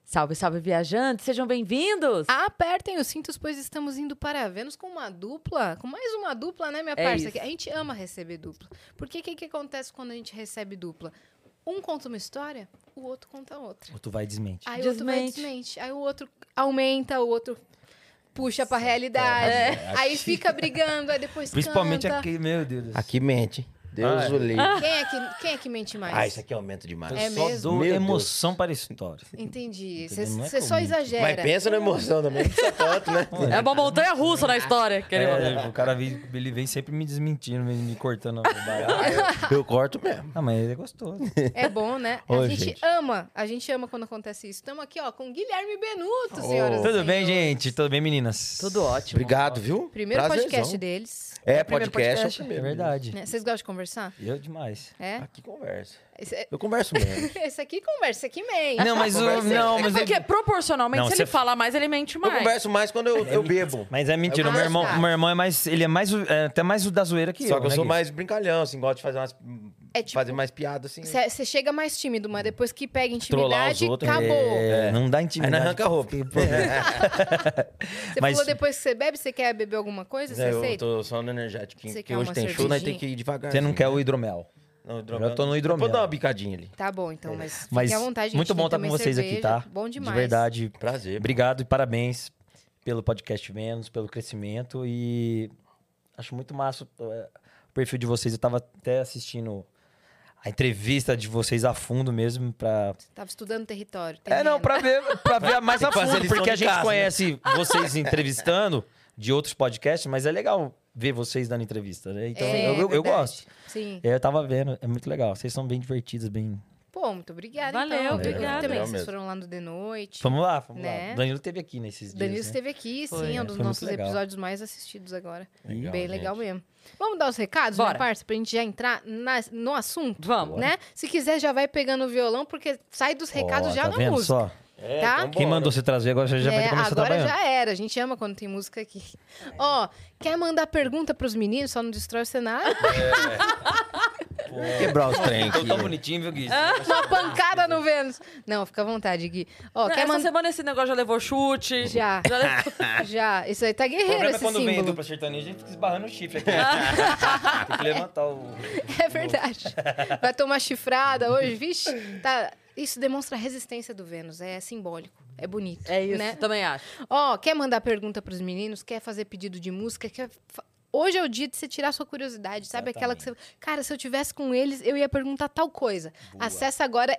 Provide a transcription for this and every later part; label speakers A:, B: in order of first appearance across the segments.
A: Salve, salve, viajantes! Sejam bem-vindos!
B: Apertem os cintos, pois estamos indo para Vênus com uma dupla. Com mais uma dupla, né, minha parça?
A: Isso.
B: A gente ama receber dupla. Porque o que acontece quando a gente recebe dupla? Um conta uma história, o outro conta outra.
C: Ou tu vai e desmente.
B: Aí o outro vai e desmente. Aí o outro aumenta, o outro puxa pra realidade. Aí fica brigando, aí depois
C: Principalmente
B: canta.
C: aqui, meu Deus.
D: Aqui mente. Deus o livre.
B: Quem é que mente mais?
D: Ah, isso aqui aumenta demais.
C: Eu
B: É
C: só
B: mesmo?
C: dou
D: Meu
C: emoção para a história.
B: Entendi.
C: Entendeu? Não é
B: Você só
C: comigo.
B: exagera.
D: Mas pensa na emoção também, não precisa tanto, né?
A: É uma montanha-russa na história.
C: O cara vem, ele vem sempre me desmentindo, me cortando.
D: Eu corto mesmo.
C: Ah, mas ele é gostoso.
B: É bom, né?
D: Ô,
B: a gente
D: gente.
B: ama quando acontece isso. Estamos aqui, ó, com Guilherme Benuto, senhoras e
C: Tudo bem,
B: senhores.
C: gente? Tudo bem, meninas?
A: Tudo ótimo.
D: Obrigado, viu?
B: Primeiro
D: Prazerzão.
B: podcast deles.
D: É,
A: primeiro
D: podcast é o
A: podcast.
C: É
D: primeiro.
C: verdade.
B: Né? Vocês gostam de conversar?
C: Eu demais.
B: É?
D: Aqui conversa.
B: Esse,
D: Eu converso mesmo.
B: esse aqui conversa, esse aqui mente.
C: Não, mas
D: Conversa-
C: não,
A: É
C: mas
A: porque, proporcionalmente,
C: Não,
A: se
C: você-
A: ele fala mais, ele mente
D: Eu
A: mais.
D: converso mais quando eu bebo.
C: Mas é mentira.
B: Ah, tá.
C: O meu irmão é mais. Ele é mais. Até mais o da zoeira que eu.
D: Só que eu
C: né,
D: sou
C: Gui?
D: mais brincalhão, assim, gosto de fazer
B: É tipo-
D: fazer mais piada, assim.
B: Você chega mais tímido, mas depois que pega
D: Trollar os
B: intimidade,
D: outros.
B: acabou.
C: É, não dá
D: Aí
C: intimidade.
D: nós arranca a roupa.
B: Você
C: Mas-
B: falou depois que você bebe, você quer beber alguma coisa? Você
D: Eu
B: aceita?
D: tô só no energético,
B: Você
D: que
B: quer
D: hoje
B: uma
D: tem show, nós
B: cervejinha?
D: tem que ir devagar.
C: Você não quer o hidromel.
D: Não,
C: Já tô no hidromel.
D: Vou dar uma bicadinha ali.
B: Tá bom, então, mas
C: Mas
B: fiquem à vontade.
C: muito
B: gente,
C: bom
B: tem
C: estar com
B: também
C: vocês aqui,
B: cerveja,
C: tá?
B: Bom demais.
C: De verdade.
D: Prazer.
C: Obrigado e parabéns pelo podcast Vênus, pelo crescimento e acho muito massa o perfil de vocês. Eu tava até assistindo a entrevista de vocês a fundo mesmo pra...
B: Tava estudando território.
C: Não, pra ver mais a
D: Tem que fazer
C: fundo,
D: lição
C: porque a
D: de
C: gente
D: casa, né?
C: conhece vocês entrevistando de outros podcasts, mas é legal ver vocês dando entrevista, né? Então
B: É,
C: eu
B: verdade.
C: gosto.
B: Sim.
C: Eu tava vendo, é muito legal. Vocês são bem divertidos, bem...
B: Pô, muito obrigada.
A: Valeu,
B: então.
A: obrigada.
B: Eu também,
D: Legal
B: vocês
D: mesmo.
B: foram lá no The Noite.
C: Vamos lá.
B: Né?
C: O Danilo esteve aqui nesses dias,
B: Danilo
C: né?
B: esteve aqui,
A: Foi,
B: sim, é um
C: foi
B: dos
C: muito
B: nossos
C: legal.
B: episódios mais assistidos agora.
D: Legal,
B: Bem
D: gente.
B: legal mesmo. Vamos dar os recados,
A: Bora.
B: minha parça, pra gente já entrar no assunto?
A: Vamos.
B: Né? Se quiser, já vai pegando o violão, porque sai dos recados
C: Ó,
B: já
C: tá
B: na
C: vendo
B: música.
C: só?
B: Tá?
D: então
C: Quem
D: bora.
C: mandou você trazer agora você já vai começar a
B: agora
C: trabalhar.
B: já era. A gente ama quando tem música aqui. Ó, quer mandar pergunta pros meninos, só não destrói o cenário?
D: Quebrar os trem
C: Tô
D: aqui.
C: tão bonitinho, viu, Gui?
B: Uma pancada no Vênus. Não, fica à vontade, Gui. Ó,
A: Não,
B: quer
A: essa
B: mandar...
A: semana esse negócio já levou chute.
B: Já.
A: levou-
B: Já. Isso aí tá
C: O
B: guerreiro,
C: problema é
B: esse
C: quando vem
B: símbolo.
C: dupla sertaneja, a gente fica esbarrando o chifre aqui. Tem que levantar o...
B: É verdade. Vai tomar chifrada hoje, vixe. Tá. Isso demonstra a resistência do Vênus. É simbólico. É bonito.
A: É isso,
B: né?
A: também acho.
B: Ó, quer mandar pergunta pros meninos? Quer fazer pedido de música? Hoje é o dia de você tirar sua curiosidade, sabe? Aquela que você... Cara, se eu tivesse com eles, eu ia perguntar tal coisa. Acesse agora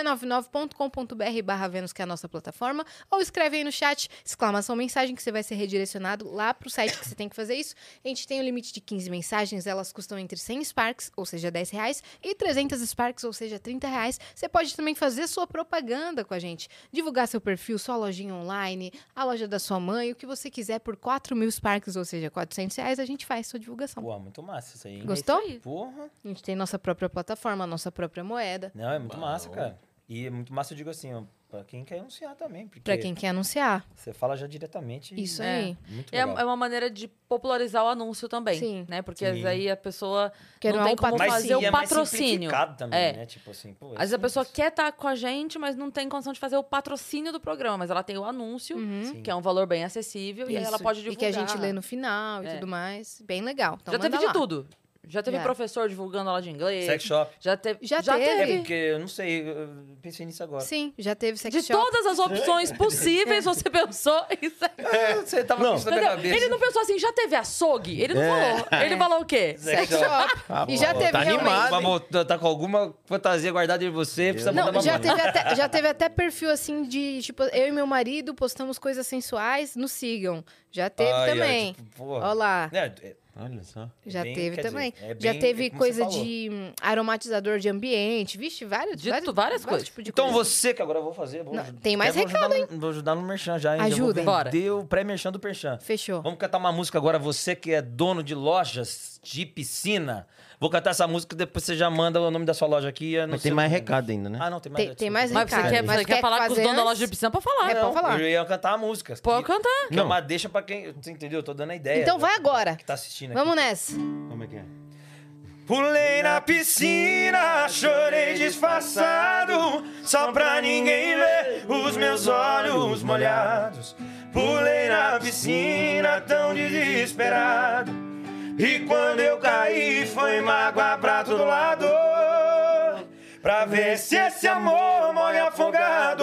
B: nv99.com.br/Vênus, que é a nossa plataforma, ou escreve aí no chat, exclamação mensagem, que você vai ser redirecionado lá pro site que você tem que fazer isso. A gente tem um limite de 15 mensagens, elas custam entre 100 Sparks, ou seja, R$10, e 300 Sparks, ou seja, R$30. Você pode também fazer sua propaganda com a gente, divulgar seu perfil, sua lojinha online, a loja da sua mãe, o que você quiser por 4.000 Sparks, ou seja, R$400, a gente faz sua divulgação.
C: Pô, muito massa isso aí, hein?
B: Gostou?
A: É isso aí.
C: Porra.
B: A gente tem nossa própria plataforma, nossa própria moeda.
C: Não, é muito massa, cara. E é muito massa, eu digo assim, ó, pra quem quer anunciar também. Porque
B: Pra quem quer anunciar.
C: você fala já diretamente.
B: Isso
A: É.
B: aí.
C: Muito
A: É
C: legal.
A: uma maneira de popularizar o anúncio também.
B: Sim.
A: Né? Porque
C: Sim.
A: às vezes aí a pessoa
B: Que
A: não
B: não é
A: tem
B: um
A: como
C: Mas
A: fazer
C: sim,
A: o
C: é mais
A: patrocínio.
C: simplificado também,
A: É.
C: né? Tipo assim, pô,
A: Às vezes a pessoa
C: simples.
A: quer estar com a gente, mas não tem condição de fazer o patrocínio do programa. Mas ela tem o anúncio,
C: Sim.
A: que é um valor bem acessível, e aí ela
B: Isso.
A: pode
B: E
A: divulgar.
B: que a gente lê no final e
A: É.
B: tudo mais. Bem legal. Então
A: Já teve
B: manda
A: de
B: lá.
A: tudo. Já teve
B: Já.
A: professor divulgando aula de inglês.
C: Sex shop.
A: Já teve.
B: Já
C: É
B: teve.
C: porque eu não sei, eu pensei nisso agora.
B: Sim, já teve sex
A: De
B: shop.
A: todas as opções possíveis, você pensou isso aí.
C: Você tava
D: Não.
C: com isso na minha
A: Entendeu?
C: cabeça.
A: Ele não pensou assim, já teve açougue? Ele não falou. Ele falou o quê?
B: Sex shop. E já teve
D: tá
B: realmente.
D: animado.
C: Tá com alguma fantasia guardada em você, precisa mandar
B: Não,
C: pra
B: já
C: mãe.
B: já teve até perfil assim de, tipo, eu e meu marido postamos coisas sensuais, nos sigam. Já teve
C: Ai, ai,
B: também.
C: tipo, porra.
B: Olha lá.
D: Olha só.
B: Já
C: bem,
B: teve
C: quer
B: também.
C: dizer, é
B: Já
C: bem-
B: teve
C: é como
B: coisa
C: você falou.
B: de aromatizador de ambiente. Vixe, várias
A: várias
B: tipos de
C: Então
B: coisa.
C: você, que agora eu vou fazer.
B: Não, tem mais recado,
C: Vou ajudar no merchan já, hein?
B: Ajuda.
C: Já vou
A: Bora.
C: vender o pré-merchan do Perchan.
B: Fechou.
C: Vamos cantar uma música agora, você que é dono de lojas de piscina. Vou cantar essa música, depois você já manda o nome da sua loja aqui.
D: Mas tem mais recado ainda, né?
C: Ah, não, tem mais.
B: Tem mais
A: Mas você
B: recado.
A: quer,
B: Mas
A: você quer falar com os
B: fazer
A: donos da loja
B: antes?
A: de piscina pra falar.
B: É, pode falar.
C: Eu ia cantar a música.
A: Pode
C: que-
A: cantar.
C: Que é uma deixa pra quem... Você entendeu? Eu tô dando a ideia.
B: Então vai agora.
C: Que tá assistindo aqui.
B: Vamos nessa.
D: Como é que é?
C: Pulei na piscina, chorei disfarçado, só pra ninguém ver os meus olhos molhados. Pulei na piscina, tão desesperado, e quando eu caí, foi mágoa pra todo lado, pra ver se esse amor morre afogado.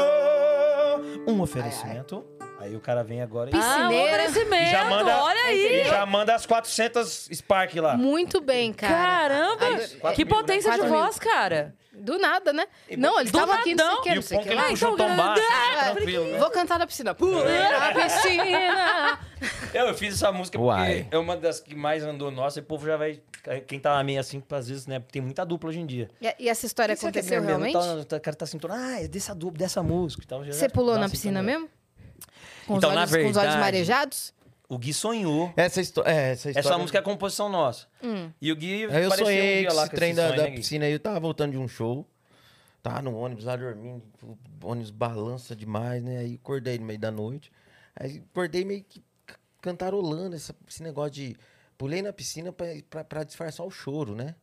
C: Um oferecimento. Aí o cara vem agora e
B: Piscineira.
A: Oferecimento,
C: já manda,
A: olha aí.
C: e já manda as 400 Spark lá.
B: Muito bem, cara.
A: Caramba,
B: Aí-
A: que potência de
B: 4 mil.
A: voz, cara.
B: Do nada, né? Não, eles
A: do
B: estavam aqui, não sei o que,
C: E
B: não
C: o
B: sei o
C: bom
B: que
C: que ele
B: lá.
C: puxou
A: então,
C: tão baixo,
B: Ah,
C: tranquilo, né?
B: Vou cantar na piscina. Pulei na piscina.
C: Eu fiz essa música
D: Uai.
C: porque é uma das que mais andou nossa, e o povo já vai... Quem tá meio assim, às vezes, né? Tem muita dupla hoje em dia.
B: E essa história
C: Será que é
B: aconteceu
C: mesmo?
B: realmente?
C: O cara tá assim, é dessa dupla, dessa música e tal.
B: Você pulou na piscina mesmo? Com,
C: Então,
B: os
C: na
B: olhos, com os olhos
C: verdade,
B: marejados?
C: O Gui sonhou.
D: Essa história.
C: Essa música é a composição nossa. E o Gui
D: Aí eu
C: apareceu
D: sonhei
C: dia
D: que
C: lá
D: esse
C: com
D: trem
C: esse
D: da
C: sonho, né, Gui?
D: piscina aí, eu tava voltando de um show. Tava no ônibus lá dormindo, o ônibus balança demais, né? Aí acordei no meio da noite. Aí acordei meio que cantarolando esse negócio de... Pulei na piscina pra disfarçar o choro, né?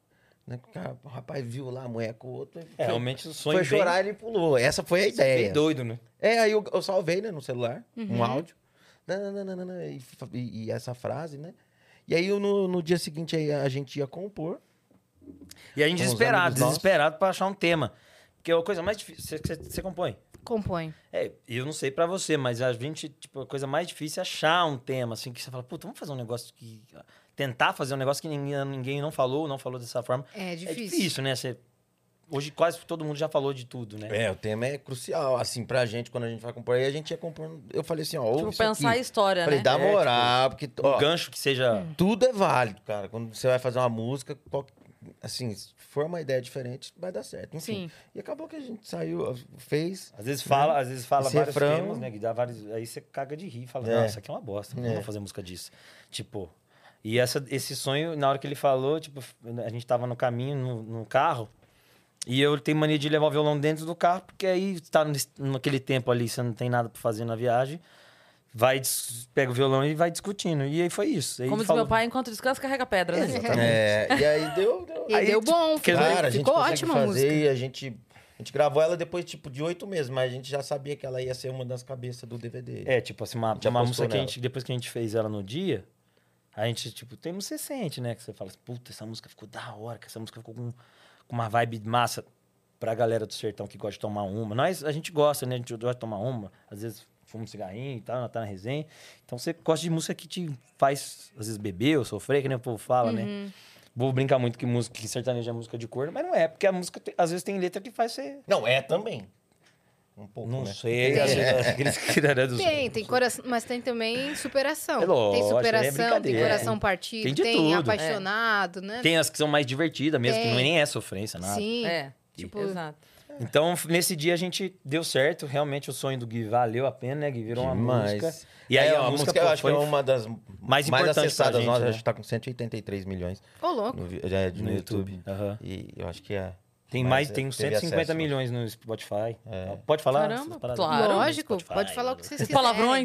D: O rapaz viu lá a mulher com o outro.
C: Realmente o sonho
D: Foi
C: vem-
D: chorar e ele pulou. Essa foi a
C: Você é
D: ideia.
C: bem doido, né?
D: Aí eu salvei, né, no celular, um áudio. Nananana, e essa frase, né? E aí no dia seguinte aí, a gente ia compor.
C: E a gente
D: Com os
C: desesperado,
D: amigos nossos.
C: desesperado pra achar um tema. Porque é a coisa mais difícil... Você compõe?
B: Compõe.
C: Eu não sei pra você, mas a gente, tipo, a coisa mais difícil é achar um tema, assim, que você fala, puta, vamos fazer um negócio que... Tentar fazer um negócio que ninguém não falou dessa forma.
B: É difícil.
C: É difícil, né? Hoje quase todo mundo já falou de tudo, né?
D: O tema é crucial, assim, pra gente, quando a gente vai compor. Aí a gente ia compondo, eu falei assim, ó, ouve
A: Tipo,
D: isso
A: pensar a
D: aqui.
A: história,
D: Falei,
A: né?
D: dá moral, porque,
C: Um
D: ó,
C: gancho que seja...
D: tudo é válido, cara. Quando você vai fazer uma música, assim, se for uma ideia diferente, vai dar certo. Enfim.
B: Sim.
D: E acabou que a gente saiu, fez.
C: Às vezes fala
D: Esse
C: vários
D: refrão.
C: temas, né? Que dá vários... Aí você caga de rir, fala,
D: É.
C: não, isso aqui é uma bosta, não vou fazer música disso. Tipo... E esse sonho, na hora que ele falou, tipo, a gente tava no caminho, no carro, e eu tenho mania de levar o violão dentro do carro, porque aí tá naquele tempo ali, você não tem nada pra fazer na viagem, pega o violão e vai discutindo. E aí foi isso. Aí
A: Como
C: ele
A: diz
C: falou,
A: meu pai, enquanto descansa, carrega pedra, né?
D: E aí deu.
B: E
C: Aí,
B: deu bom,
C: porque
D: Cara, a gente
B: ficou
D: consegue
B: ótima a
D: fazer
B: música.
D: e a gente gravou ela depois, tipo, de 8 meses, mas a gente já sabia que ela ia ser uma das cabeças do DVD.
C: tipo assim, uma
D: Já
C: música
D: postou
C: que a
D: nela.
C: gente, depois que a gente fez ela no dia, a gente, tipo, você sente, né? Que você fala assim, puta, essa música ficou da hora, que essa música ficou com uma vibe massa pra galera do sertão que gosta de tomar uma. A gente gosta, né? A gente gosta de tomar uma, às vezes fuma um cigarrinho e tal, tá na resenha. Então você gosta de música que te faz, às vezes, beber ou sofrer, que nem o povo fala, né? Vou brincar muito que sertanejo é música de corno, mas não é, porque a música, às vezes, tem letra que faz você...
D: Não, é também. Um pouco,
C: Não
D: né?
C: sei, às vezes, aqueles que
B: Tem coração, mas tem também superação.
C: É lógico,
B: tem
C: é
B: superação, tem
C: brincadeira.
B: coração partido,
C: Tem de
B: tem
C: tudo.
B: apaixonado, né?
C: Tem as que são mais divertidas mesmo, que
B: Tem.
C: nem é sofrência, nada.
B: Sim.
A: É,
B: Tipo,
A: exato.
C: Então, nesse dia a gente deu certo. Realmente o sonho do Gui valeu a pena, né, Gui? Virou uma
D: Demais.
C: música. E aí a música,
D: eu
C: pô,
D: acho que é uma das
C: mais
D: mais
C: importantes pra
D: acessadas
C: gente,
D: nossas.
C: né?
D: A gente tá com 183 milhões
B: Ô, louco.
D: no YouTube.
C: Aham.
D: E eu acho que é...
C: Tem tem uns
D: teve
C: 150
D: acesso.
C: milhões no Spotify. Pode falar?
A: Caramba,
C: essas paradas?
A: claro.
B: Lógico,
C: Spotify,
B: pode falar o que vocês
A: Os
B: quiserem.
A: palavrões.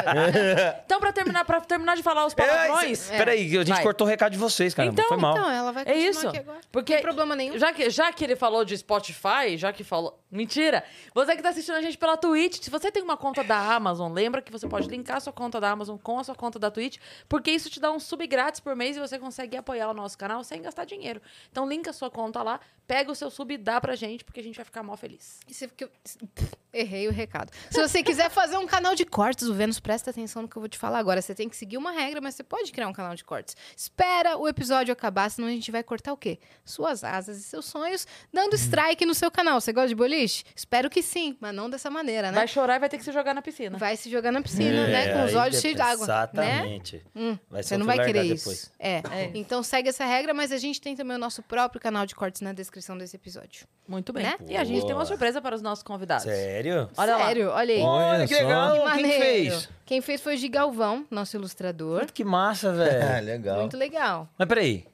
A: Então, pra terminar de falar os palavrões...
C: Peraí, a gente
A: Vai.
C: cortou o recado de vocês, cara.
A: Então,
C: Foi mal.
B: Então, ela vai
A: É
B: continuar
A: isso.
B: aqui agora.
A: Porque
B: Não tem problema nenhum.
A: Já que ele falou de Spotify, já que falou... Mentira! Você que tá assistindo a gente pela Twitch, se você tem uma conta da Amazon, lembra que você pode linkar a sua conta da Amazon com a sua conta da Twitch, porque isso te dá um sub grátis por mês e você consegue apoiar o nosso canal sem gastar dinheiro. Então, linka a sua conta lá, pega o seu sub e dá pra gente, porque a gente vai ficar mó feliz.
B: E se- que eu- Errei o recado. Se você quiser fazer um canal de cortes, o Vênus, presta atenção no que eu vou te falar agora. Você tem que seguir uma regra, mas você pode criar um canal de cortes. Espera o episódio acabar, senão a gente vai cortar o quê? Suas asas e seus sonhos, dando strike no seu canal. Você gosta de boliche? Espero que sim, mas não dessa maneira, né?
A: Vai chorar e vai ter que se jogar na piscina.
B: Vai se jogar na piscina, né? Com os
C: aí
B: olhos cheios d'água. Né?
C: Exatamente. Vai ser
B: Você não
C: outro
B: vai querer
C: largar
B: isso.
C: depois.
B: Então segue essa regra, mas a gente tem também o nosso próprio canal de cortes na descrição desse episódio.
A: Muito bem.
B: Né?
A: E a gente tem uma
C: Boa.
A: surpresa para os nossos convidados.
C: Sério?
A: Olha lá.
B: Sério, olha aí.
C: Olha que legal.
B: Que
C: Quem
B: maneiro.
C: fez?
B: Quem fez foi o Gigalvão, nosso ilustrador.
C: Puta, que massa,
D: Ah,
C: velho.
D: legal.
B: Muito legal.
C: Mas peraí.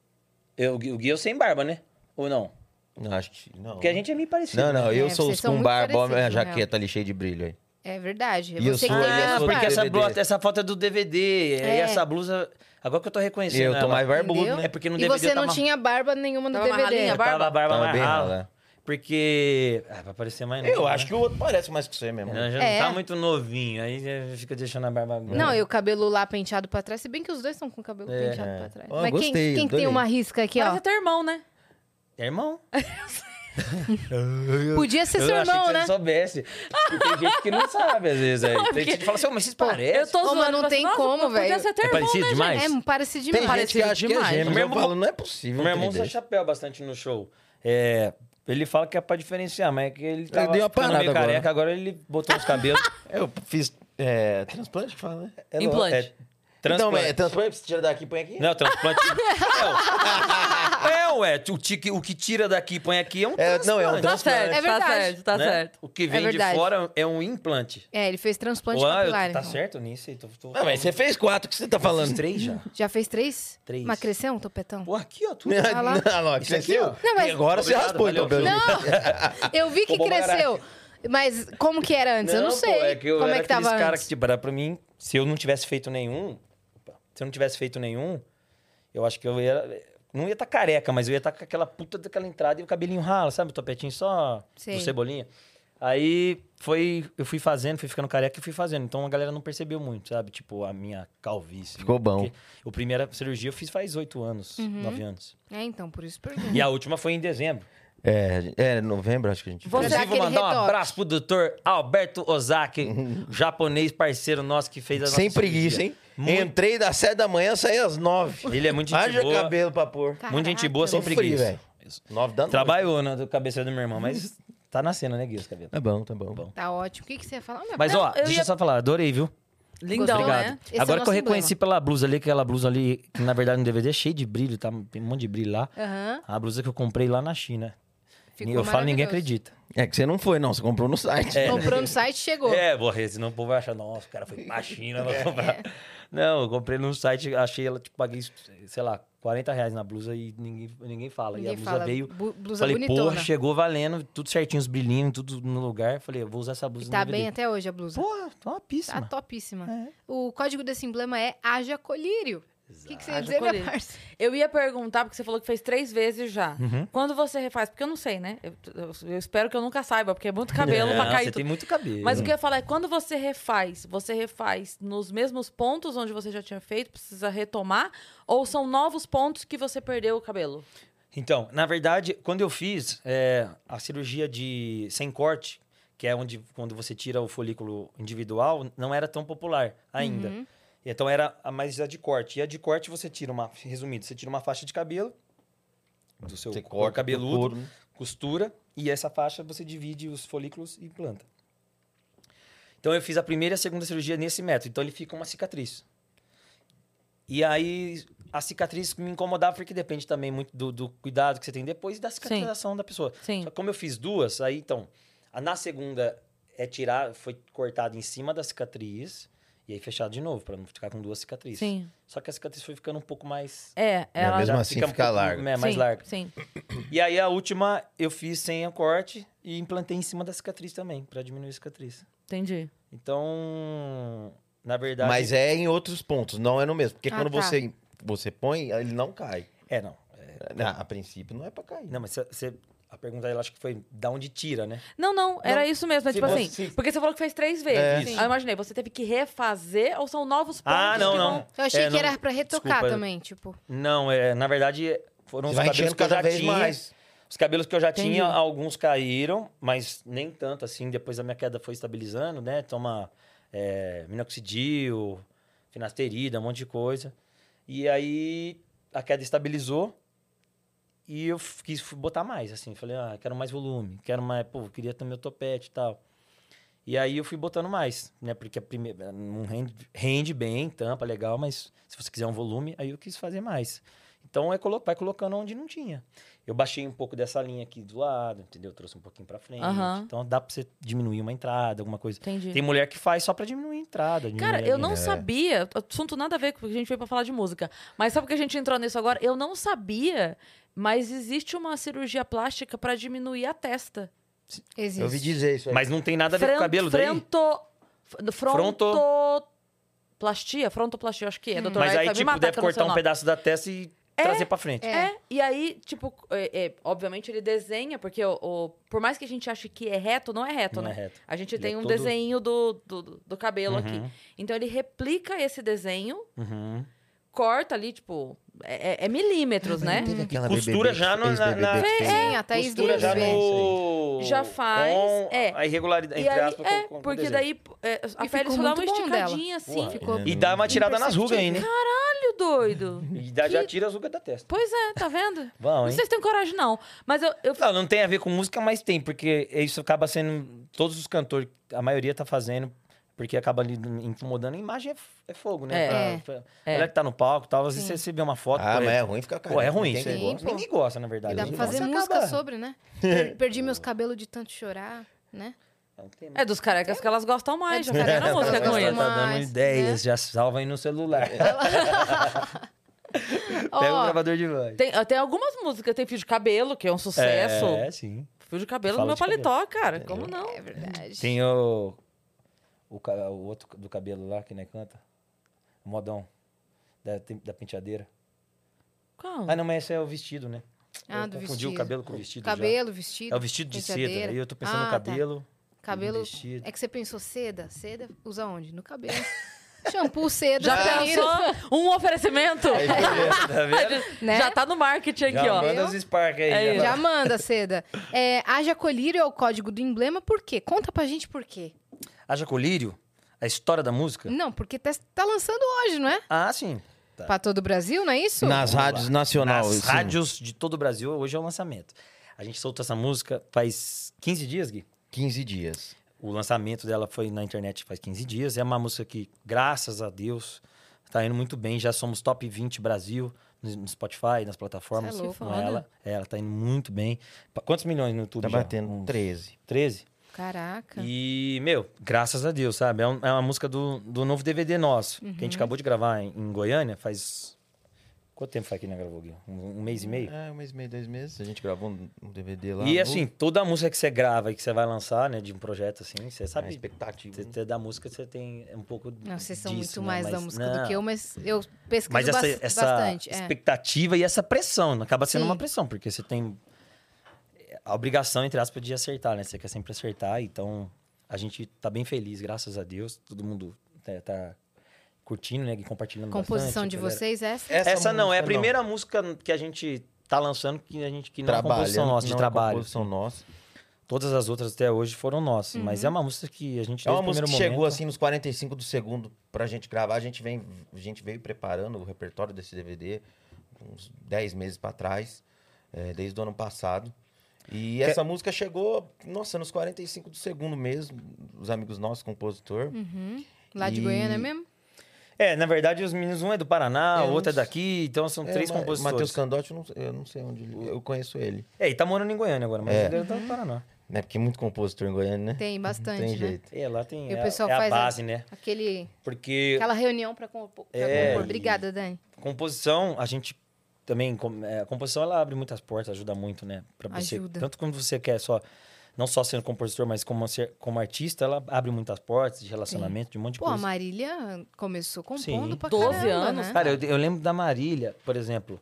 C: O Gui eu sem barba, né? Ou não?
D: Não, acho que não.
C: Porque a gente é meio parecido.
D: Não,
C: né?
D: eu
B: É,
D: sou
B: vocês
D: os
B: são
D: com
B: muito
D: barba,
B: parecidos,
D: a
B: na
D: jaqueta ali cheia de brilho aí.
B: É verdade. É
D: E eu
B: você que
D: sou-
B: tem
D: e eu
B: menos
D: sou
C: Porque
B: barba.
D: DVD.
C: essa foto é do DVD. E essa blusa... Agora que eu tô
D: E
C: reconhecendo
D: eu tô
C: ela.
D: mais barbudo,
B: Entendeu?
D: né?
C: É porque no
B: E
C: DVD
B: você
C: eu
B: não
C: tava...
B: tinha barba nenhuma no
A: Tava mais
B: DVD.
A: ralinha a barba?
C: Tava a barba
D: Tava
C: mais
D: bem
C: rala.
D: rala.
C: Porque... vai parecer mais novo,
D: Eu
C: né?
D: acho que o outro parece mais que você mesmo.
C: Já
B: É.
C: não tá muito novinho, aí já fica deixando a barba grande.
B: Não, e o cabelo lá penteado pra trás. Se bem que os dois estão com o cabelo penteado pra trás.
D: Ó,
B: Mas
D: gostei,
B: quem tem
D: adorei.
B: uma risca aqui,
A: Mas
B: ó?
A: é teu irmão, né?
C: É irmão.
B: Podia ser
C: Eu
B: seu
C: achei
B: irmão,
C: que
B: né?
C: você soubesse. Porque tem gente que não sabe, às vezes. Aí. Tem gente que fala assim, mas vocês parecem.
A: Eu tô
B: Ô,
A: zoando,
B: mas não
A: mas,
B: tem
A: nossa,
B: como,
A: Podia
B: velho.
A: ser teu
C: É
A: irmão,
C: parecido
A: né,
C: demais?
A: gente?
B: É, parecido
D: Tem
B: demais.
D: gente que acha que é
A: demais.
D: gêmeos.
C: Meu
D: Eu
C: irmão-
D: falo, não é possível.
C: Meu irmão
D: não
C: usa
D: tem
C: chapéu bastante no show. Ele fala que é pra diferenciar, mas é que ele
D: deu uma
C: ficando
D: parada
C: meio
D: agora.
C: careca, agora ele botou os cabelos.
D: Eu fiz transplante que fala, né?
A: Implante.
D: Então, transplante, você tira daqui e põe aqui?
C: Não, transplante. O que tira daqui e põe aqui é um transplante.
D: Não, é um
A: Tá
D: transplante.
A: certo,
B: É
A: tá
B: verdade.
A: certo, tá
C: né?
A: certo.
C: O que vem de
B: verdade.
C: fora é um implante.
B: É, ele fez transplante
C: Tá
B: capilar.
C: tá
B: então.
C: certo nisso aí.
D: Não, mas você fez 4, o que você tá
C: Fiz
D: falando?
C: 3 já.
B: Já fez 3?
C: 3.
B: Mas cresceu um topetão?
C: Pô, aqui, ó. Tudo.
B: Ah lá.
D: Não,
C: Isso aqui,
D: cresceu.
C: ó.
B: Não, mas-
D: E agora você
C: Obrigado,
D: raspou então,
C: valeu.
D: pelo
B: Não, eu vi que
C: Vou bombar
B: cresceu. Mas como que era antes? Eu não sei.
C: Pô, é que eu
B: como
C: era
B: é que tava
C: aqueles cara
B: antes?
C: que, tipo, era pra mim, se eu não tivesse feito nenhum, eu acho que eu não ia estar careca, mas eu ia estar com aquela puta daquela entrada e o cabelinho ralo, sabe? O topetinho só
B: Sei.
C: do Cebolinha. Aí eu fui fazendo, fui ficando careca e fui fazendo. Então a galera não percebeu muito, sabe? Tipo, a minha calvície.
D: Ficou bom.
C: Porque a primeira cirurgia eu fiz faz 8 anos, 9 anos.
B: É, então, por isso perdi.
C: E a última foi em dezembro.
D: Novembro, acho que a gente
A: Você-
C: Inclusive, vou
B: aquele
C: mandar um
B: retoque.
C: abraço pro doutor Alberto Ozaki, japonês parceiro nosso que fez a nossa
D: Sem preguiça,
C: cirurgia.
D: hein?
C: Muito-
D: Entrei das 7 da manhã, saí às 9.
C: Ele é muito gente
D: Haja
C: boa.
D: cabelo pra pôr.
C: Muita gente boa, sem
D: Sofri,
C: preguiça.
D: velho. 9 da noite.
C: Trabalhou na cabeça do meu irmão, mas tá nascendo, né, Gui, esse cabelo.
D: Tá bom, tá bom.
B: Tá ótimo. O que você ia falar? Meu,
C: Mas,
A: Não,
C: ó,
A: eu
C: deixa
A: ia-
C: eu só falar, adorei, viu?
A: Lindão,
B: Obrigado.
A: né?
B: Esse é o
C: Agora que
B: nosso
C: eu reconheci pela blusa ali, aquela blusa ali, que na verdade no DVD é cheio de brilho, tá? Tem um monte de brilho lá.
B: Aham.
C: A blusa que eu comprei lá na China.
B: Ficou
C: Eu falo, ninguém
B: maravilhoso.
C: acredita.
D: É que você não foi, não. Você comprou no site.
B: Comprou no site, chegou.
C: É, borrei, senão o povo vai achar, nossa, o cara foi pra China pra comprar. Não, eu comprei no site, achei ela, tipo, paguei, sei lá, R$40 na blusa e ninguém fala.
B: Ninguém
C: e a blusa
B: fala.
C: veio.
B: Blusa
C: Falei,
B: bonitona.
C: porra, chegou valendo, tudo certinho, os brilhinhos, tudo no lugar. Falei, eu vou usar essa blusa
B: E tá
C: no DVD.
B: bem até hoje a blusa.
C: Porra, tá uma
B: Tá
C: píssima.
B: topíssima. O código desse emblema é Haja Colírio. O que você ia
A: Haja
B: dizer, minha
A: colírio.
B: parça?
A: Eu ia perguntar, porque você falou que fez 3 vezes já.
C: Uhum.
A: Quando você refaz, porque eu não sei, né? Eu espero que eu nunca saiba, porque é muito cabelo pra
C: Não,
A: cair
C: você
A: tudo.
C: tem muito cabelo.
A: Mas o que eu ia falar é, quando você refaz nos mesmos pontos onde você já tinha feito, precisa retomar? Ou são novos pontos que você perdeu o cabelo?
C: Então, na verdade, quando eu fiz a cirurgia sem corte, que é quando você tira o folículo individual, não era tão popular ainda.
B: Uhum.
C: Então era mais a de corte. E a de corte você tira resumindo, você tira uma faixa de cabelo do seu
D: Você
C: couro
D: corta
C: cabeludo,
D: o couro, né?
C: costura, e essa faixa você divide os folículos e planta. Então eu fiz a primeira e a segunda cirurgia nesse método. Então ele fica uma cicatriz. E aí a cicatriz me incomodava porque depende também muito do cuidado que você tem depois e da cicatrização da pessoa.
A: Sim.
C: Só que como eu fiz duas, aí então, na segunda foi cortada em cima da cicatriz e aí fechado de novo, para não ficar com 2 cicatrizes.
A: Sim.
C: Só que a cicatriz foi ficando um pouco mais...
A: Ela
D: mesmo
C: já
D: assim
C: um
D: fica
C: pouco,
D: larga.
C: mais
A: sim,
C: larga.
A: Sim.
C: E aí a última eu fiz sem a corte e implantei em cima da cicatriz também, para diminuir a cicatriz.
A: Entendi.
C: Então, na verdade...
D: Mas é em outros pontos, não é no mesmo. Porque
B: Ah,
D: quando
B: tá.
D: você põe, ele não cai.
C: Não.
D: A princípio não é pra cair.
C: Não, mas a pergunta eu acho que foi da onde tira, né?
A: Não, era isso mesmo. É
C: Se
A: tipo
C: você-
A: assim,
C: se-
A: porque você falou que fez 3 vezes.
D: É.
B: Sim.
A: Aí eu imaginei, você teve que refazer ou são novos pontos?
C: Ah, não,
A: que
C: não.
A: vão-
B: Eu achei que
C: não-
B: era pra retocar
C: desculpa.
B: também, tipo.
C: Não, na verdade foram
D: Você
C: os
D: vai
C: cabelos
D: enchendo
C: que eu
D: cada
C: já
D: vez
C: tinha.
D: mais.
C: Os cabelos que eu já
A: Entendi.
C: tinha, alguns caíram, mas nem tanto assim. Depois a minha queda foi estabilizando, né? Toma minoxidil, finasterida, um monte de coisa. E aí a queda estabilizou e eu quis botar mais, assim. Falei, quero mais volume, quero mais... Pô, queria ter meu topete e tal. E aí eu fui botando mais, né? Porque a primeira não rende bem, tampa, legal, mas se você quiser um volume, aí eu quis fazer mais. Então vai colocando onde não tinha. Eu baixei um pouco dessa linha aqui do lado, entendeu? Trouxe um pouquinho pra frente.
A: Aham.
C: Então dá pra você diminuir uma entrada, alguma coisa.
A: Entendi.
C: Tem mulher que faz só pra diminuir a entrada.
A: Cara,
C: diminuir a
A: eu não
C: linha.
A: sabia, assunto nada a ver com o que a gente veio pra falar de música, mas só porque a gente entrou nisso agora, eu não sabia, mas existe uma cirurgia plástica pra diminuir a testa.
B: Existe.
D: Eu ouvi dizer isso aí.
C: Mas não tem nada a ver com o cabelo daí?
A: Frontoplastia, acho que é. Doutor
C: Mas
A: Ed
C: aí,
A: vai me
C: tipo,
A: matar,
C: deve
A: que eu não sei
C: cortar
A: o
C: um
A: nome.
C: pedaço da testa e trazer pra frente.
A: E aí, tipo, obviamente ele desenha, porque por mais que a gente ache que é reto, não é reto,
C: Não
A: né?
C: é reto.
A: A gente
C: Ele
A: tem
C: é
A: um
C: todo-
A: desenho do cabelo aqui.
C: Uhum.
A: Então ele replica esse desenho,
C: Uhum.
A: corta ali, tipo, é milímetros, né?
D: Teve aquela
C: Costura
D: BBB
C: já
D: que-
C: no-
D: ex-BBB
C: na-
D: que fez,
B: Sim,
D: né?
B: a Thaís do
C: Costura já
B: BBB.
C: no...
A: Já faz,
C: com
A: é.
C: a irregularidade,
A: E
C: entre
A: aí,
C: aspas, com o
A: porque
C: desenho.
A: daí a
B: E
A: pele
B: ficou
A: só dá uma
B: muito bom dela.
A: esticadinha assim.
C: Porra.
B: Ficou
C: E dá uma tirada nas rugas aí, né?
A: Olha o doido.
C: E já tira as rugas da testa.
A: Pois é, tá vendo?
C: Bom,
A: Não
C: hein?
A: sei se tem coragem, não. Mas eu
C: Não tem a ver com música, mas tem, porque isso acaba sendo... Todos os cantores, a maioria tá fazendo, porque acaba ali incomodando. A imagem é fogo, né? Ela que tá no palco e tal, às vezes você vê uma foto...
D: Ah,
C: por
D: mas é
C: exemplo.
D: ruim ficar
C: Pô, é ruim.
D: Ninguém
C: Você
D: gosta.
C: ninguém gosta, na verdade.
B: E dá pra
C: Você
B: fazer
C: acaba-
B: música sobre, né? Perdi meus cabelos de tanto chorar, né?
C: Não tem-
A: É dos carecas que elas gostam mais.
B: É
A: Já
B: dos
A: fizeram
B: carecas que
A: música
B: elas
A: com
B: gostam
A: isso.
B: mais.
C: Tá dando
B: Mas,
C: ideias,
B: né?
C: já salva aí no celular. Pega o
B: Ó,
C: gravador de voz.
A: Tem algumas músicas, tem Fio de Cabelo, que é um sucesso.
C: É, sim.
A: Fio de Cabelo
C: Fala
A: no meu
C: de cabelo.
A: paletó, cara. Como não?
B: é verdade.
C: Tem o outro do cabelo lá, que né, canta. O modão. Da penteadeira.
A: Qual?
C: Ah, não, mas esse é o vestido, né?
B: Ah,
C: Eu
B: do
C: confundi o
B: vestido.
C: cabelo com o vestido.
B: Cabelo,
C: já.
B: vestido.
C: É o vestido de seda.
B: penteadeira.
C: Aí eu tô pensando no
B: Ah,
C: cabelo.
B: Tá. Cabelo.
C: vestido.
B: É que você pensou seda? Seda usa onde? No cabelo. Shampoo, seda.
A: Já
B: Danilo,
A: pensou? Um oferecimento?
C: Tá vendo?
B: né?
A: Já tá no marketing aqui,
C: Já
A: ó.
C: manda os Spark aí.
A: É
C: já.
B: Já manda, seda. Haja colírio é o código do emblema, por quê? Conta pra gente por quê.
C: Haja colírio? A história da música?
B: Não, porque tá lançando hoje, não é?
C: Ah, sim. Tá.
B: Pra todo o Brasil, não é isso?
D: Nas rádios nacional.
C: Nas
D: assim.
C: rádios de todo o Brasil, hoje é o lançamento. A gente soltou essa música faz 15 dias, Gui.
D: 15 dias.
C: O lançamento dela foi na internet faz 15 dias. É uma música que, graças a Deus, tá indo muito bem. Já somos top 20 Brasil no Spotify, nas plataformas.
B: Cê é louco,
C: com
A: foda.
C: ela. Ela tá indo muito bem. Quantos milhões no YouTube
D: Tá
C: já?
D: batendo
C: Uns
D: 13.
C: 13?
B: Caraca.
C: E, meu, graças a Deus, sabe? É uma música do novo DVD nosso, que a gente acabou de gravar em Goiânia faz... Quanto tempo faz que não gravou, Gui? Um mês e meio?
D: É, um mês e meio, 2 meses. A gente gravou um DVD lá.
C: E assim, toda a música que você grava e que você vai lançar, né, de um projeto assim, você
D: a
C: sabe,
D: expectativa.
C: você da música você tem um pouco
B: Não, vocês são
C: disso,
B: muito
C: né?
B: mais da
C: Mas-
B: música do
C: não.
B: que eu, mas eu pesquiso
C: Mas essa
B: bastante.
C: expectativa e essa pressão, acaba sendo
B: Sim.
C: uma pressão, porque você tem a obrigação, entre aspas, de acertar, né? Você quer sempre acertar, então a gente tá bem feliz, graças a Deus, todo mundo tá curtindo, né, e compartilhando
B: Composição
C: bastante,
B: de
C: a galera.
B: vocês, essa?
C: Essa não, é a
D: música
C: primeira música que a gente tá lançando que não é composição
D: Trabalhando,
C: nossa, de
D: não é
C: trabalho.
D: composição nossa.
C: Todas as outras até hoje foram nossas, mas é uma música que a gente
D: É uma
C: desde o
D: música
C: primeiro
D: que chegou
C: momento-
D: assim nos 45 do segundo pra gente gravar. A gente veio preparando o repertório desse DVD uns 10 meses pra trás, desde o ano passado. E essa música chegou, nossa, nos 45 do segundo mesmo. Os amigos nossos, compositor.
B: Lá de
D: E-
B: Goiânia mesmo?
C: Na verdade, os meninos, um é do Paraná,
D: É,
C: o outro é
D: uns-
C: daqui, então são três compositores.
D: Matheus Candotti, eu não sei onde ele... Eu conheço ele.
C: E tá morando em Goiânia agora, mas
D: É.
C: ele tá no Paraná.
D: Né? Porque muito compositor em Goiânia, né?
B: Tem bastante,
D: Tem
B: né?
D: jeito.
C: Lá tem
B: E o pessoal
C: a
B: faz
C: base, né? Porque
B: Aquela reunião pra compor.
C: É,
B: Obrigada, Dani.
C: composição, a gente também... A composição, ela abre muitas portas, ajuda muito, né? Pra você,
B: Ajuda.
C: tanto quando você quer não só sendo compositor, mas como artista, ela abre muitas portas de relacionamento, de um monte de
B: Pô, a
C: coisa.
B: Marília começou compondo
C: Sim.
B: pra
A: 12
B: caramba,
A: anos,
B: né?
C: Cara, eu lembro da Marília, por exemplo.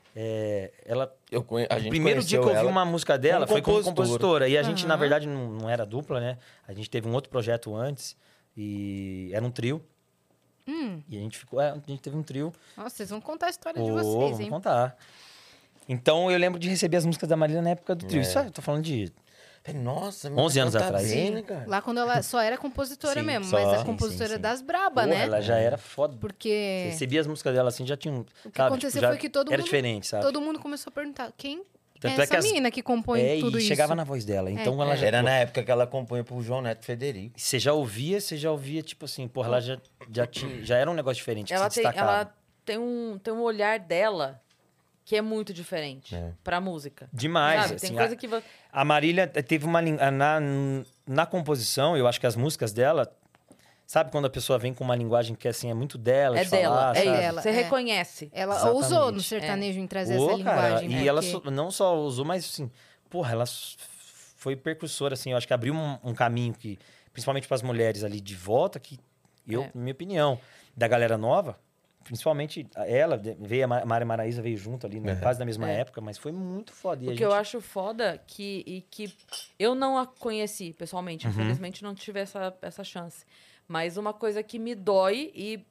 C: Ela
D: A gente
C: O primeiro dia que eu
D: conheceu
C: ouvi
D: ela
C: uma música dela
D: como
C: foi como
D: compositora.
C: compositora. E a gente, na
B: Aham.
C: verdade, não era dupla, né? A gente teve um outro projeto antes. E era um trio. E a gente ficou... a gente teve um trio.
B: Nossa, vocês vão contar a história de
C: Ô,
B: vocês,
C: vamos
B: hein?
C: contar. Então, eu lembro de receber as músicas da Marília na época do trio. Isso, eu tô falando de...
D: Falei, nossa,
C: 11 anos
D: tá
C: atrás.
D: bem, né, cara?
B: Lá quando ela só era compositora
C: Sim,
B: mesmo,
C: só.
B: mas a
C: Sim,
B: compositora
C: sim.
B: das braba,
C: Porra,
B: né?
C: ela já era foda.
B: Porque
C: Recebia as músicas dela assim, já tinha um...
B: o que aconteceu foi que todo
C: era
B: mundo,
C: diferente, sabe?
B: todo mundo começou a perguntar, quem
C: Tanto
B: é
C: é que
B: essa
C: as-
B: menina que compõe tudo
C: e
B: isso?
C: chegava na voz dela. Então, ela já...
D: Era na época que ela compunha pro João Neto Federico.
C: Você já ouvia, tipo assim, porra, ela já era um negócio diferente, que
A: Ela
C: se
A: tem,
C: destacava.
A: ela tem um olhar dela que é muito diferente
D: É.
A: pra música.
C: Demais,
A: Sabe?
C: assim,
A: Tem coisa que...
C: A Marília teve uma... Na composição, eu acho que as músicas dela... Sabe quando a pessoa vem com uma linguagem que, assim, é muito dela,
A: É
C: de
A: dela,
C: falar,
A: é
C: sabe?
A: isso.
B: Dela,
A: Você
B: é.
A: reconhece.
B: Ela
C: Exatamente.
B: ousou no sertanejo em trazer essa
C: Ô, cara,
B: linguagem.
C: e
B: né?
C: ela
B: Porque-
C: não só usou, mas, assim... Porra, ela foi precursora, assim. Eu acho que abriu um caminho que... principalmente para as mulheres ali de volta, que minha opinião, da galera nova, principalmente ela, veio a Mari Maraísa, veio junto ali, quase na mesma época, mas foi muito foda.
A: O que eu acho foda que eu não a conheci pessoalmente, infelizmente não tive essa chance. Mas uma coisa que me dói e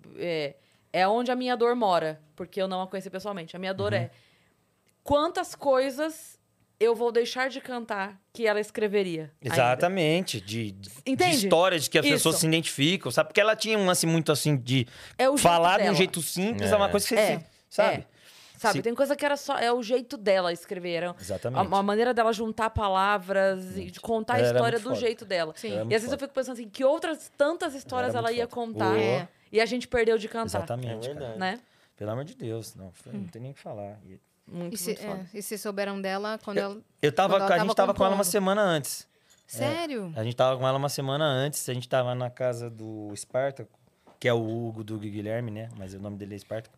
A: é onde a minha dor mora, porque eu não a conheci pessoalmente. A minha dor é quantas coisas eu vou deixar de cantar que ela escreveria.
C: Exatamente. De histórias que as pessoas se identificam, sabe? Porque ela tinha um lance muito assim de falar de um jeito simples, é uma coisa que você sabe.
A: Sabe, tem coisa que era só... É o jeito dela escrever.
C: Exatamente.
A: A maneira dela juntar palavras e de contar a história do jeito dela.
B: Sim.
A: E às vezes eu fico pensando assim, que outras tantas histórias ela ia contar e a gente perdeu de cantar.
C: Exatamente, cara.
A: Né?
C: Pelo amor de Deus, não tem nem o que falar.
B: Muito foda. E vocês souberam dela quando ela...
C: A gente tava com ela uma semana antes.
B: Sério?
C: A gente tava com ela uma semana antes, a gente tava na casa do Espartaco, que é o Hugo do Guilherme, né? Mas o nome dele é Espartaco.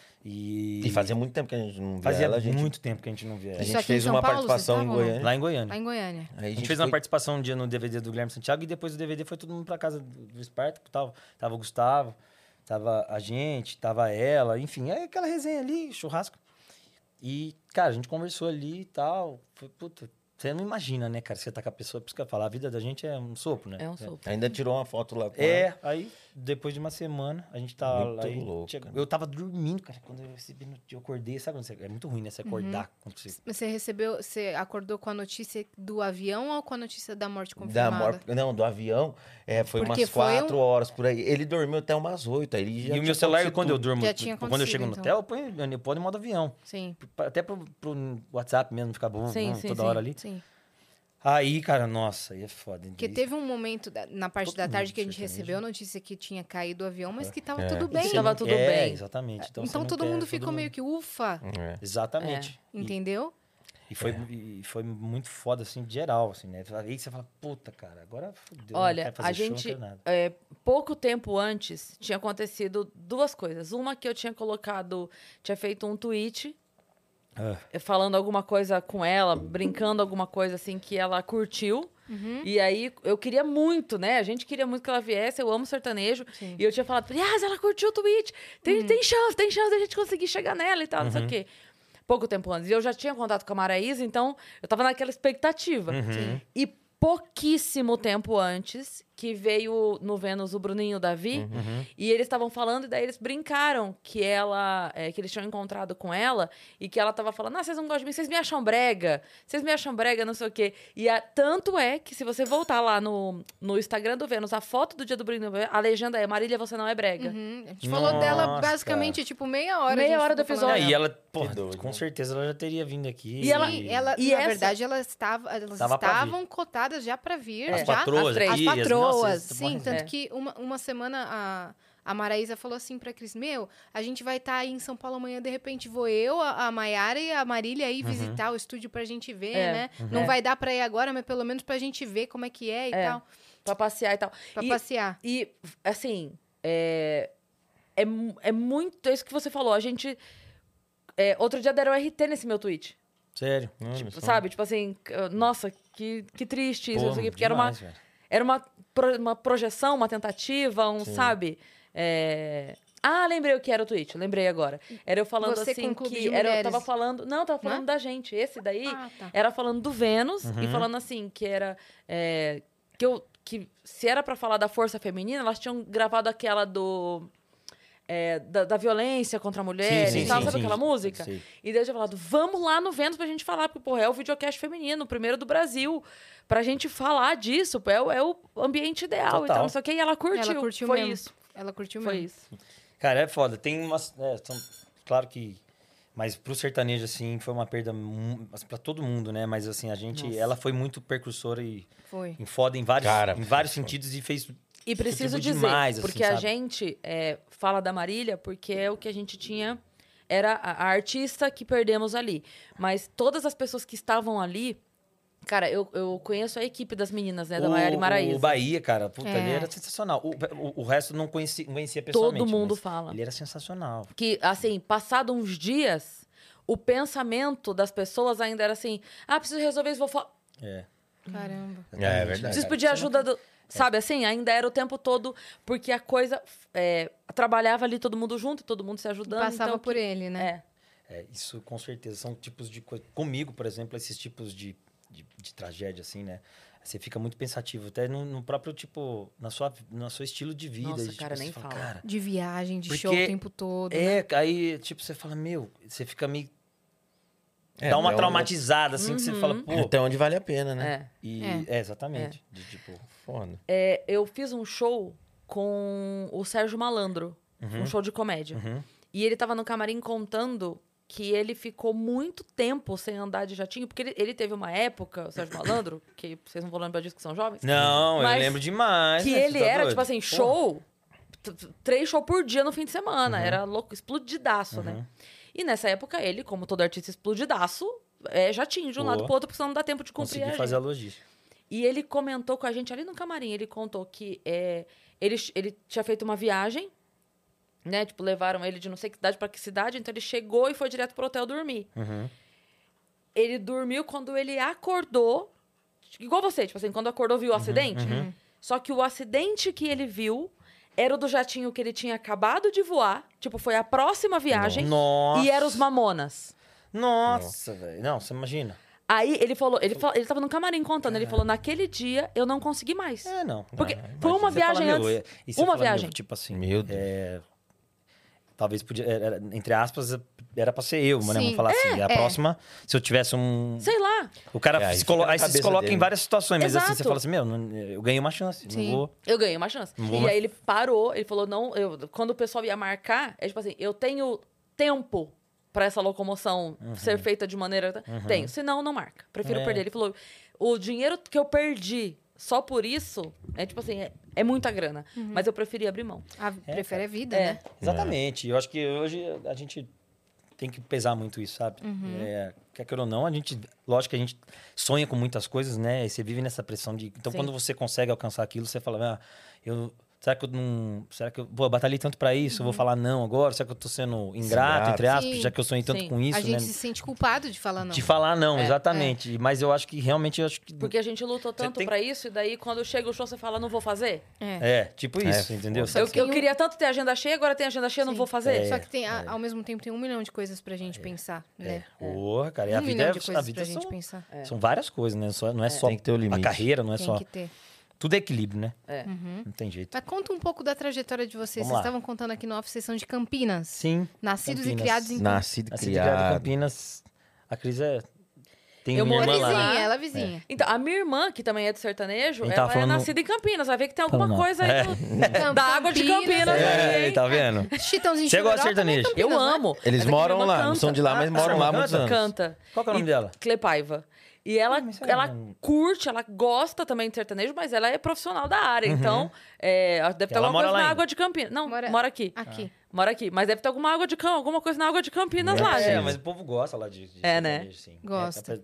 C: E
D: fazia muito tempo que a gente não via
C: fazia
D: ela.
C: Muito tempo que a gente não via
D: A
C: ela.
D: gente fez uma participação em Goiânia.
C: Lá em Goiânia.
B: Lá em Goiânia.
C: A gente fez uma participação um dia no DVD do Guilherme Santiago e depois do DVD foi todo mundo pra casa do Espartaco. Tava o Gustavo, tava a gente, tava ela, enfim. Aí aquela resenha ali, churrasco. E, cara, a gente conversou ali e tal. Foi, puta, você não imagina, né, cara? Você tá com a pessoa, por isso que eu falo, a vida da gente é um sopro, né?
A: É um sopro.
D: Ainda tirou uma foto lá com ela.
C: Aí, depois de uma semana, a gente tava
D: Muito
C: lá.
D: louco,
C: Eu tava dormindo, cara. Quando eu recebi, eu acordei, sabe quando você... É muito ruim, né? Você acordar. Quando você...
B: Você acordou com a notícia do avião ou com a notícia da morte confirmada?
D: Não, do avião. Foi
B: Porque
D: umas 4 horas por aí. Ele dormiu até umas 8. Aí ele já
C: E o meu celular, quando eu durmo,
B: Já tinha
C: quando eu chego no
B: acontecido,
C: hotel, eu ponho em modo avião.
B: Sim.
C: Até pro WhatsApp mesmo, ficar bom toda hora ali.
B: Sim.
C: Aí, cara, nossa, aí é foda.
B: Porque teve um momento na parte
C: Todo
B: da tarde
C: mundo
B: que a gente
C: sertanejo.
B: recebeu a notícia que tinha caído o avião, mas que tava tudo bem.
A: Tava tudo bem.
C: Exatamente.
B: Então
C: você não
B: todo
C: quer,
B: mundo ficou meio que ufa,
C: Exatamente.
B: entendeu?
C: E foi muito foda, assim, geral, assim, né? Aí você fala, puta, cara, agora fodeu.
A: Olha,
C: não quero fazer
A: a
C: show,
A: gente,
C: não quero nada.
A: pouco tempo antes, tinha acontecido duas coisas. Uma que eu tinha feito um tweet falando alguma coisa com ela, brincando alguma coisa assim que ela curtiu. E aí eu queria muito, né? A gente queria muito que ela viesse, eu amo sertanejo.
B: Sim.
A: E eu tinha falado, ela curtiu o tweet. Tem chance da gente conseguir chegar nela e tal, não sei o quê. Pouco tempo antes. E eu já tinha contato com a Maraísa, então eu tava naquela expectativa. E pouquíssimo tempo antes, que veio no Vênus o Bruninho e o Davi, e eles estavam falando, e daí eles brincaram que que eles tinham encontrado com ela, e que ela tava falando, vocês não gostam de mim, vocês me acham brega, não sei o quê. E tanto é que se você voltar lá no Instagram do Vênus, a foto do dia do Bruninho, a legenda é, Marília, você não é brega.
B: A gente falou dela basicamente, tipo, meia hora.
A: Meia hora do
B: ficou falando
A: episódio.
C: E ela,
D: doido,
C: com
D: né?
C: certeza, ela já teria vindo aqui.
A: E ela-
B: Na verdade, elas
C: Tava pra
B: estavam cotadas já pra vir.
C: As
B: já.
C: patroas
A: as três.
B: As
C: aqui,
B: patroas,
C: nossa,
B: sim.
C: nossa,
B: Tanto que uma semana a Maraísa falou assim pra Cris, a gente vai estar aí em São Paulo amanhã, de repente vou eu, a Maiara e a Marília aí visitar o estúdio pra gente ver, né? Não vai dar pra ir agora, mas pelo menos pra gente ver como é que é e tal.
A: Pra passear e tal.
B: Pra passear.
A: E, assim, é muito... É isso que você falou. A gente... outro dia deram RT nesse meu tweet.
C: Sério.
A: Sabe? Tipo assim, nossa, que triste isso.
C: Pô,
A: isso aqui, porque
C: demais, velho.
A: era uma projeção, uma tentativa, sabe? Lembrei o que era o tweet. Lembrei agora. Era eu falando
B: Você
A: assim
B: com o clube
A: que...
B: de
A: eu
B: mulheres.
A: tava falando... Não, tava falando
B: Não?
A: da gente. Esse daí
B: Tá.
A: era falando do Vênus e falando assim, que era... que se era pra falar da força feminina, elas tinham gravado aquela da violência contra a mulher
C: Sim,
A: e tal,
C: sim,
A: sabe
C: sim.
A: aquela música?
C: Sim.
A: E daí eu tinha falado, vamos lá no Vênus pra gente falar, porque, porra, é o videocast feminino, o primeiro do Brasil, pra gente falar disso, pô, é o ambiente ideal
C: Total.
A: e tal, não sei o que, e ela curtiu.
B: Ela curtiu
A: foi
B: mesmo.
A: isso.
B: Ela curtiu
A: Foi
B: mesmo.
A: isso.
C: Cara, é foda. Tem umas... claro que... Mas pro sertanejo, assim, foi uma perda pra todo mundo, né? Mas, assim, a gente...
A: Nossa.
C: Ela foi muito precursora e
B: Foi.
C: foda em vários,
D: Cara,
C: em vários sentidos e fez...
A: E preciso
C: contribui
A: dizer,
C: demais, assim,
A: porque a
C: sabe?
A: gente fala da Marília porque é o que a gente tinha... Era a artista que perdemos ali. Mas todas as pessoas que estavam ali... Cara, eu conheço a equipe das meninas, né? Da Maiara e Maraísa.
C: O Bahia, cara, puta,
B: É.
C: ele era sensacional. O resto não conhecia pessoalmente.
A: Todo mundo
C: mas
A: fala.
C: Ele era sensacional.
A: Que, assim, passado uns dias, o pensamento das pessoas ainda era assim... preciso resolver isso, vou falar...
C: É.
B: Caramba.
D: É verdade.
A: Preciso pedir ajuda do... Sabe assim? Ainda era o tempo todo, porque a coisa trabalhava ali todo mundo junto, todo mundo se ajudando.
B: Passava
A: então,
B: por ele, né?
C: Isso com certeza são tipos de coisa. Comigo, por exemplo, esses tipos de tragédia, assim, né? Você fica muito pensativo, até no próprio, tipo, no seu estilo de vida.
A: Nossa,
C: e, tipo,
A: cara,
C: você
A: nem
C: fala,
A: fala.
C: cara,
B: De viagem, de
C: Porque
B: show o tempo todo, né?
C: aí, tipo, você fala, você fica meio...
D: É,
C: dá uma
D: até
C: traumatizada, assim, que você fala, pô...
D: Até onde vale a pena, né?
C: Exatamente. De, tipo...
D: Foda.
A: Eu fiz um show com o Sérgio Malandro, um show de comédia. E ele tava no camarim contando que ele ficou muito tempo sem andar de jatinho, porque ele teve uma época, o Sérgio Malandro, que vocês não vão lembrar disso que são jovens.
C: Não,
A: Mas
C: eu lembro demais.
A: que
C: né? Você
A: ele
C: tá
A: era,
C: doido?
A: tipo assim,
C: Porra.
A: show, 3 shows por dia no fim de semana. Era louco, explodidaço, né? E nessa época ele, como todo artista explodidaço, jatinho de um lado pro outro, porque senão não dá tempo de cumprir
C: Consegui
A: a
C: fazer a
A: agenda.
C: logística.
A: E ele comentou com a gente ali no camarim, ele contou que ele tinha feito uma viagem, né? Tipo, levaram ele de não sei que cidade pra que cidade, então ele chegou e foi direto pro hotel dormir. Ele dormiu, quando ele acordou, igual você, tipo assim, quando acordou viu o acidente. Só que o acidente que ele viu era o do jatinho que ele tinha acabado de voar, tipo, foi a próxima viagem,
C: Nossa.
A: e era os Mamonas.
C: Nossa, velho. Não, você imagina.
A: Aí ele falou, ele tava no camarim contando, ele falou, naquele dia eu não consegui mais.
C: Não.
A: Porque
C: Não,
A: foi uma
C: Você fala,
A: viagem
C: meu,
A: antes.
C: e você
A: Uma
C: fala, meu,
A: viagem.
C: tipo assim,
D: Meu Deus.
C: talvez podia, entre aspas, era pra ser eu, né?
B: Sim.
C: Vamos falar assim. A próxima, se eu tivesse um...
A: Sei lá.
C: O cara
D: aí
C: se
D: fica
C: colo...
D: na
C: aí você se
D: cabeça
C: coloca
D: dele.
C: em várias situações, mas assim, você
A: Exato.
C: fala assim, eu ganhei uma chance,
B: Sim.
C: não vou...
A: Eu ganhei uma chance.
C: Não vou
A: E
C: mais.
A: aí ele parou, ele falou, não, quando o pessoal ia marcar, tipo assim, eu tenho tempo pra essa locomoção ser feita de maneira... Tenho, senão não marca. Prefiro perder. Ele falou, o dinheiro que eu perdi só por isso, tipo assim, é muita grana. Mas eu preferi abrir mão.
B: Prefere a vida,
A: É.
B: né?
C: Exatamente. Eu acho que hoje a gente tem que pesar muito isso, sabe? Quer queira ou não, lógico que a gente sonha com muitas coisas, né? E você vive nessa pressão de... Então,
A: Sim.
C: quando você consegue alcançar aquilo, você fala, será que eu não... Será que eu batalhei tanto pra isso? Eu vou falar não agora? Será que eu tô sendo ingrato, entre aspas?
B: Sim.
C: Já que eu sonhei tanto
A: Sim.
C: com isso,
B: A gente
C: né?
B: se sente culpado de falar não.
C: De falar não, exatamente. Mas eu acho que realmente...
A: Porque a gente lutou tanto
C: tem-
A: pra isso, e daí quando chega o show você fala, não vou fazer?
C: tipo isso, entendeu?
B: Só
A: Eu,
B: que tem
A: queria tanto ter agenda cheia, agora tem agenda cheia, não
B: Sim.
A: vou fazer?
B: Só que tem, ao mesmo tempo tem 1 milhão de coisas pra gente pensar, né?
C: Porra, cara. E a
B: 1
C: vida
B: milhão
C: é...
B: de
C: A
B: coisas
C: vida
B: pra gente
C: são,
B: pensar.
C: são várias coisas, né? Não é só
D: Tem que ter o
C: a
D: limite.
C: carreira, não é
B: Tem
C: só...
B: que ter.
C: Tudo é equilíbrio, né? Não tem jeito.
B: Mas conta um pouco da trajetória de vocês.
C: Vamos
B: Vocês
C: lá.
B: estavam contando aqui no off, vocês são de Campinas.
C: Sim.
B: Nascidos
C: Campinas.
B: e criados em
D: Nascido e
C: A cidade de
D: criado.
C: Campinas, a Cris tem
A: Eu
C: minha
A: moro
C: irmã
A: lá.
C: lá.
B: Ela é vizinha.
A: Então, a minha irmã, que também é do sertanejo,
C: Ele
A: ela
C: tava falando-
A: nascida em Campinas. Vai ver que tem alguma
C: Falando mal.
A: coisa aí da água de Campinas aí, hein?
C: Tá vendo?
B: Chitãozinho
C: Você gosta de
B: Chororó também é
C: sertanejo?
A: Eu
B: Campinas, né?
A: amo.
D: Eles
A: Mas é que
D: moram
A: minha irmã
D: lá, não
A: canta.
D: são de lá, mas moram lá há muitos anos.
A: Canta.
C: Qual que é o nome dela?
A: Clepaiva. E ela,
C: mas isso
A: ela
C: é-
A: curte, ela gosta também de sertanejo, mas ela é profissional da área. Então, deve ter
C: Ela
A: alguma
C: mora
A: coisa
C: lá
A: na
C: ainda?
A: água de Campinas. Não, mora aqui.
B: Aqui.
A: Mora aqui. Mas deve ter alguma coisa na água de Campinas lá,
C: É,
A: gente.
C: mas o povo gosta lá de
A: É, né?
C: sertanejo, sim.
B: Gosta.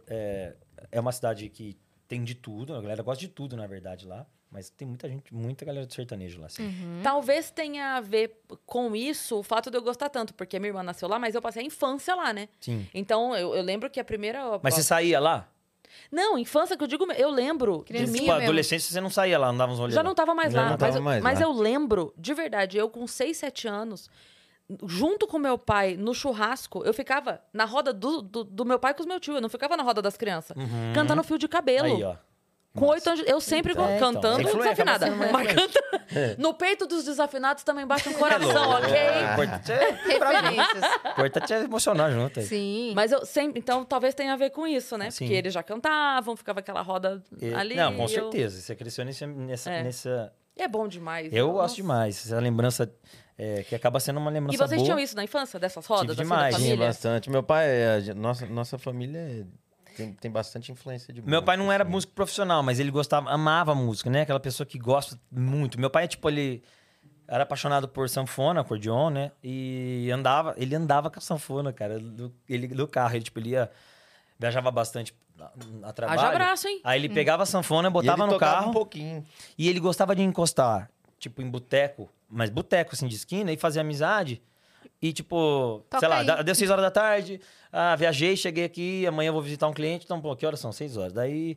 C: É uma cidade que tem de tudo, a galera gosta de tudo, na verdade, lá. Mas tem muita galera de sertanejo lá, sim.
A: Talvez tenha a ver com isso o fato de eu gostar tanto, porque a minha irmã nasceu lá, mas eu passei a infância lá, né?
C: Sim.
A: Então, eu lembro que a primeira...
C: Mas você saía lá?
A: Não, infância que eu digo, eu lembro de
B: Criancinha
A: mim...
C: Tipo,
B: mesmo.
C: adolescência você não saía lá, não dava uns rolês
A: Já
C: lá.
A: não tava mais
D: Já
A: lá,
D: não tava mais
A: mas
D: lá.
A: eu lembro, de verdade, eu com 6, 7 anos, junto com meu pai, no churrasco, eu ficava na roda do meu pai com os meus tios, eu não ficava na roda das crianças, cantando fio de cabelo.
C: Aí, ó.
A: Com 8 anos, eu sempre
C: Então,
A: cantando
C: influência,
A: desafinada.
C: acaba sendo uma
A: Mas canta... No peito dos desafinados também bate um coração, ok?
C: O importante
B: Referências.
C: o importante é emocionar junto aí.
B: Sim.
A: Mas eu sempre... Então, talvez tenha a ver com isso, né?
C: Sim.
A: Porque eles já cantavam, ficava aquela roda ali.
C: Não, com
A: eu-
C: certeza. Você cresceu nessa...
A: E é bom demais.
C: Eu
A: Nossa.
C: gosto demais. Essa lembrança que acaba sendo uma lembrança
A: E vocês
C: boa.
A: tinham isso na infância, dessas rodas,
C: Tive
A: assim, da
C: demais.
D: Sim,
A: família?
D: bastante. Meu pai, nossa família tem bastante influência de
C: Meu pai não era
D: assim.
C: músico profissional, mas ele amava música, né? Aquela pessoa que gosta muito. Meu pai, tipo, ele era apaixonado por sanfona, acordeon, né? E ele andava com a sanfona, cara, do carro. Ele viajava bastante a trabalho.
A: Haja abraço, hein?
C: Aí ele pegava a sanfona,
D: E
C: botava
D: ele
C: no
D: tocava
C: carro
D: um pouquinho.
C: e ele gostava de encostar, tipo, em boteco, mas boteco, assim, de esquina, e fazer amizade. E, tipo,
B: Toca
C: sei lá,
B: aí.
C: deu 6 horas da tarde, viajei, cheguei aqui, amanhã eu vou visitar um cliente, então, pô, que horas são? 6 horas. Daí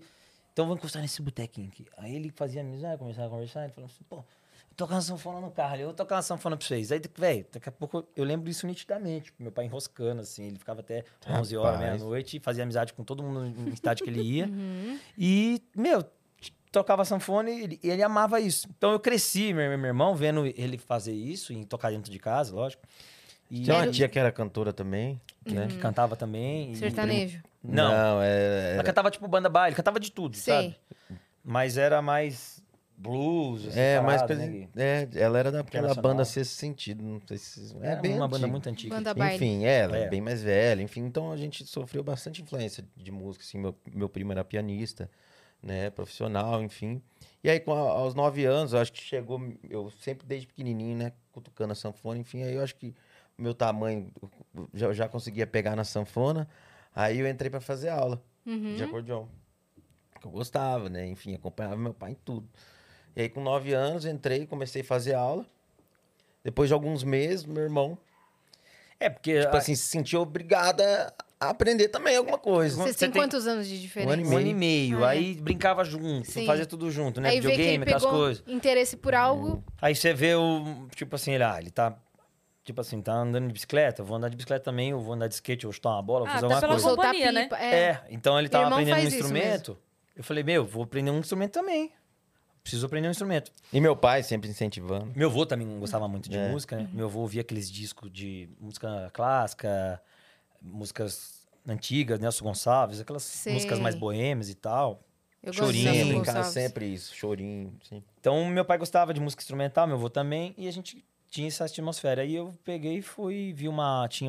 C: então vamos encostar nesse botequinho aqui. Aí ele fazia amizade, começava a conversar, ele falou assim, pô, eu toco uma sanfona no carro ali, eu vou tocar uma sanfona pra vocês. Aí, velho, daqui a pouco eu lembro isso nitidamente. Meu pai enroscando, assim, ele ficava até 11 horas, meia-noite, fazia amizade com todo mundo no estádio que ele ia. E, meu, tocava sanfona e ele amava isso. Então eu cresci, meu irmão, vendo ele fazer isso, e tocar dentro de casa, lógico. E
D: Tinha uma tia que era cantora também, né?
C: que cantava também.
B: Sertanejo.
C: Não,
D: é...
C: ela cantava tipo banda baile, cantava de tudo,
B: Sei.
C: sabe? Mas era mais blues, assim,
D: mais
C: parada,
D: coisa...
C: né, Gui?
D: ela era daquela
C: Internacional.
D: banda Sexto Sentido, não sei se...
C: Era
D: bem
C: uma banda
D: antiga.
C: muito antiga.
B: Banda baile.
D: Enfim, ela é
C: É.
D: bem mais velha, enfim, então a gente sofreu bastante influência de música, assim, meu primo era pianista, né, profissional, enfim. E aí, aos 9 anos, eu acho que chegou, eu sempre desde pequenininho, né, cutucando a sanfona, enfim, aí eu acho que o meu tamanho já conseguia pegar na sanfona, aí eu entrei pra fazer aula de acordeon, que eu gostava, né, enfim, acompanhava meu pai em tudo. E aí, com 9 anos, entrei, comecei a fazer aula. Depois de alguns meses, meu irmão,
C: Porque
D: tipo assim, se sentiu obrigada a aprender também alguma coisa.
B: Vocês
C: Você
B: têm
C: tem-
B: quantos anos de diferença?
D: ano e
C: um ano e meio,
B: Ah, é.
C: aí brincava junto,
B: Sim.
C: fazia tudo junto, né?
B: Aí vê que ele
C: Videogame, aquelas
B: pegou
C: coisas.
B: interesse por algo.
C: Aí você vê o, tipo assim, ele tá, tipo assim, tá andando de bicicleta, eu vou andar de bicicleta também, eu vou andar de skate, eu vou chutar uma bola, vou
A: Ah,
C: fazer
A: até
C: alguma
A: pela
C: coisa.
B: Soltar
A: companhia, né?
B: pipa.
C: Então ele tava
B: Irmão
C: aprendendo um
B: faz isso
C: instrumento. Eu falei, meu, vou aprender um instrumento também. Preciso aprender um instrumento.
D: E meu pai sempre incentivando.
C: Meu avô também gostava muito de música, né? Meu avô ouvia aqueles discos de música clássica, músicas antigas, Nelson Gonçalves, aquelas
B: Sei.
C: músicas mais boêmias e tal.
B: Eu
C: Chorinho,
B: gosto de
D: Sim,
B: Nelson
D: em casa
B: Gonçalves.
D: sempre isso, chorinho, sim.
C: Então, meu pai gostava de música instrumental, meu avô também, e a gente tinha essa atmosfera. Aí eu peguei e fui, tinha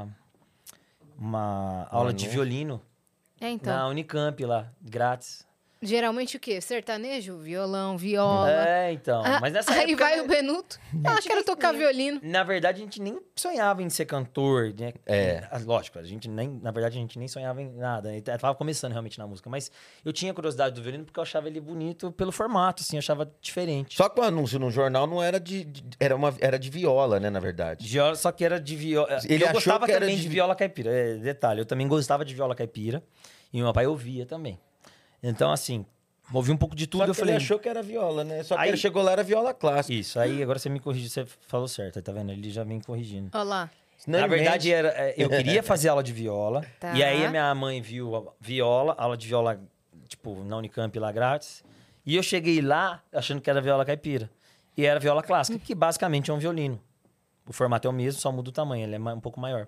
C: uma aula de
D: anúncio.
C: violino
B: Então.
C: na Unicamp lá, grátis.
B: Geralmente o quê? Sertanejo, violão, viola.
C: Então.
B: Ah,
C: Mas nessa
B: aí
C: época,
B: vai o Benuto. Eu quero tocar violino.
C: na verdade, a gente nem sonhava em ser cantor, né? Lógico, na verdade, a gente nem sonhava em nada. Eu tava começando realmente na música, mas eu tinha curiosidade do violino porque eu achava ele bonito pelo formato, assim, eu achava diferente.
D: Só que o anúncio no jornal não era era de viola, né, na verdade.
C: Viola, só que era de viola.
D: Ele
C: Eu
D: achou
C: gostava
D: que era
C: também
D: de-
C: de viola caipira. Detalhe, eu também gostava de viola caipira. E meu pai ouvia também. Então, assim, ouvi um pouco de tudo.
D: Só que
C: Eu falei,
D: ele achou que era viola, né? Só que
C: Aí-
D: ele chegou lá, era viola clássica.
C: isso, aí agora você me corrigiu, você falou certo, aí tá vendo? Ele já vem corrigindo.
B: Olha lá.
C: Na verdade, eu queria fazer aula de viola.
B: Tá.
C: E aí a minha mãe viu a viola, aula de viola, tipo, na Unicamp lá grátis. E eu cheguei lá achando que era viola caipira. E era viola clássica, que basicamente é um violino. O formato é o mesmo, só muda o tamanho, ele é um pouco maior.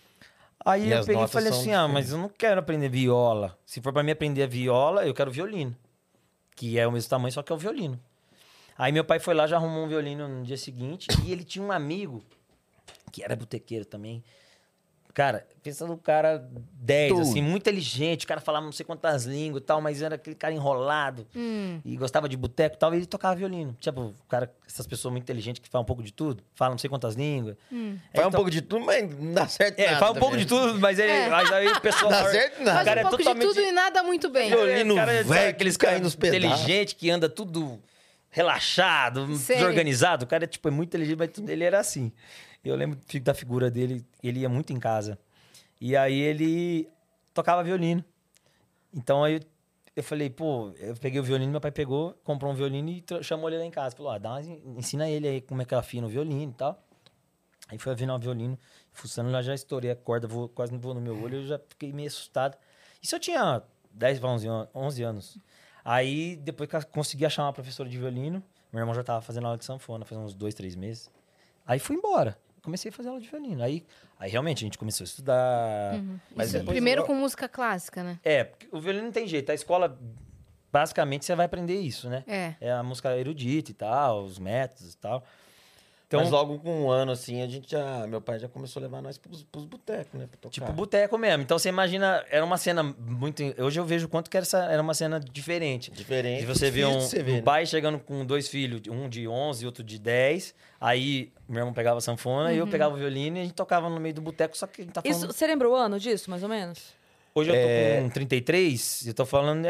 C: Aí
D: E
C: eu
D: as
C: peguei e
D: notas
C: falei
D: são
C: assim, mas eu não quero aprender viola. Se for pra mim aprender a viola, eu quero violino. Que é o mesmo tamanho, só que é o violino. Aí meu pai foi lá, já arrumou um violino no dia seguinte. E ele tinha um amigo, que era botequeiro também. Cara, pensa no cara 10,
D: Tudo.
C: assim, muito inteligente. O cara falava não sei quantas línguas e tal, mas era aquele cara enrolado. E gostava de boteco e tal, e ele tocava violino. Tipo, o cara, essas pessoas muito inteligentes que falam um pouco de tudo, falam não sei quantas línguas.
D: Faz um pouco de tudo, mas não dá certo nada.
C: Fala um pouco
D: também.
C: de tudo, mas mas aí o pessoal...
D: Não dá certo nada.
B: Faz
C: cara
B: um
C: é
B: pouco de
C: totalmente-
B: tudo e nada muito bem.
D: Violino
C: cara,
D: velho,
C: aqueles
D: que cai
C: caras
D: nos pedaços.
C: inteligente que anda tudo relaxado,
B: Sei.
C: desorganizado. O cara é muito inteligente, mas ele era assim. Eu lembro da figura dele, ele ia muito em casa. E aí ele tocava violino. Então aí eu falei, pô, eu peguei o violino, meu pai pegou, comprou um violino e chamou ele lá em casa. Falou, ensina ele aí como é que afina o violino e tal. Aí foi afinar o violino, fuçando lá, já estourei a corda, quase não voou no meu olho, eu já fiquei meio assustado. Isso eu tinha 10 para 11 anos. Aí, depois que eu consegui achar uma professora de violino, meu irmão já tava fazendo aula de sanfona, faz uns 2, 3 meses. Aí fui embora. Comecei a fazer aula de violino. Aí realmente a gente começou a estudar. Mas
B: Isso,
C: depois
B: primeiro com música clássica, né?
C: porque o violino não tem jeito. A escola, basicamente, você vai aprender isso, né?
B: É.
C: a música erudita e tal, os métodos e tal. Então,
D: Mas logo com um ano, assim, meu pai já começou a levar nós pros botecos, né? Pra tocar.
C: tipo boteco mesmo. Então você imagina, era uma cena muito... Hoje eu vejo o quanto que era uma cena diferente.
D: Diferente.
C: De você ver
D: Difícil de você ver,
C: um
D: né?
C: pai chegando com 2 filhos, um de 11 e outro de 10. Aí meu irmão pegava a sanfona e eu pegava o violino e a gente tocava no meio do boteco, só que a gente tá falando...
A: Isso, você lembra o ano disso, mais ou menos?
C: Hoje eu tô com 33, eu tô falando,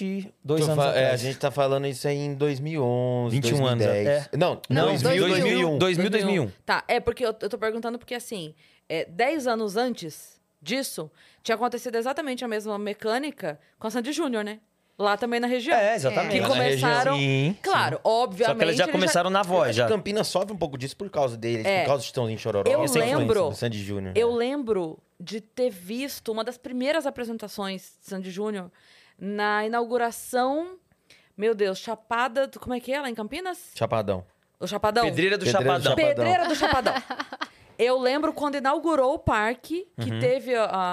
C: 22 anos
D: A
C: atrás.
D: gente tá falando isso aí em 2011,
C: 21 anos,
D: 2010. Não,
B: Não,
D: 2001.
C: 2001.
A: Tá, porque eu tô perguntando porque, assim, 10 anos antes disso, tinha acontecido exatamente a mesma mecânica com a Sandy Júnior, né? lá também na região.
C: É, exatamente.
A: Que
D: Lá na
A: começaram...
C: Sim.
A: Claro, obviamente...
C: Só que eles já começaram na voz, já.
D: Campinas sofre um pouco disso por causa deles,
A: É.
D: por causa de Chitãozinho e Chororó.
A: Eu
D: Essa influência
A: lembro-
D: do Sandy Júnior.
A: Eu lembro de ter visto uma das primeiras apresentações de Sandy Júnior na inauguração... Meu Deus, Chapada... Como é que é lá em Campinas?
D: Chapadão.
A: O Chapadão?
C: Pedreira do
D: Pedreira do
C: Chapadão.
D: Chapadão.
A: Pedreira do Chapadão. Eu lembro quando inaugurou o parque, que
C: Uhum.
A: teve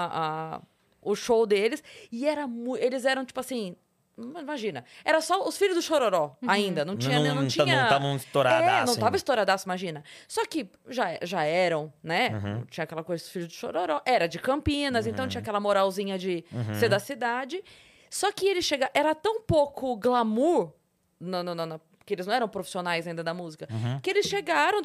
A: o show deles, e eles eram, tipo assim... Imagina, era só os filhos do Chororó ainda, não tinha... Não tinha...
C: Não estavam estouradaço.
A: não tava estouradaço, imagina. Só que já eram, né?
C: Uhum.
A: Tinha aquela coisa dos filhos do Chororó. Era de Campinas, então tinha aquela moralzinha de
C: Uhum.
A: ser da cidade. Só que eles chegaram... Era tão pouco glamour, que eles não eram profissionais ainda da música,
C: Uhum.
A: que eles chegaram...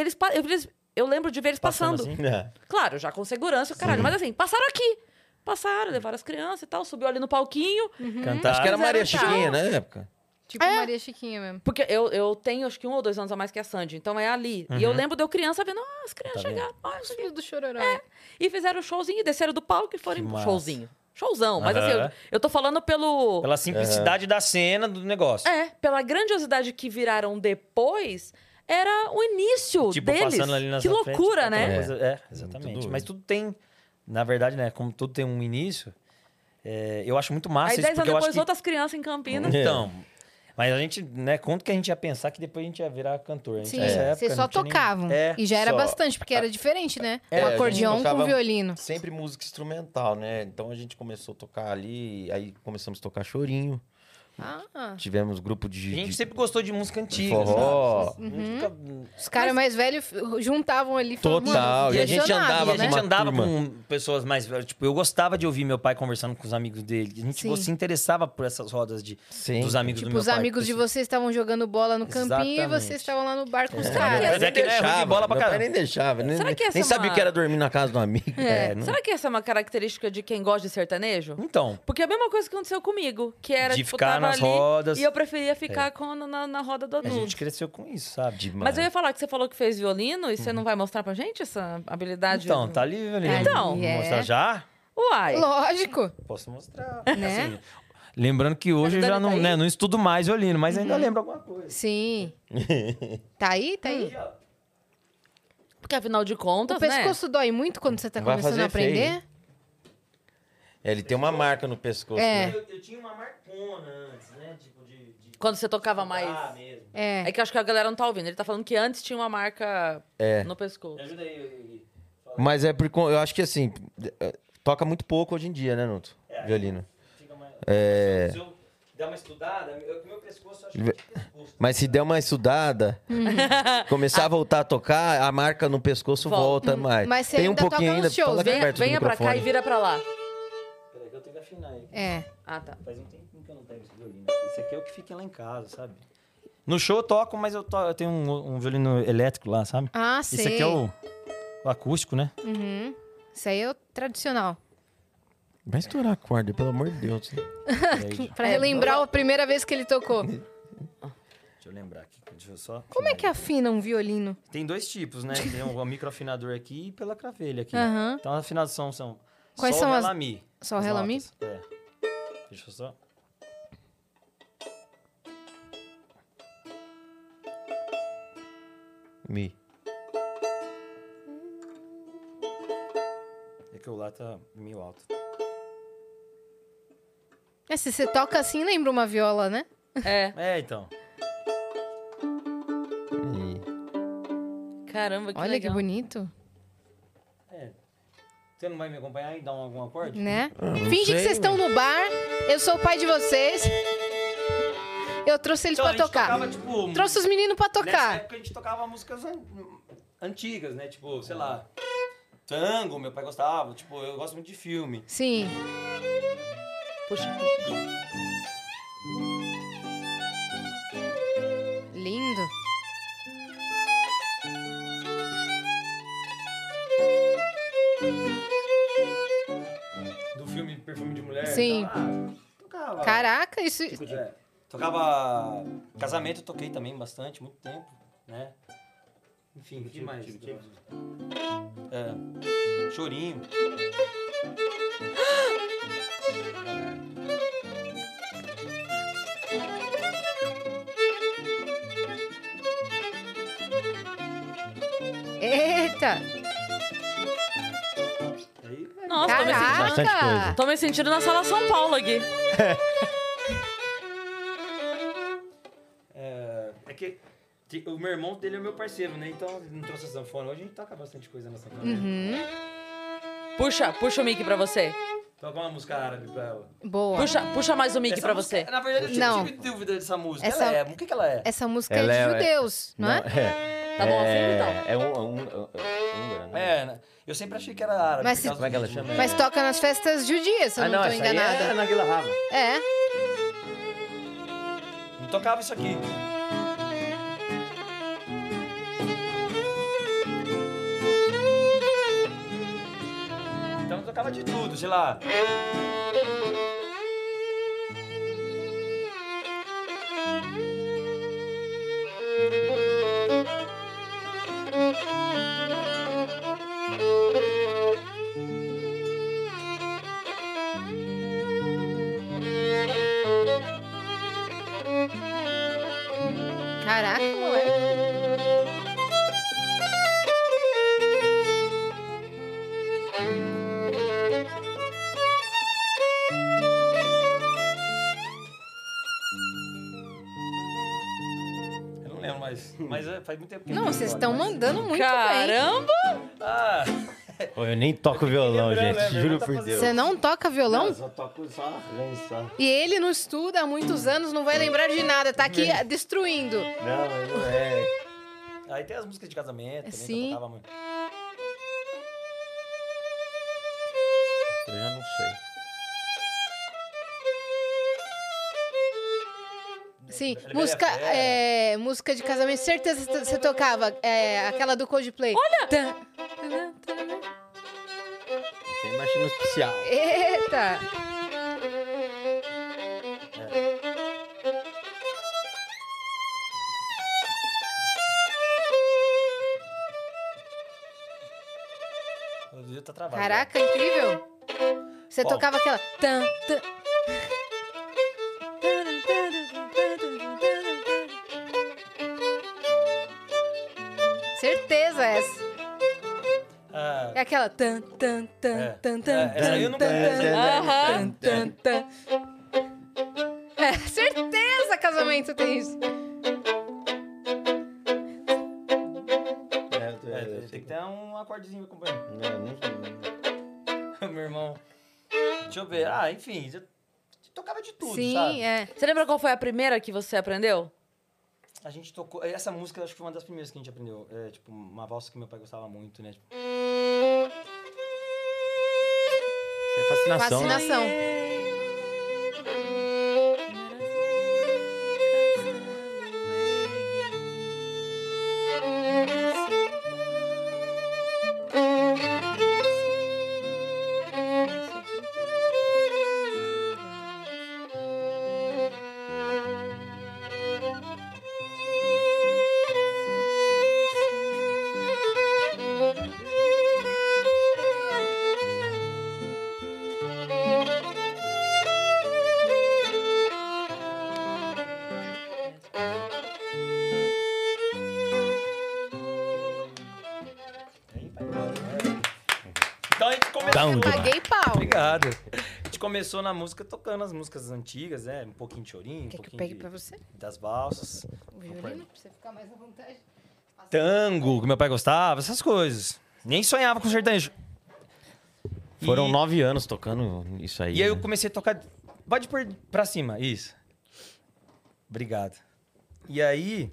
A: Eu lembro de ver eles passando.
C: assim?
D: É.
A: Claro, já com segurança, o caralho. Mas assim, passaram aqui. Passaram, levaram as crianças e tal, subiu ali no palquinho.
C: Cantaram.
D: Acho que era Maria
A: Fizeram
D: Chiquinha, né, na época.
B: Tipo Maria Chiquinha mesmo.
A: Porque eu tenho, acho que 1 ou 2 anos a mais que a Sandy, então é ali. E eu lembro de eu criança vendo, as crianças
C: Tá vendo?
A: chegaram. Ó, isso aqui.
B: Filho do Chororó.
A: E fizeram o showzinho, e desceram do palco e foram
C: Que
A: pro
C: massa.
A: showzinho. Showzão. Mas
C: Aham.
A: assim, eu tô falando
C: Pela simplicidade da cena do negócio.
A: pela grandiosidade que viraram depois, era o início
C: Tipo,
A: deles.
C: passando ali na
A: Que
C: sua frente,
A: loucura,
C: aquela
A: né?
C: coisa-
D: Muito
C: exatamente.
D: doido.
C: Mas tudo tem, na verdade, né? Como tudo tem um início, eu acho muito massa
A: Aí
C: isso,
A: 10
C: porque
A: anos
C: eu acho
A: depois,
C: que...
A: outras crianças em Campinas.
C: Então, mas a gente, né, quanto que a gente ia pensar que depois a gente ia virar cantor? A gente,
B: Sim,
C: nessa época,
B: vocês só
C: não tinha nem-
B: tocavam.
C: É,
B: E já era
D: só.
B: bastante, porque era diferente, né?
D: É,
B: o
D: a gente
B: acordeão com
D: tocava
B: o violino.
D: Sempre música instrumental, né? Então a gente começou a tocar ali, aí começamos a tocar chorinho.
B: Ah,
D: Tivemos grupo
C: A
D: de...
C: gente
D: de-
C: sempre gostou de música antiga,
D: Forró.
C: sabe? A gente nunca-
B: os caras mais velhos juntavam ali. falavam,
D: Total,
B: mano,
D: e a gente
B: impressionado,
D: andava
C: E a
B: né?
C: gente
D: uma
C: andava
D: turma.
C: com pessoas mais velhas. Tipo, eu gostava de ouvir meu pai conversando com os amigos dele. A gente
B: Sim.
C: se interessava por essas rodas
D: Sim.
C: dos amigos do
B: Tipo,
C: meu
B: os
C: pai.
B: amigos de vocês estavam jogando bola no campinho e
C: Exatamente.
B: vocês estavam lá no bar com os
C: É.
B: caras.
C: Mas é que ele é ruim de bola pra
D: meu pai
C: caramba.
D: nem deixava. Nem,
A: Será que essa
D: nem
A: é
D: sabia
A: uma-
D: que era dormir na casa do amigo. não-
A: Será que essa é uma característica de quem gosta de sertanejo?
C: Então,
A: Porque é a mesma coisa que aconteceu comigo, que era,
C: de
A: tipo,
C: ficar
A: tava
C: nas
A: ali
C: rodas.
A: e eu preferia ficar na roda do
C: A
A: adulto.
C: gente cresceu com isso, sabe?
D: Demais.
A: Mas eu ia falar que você falou que fez violino e você não vai mostrar pra gente essa habilidade?
C: Então, tá ali, ali.
A: Então.
C: Vou mostrar já?
A: Uai.
B: Lógico,
C: Posso mostrar.
B: né?
C: Assim, lembrando que hoje eu já
A: Dani
C: não,
A: tá aí?
C: né, não estudo mais violino, mas ainda lembro alguma coisa.
B: Sim. Tá aí? Tá aí?
A: Porque afinal de contas,
B: O pescoço dói muito quando você tá
D: Vai
B: começando
D: fazer
B: a aprender?
D: feio. Ele tem uma marca no pescoço.
B: É.
D: né?
C: Eu tinha uma marcona antes, né? Tipo de
A: quando você tocava mais...
C: mesmo.
B: É.
A: É que eu acho que a galera não tá ouvindo. Ele tá falando que antes tinha uma marca no pescoço.
C: Me ajuda aí.
D: Mas é porque eu acho que assim, toca muito pouco hoje em dia, né, Nuto? Violino.
C: Fica mais...
D: É.
C: Se eu der uma estudada, meu pescoço acho
D: Ve- Mas se der uma estudada, começar a voltar a tocar, a marca no pescoço volta mais.
B: Mas você
D: tem um
B: ainda
D: pouquinho
B: toca
D: ainda.
B: nos shows,
D: Fala aqui
A: Venha,
D: perto do
A: venha pra cá
D: microfone.
A: e vira pra lá.
C: Peraí que eu tenho que afinar aí.
B: É.
A: Ah, tá.
C: Faz um tempinho que eu não pego esse violino. Esse aqui é o que fica lá em casa, sabe? No show eu toco, mas eu tenho um violino elétrico lá, sabe?
B: Ah, sei.
C: Esse aqui é o acústico, né?
B: Uhum. Isso aí é o tradicional.
D: Vai estourar a corda, pelo amor de Deus.
B: Pra relembrar a primeira vez que ele tocou.
C: Deixa eu lembrar aqui. Deixa eu só...
B: Como é que afina um violino?
C: Tem dois tipos, né? Tem um microafinador aqui e pela cravelha aqui.
B: Aham.
C: Então a afinação são
B: Quais
C: sol,
B: são
C: ré,
B: as-
C: lá, mi.
B: Sol,
C: As
B: ré, lá, mi?
C: notas. É. Deixa eu só...
D: Mi.
C: É que o lá tá meio alto.
B: É, se você toca assim, lembra uma viola, né?
A: É.
C: É, então.
D: Mi.
A: Caramba, que
B: Olha
A: legal.
B: que bonito,
C: É. Você não vai me acompanhar e dar algum acorde?
B: né?
D: não
B: Finge
D: sei,
B: que vocês estão no bar, eu sou o pai de vocês. Eu trouxe eles
C: Então, a
B: pra
C: gente
B: tocar.
C: tocava, tipo,
B: Trouxe os meninos pra
C: nessa
B: tocar.
C: época a gente tocava músicas antigas, né? Tipo, sei lá, tango, meu pai gostava. Tipo, eu gosto muito de filme.
B: Sim.
A: Puxa.
B: Lindo.
C: Do filme Perfume de Mulher.
B: Sim.
C: Tocava.
B: Caraca, isso.
C: É, tocava casamento, eu toquei também bastante, muito tempo, né? Enfim, o que mais? É, chorinho.
B: Caraca!
A: Nossa, tô me sentindo...
D: Bastante coisa.
A: Tô me sentindo na Sala São Paulo aqui.
C: É que o meu irmão dele é meu parceiro, né? Então ele não trouxe a sanfona. Hoje a gente toca bastante coisa na sanfona.
A: Puxa o mic pra você.
C: Toca uma música árabe pra ela.
B: Boa.
A: Puxa mais o mic
C: Essa
A: pra
C: música,
A: você.
C: Na verdade, eu
B: Não.
C: tive dúvida dessa música.
B: Essa-
C: Ela é. O que ela é?
B: Essa música
D: Ela
B: é de
D: é-
B: judeus, não é?
A: Tá bom assim, então?
D: É húngara, né?
C: É, né? Eu sempre achei que era árabe.
B: Mas
C: por
B: se-
C: causa
D: Como é que ela
C: do-
D: chama?
B: Mas toca nas festas judias, se eu não tô
D: essa aí
B: enganada.
D: é Naguila Rava.
B: É.
C: Não tocava isso aqui. Então eu tocava de tudo, sei lá.
B: Caraca, moleque.
C: Eu não lembro mais. Mas faz muito tempo que eu
B: Não, vocês
C: toco,
B: estão
C: mas-
B: mandando muito bem.
A: Caramba!
C: Ah,
D: Pô, eu nem toco violão,
C: lembrando,
D: gente.
C: né? Meu
D: Juro
C: irmão tá
D: por
C: fazendo-
D: Deus.
B: Você não toca violão?
D: Não, só toco só arranjo, só.
B: E ele não estuda há muitos anos, não vai lembrar de nada. Tá aqui destruindo.
D: Não, mas não é.
C: aí tem as músicas de casamento também,
B: Sim.
C: que eu tocava muito.
D: Eu já não sei.
B: Sim,
C: Ele
B: música,
C: é fera.
B: música de casamento. Certeza que você tocava. Aquela do Coldplay. Olha!
D: Tem marcha no especial.
B: Eita!
C: O vídeo tá travado.
B: Caraca, incrível. Você
C: Qual?
B: tocava aquela. Tan, tan. Certeza essa.
C: Ah,
B: É aquela. Tan, tan, tan,
C: É.
B: tan, tan,
C: É, essa aí eu
B: tan,
C: nunca-
B: tan,
A: Aham.
B: tan, tan, tan. Certeza, casamento tem isso.
C: tem que ter um acordezinho acompanhando.
D: Não
C: Meu irmão. Deixa eu ver. Ah, enfim. Eu tocava de tudo,
B: Sim,
C: sabe?
B: é.
A: Você lembra qual foi a primeira que você aprendeu?
C: A gente tocou. Essa música acho que foi uma das primeiras que a gente aprendeu. É tipo uma valsa que meu pai gostava muito, né? Tipo,
D: É fascinação. né?
B: Fascinação.
C: Então a gente começou.
D: Down.
B: Paguei pau.
C: Obrigado. A gente começou na música tocando as músicas antigas, né? Um pouquinho de chorinho, um
B: Quer que eu
C: pouquinho
B: pegue
C: de-
B: pra você?
C: das valsas.
B: O violino, pra você ficar mais à vontade.
C: Tango, que meu pai gostava, essas coisas. Nem sonhava com sertanejo.
D: Foram
C: E-
D: 9 anos tocando isso aí.
C: E aí eu
D: né?
C: comecei a tocar. Pode pôr pra cima, isso. Obrigado. E aí.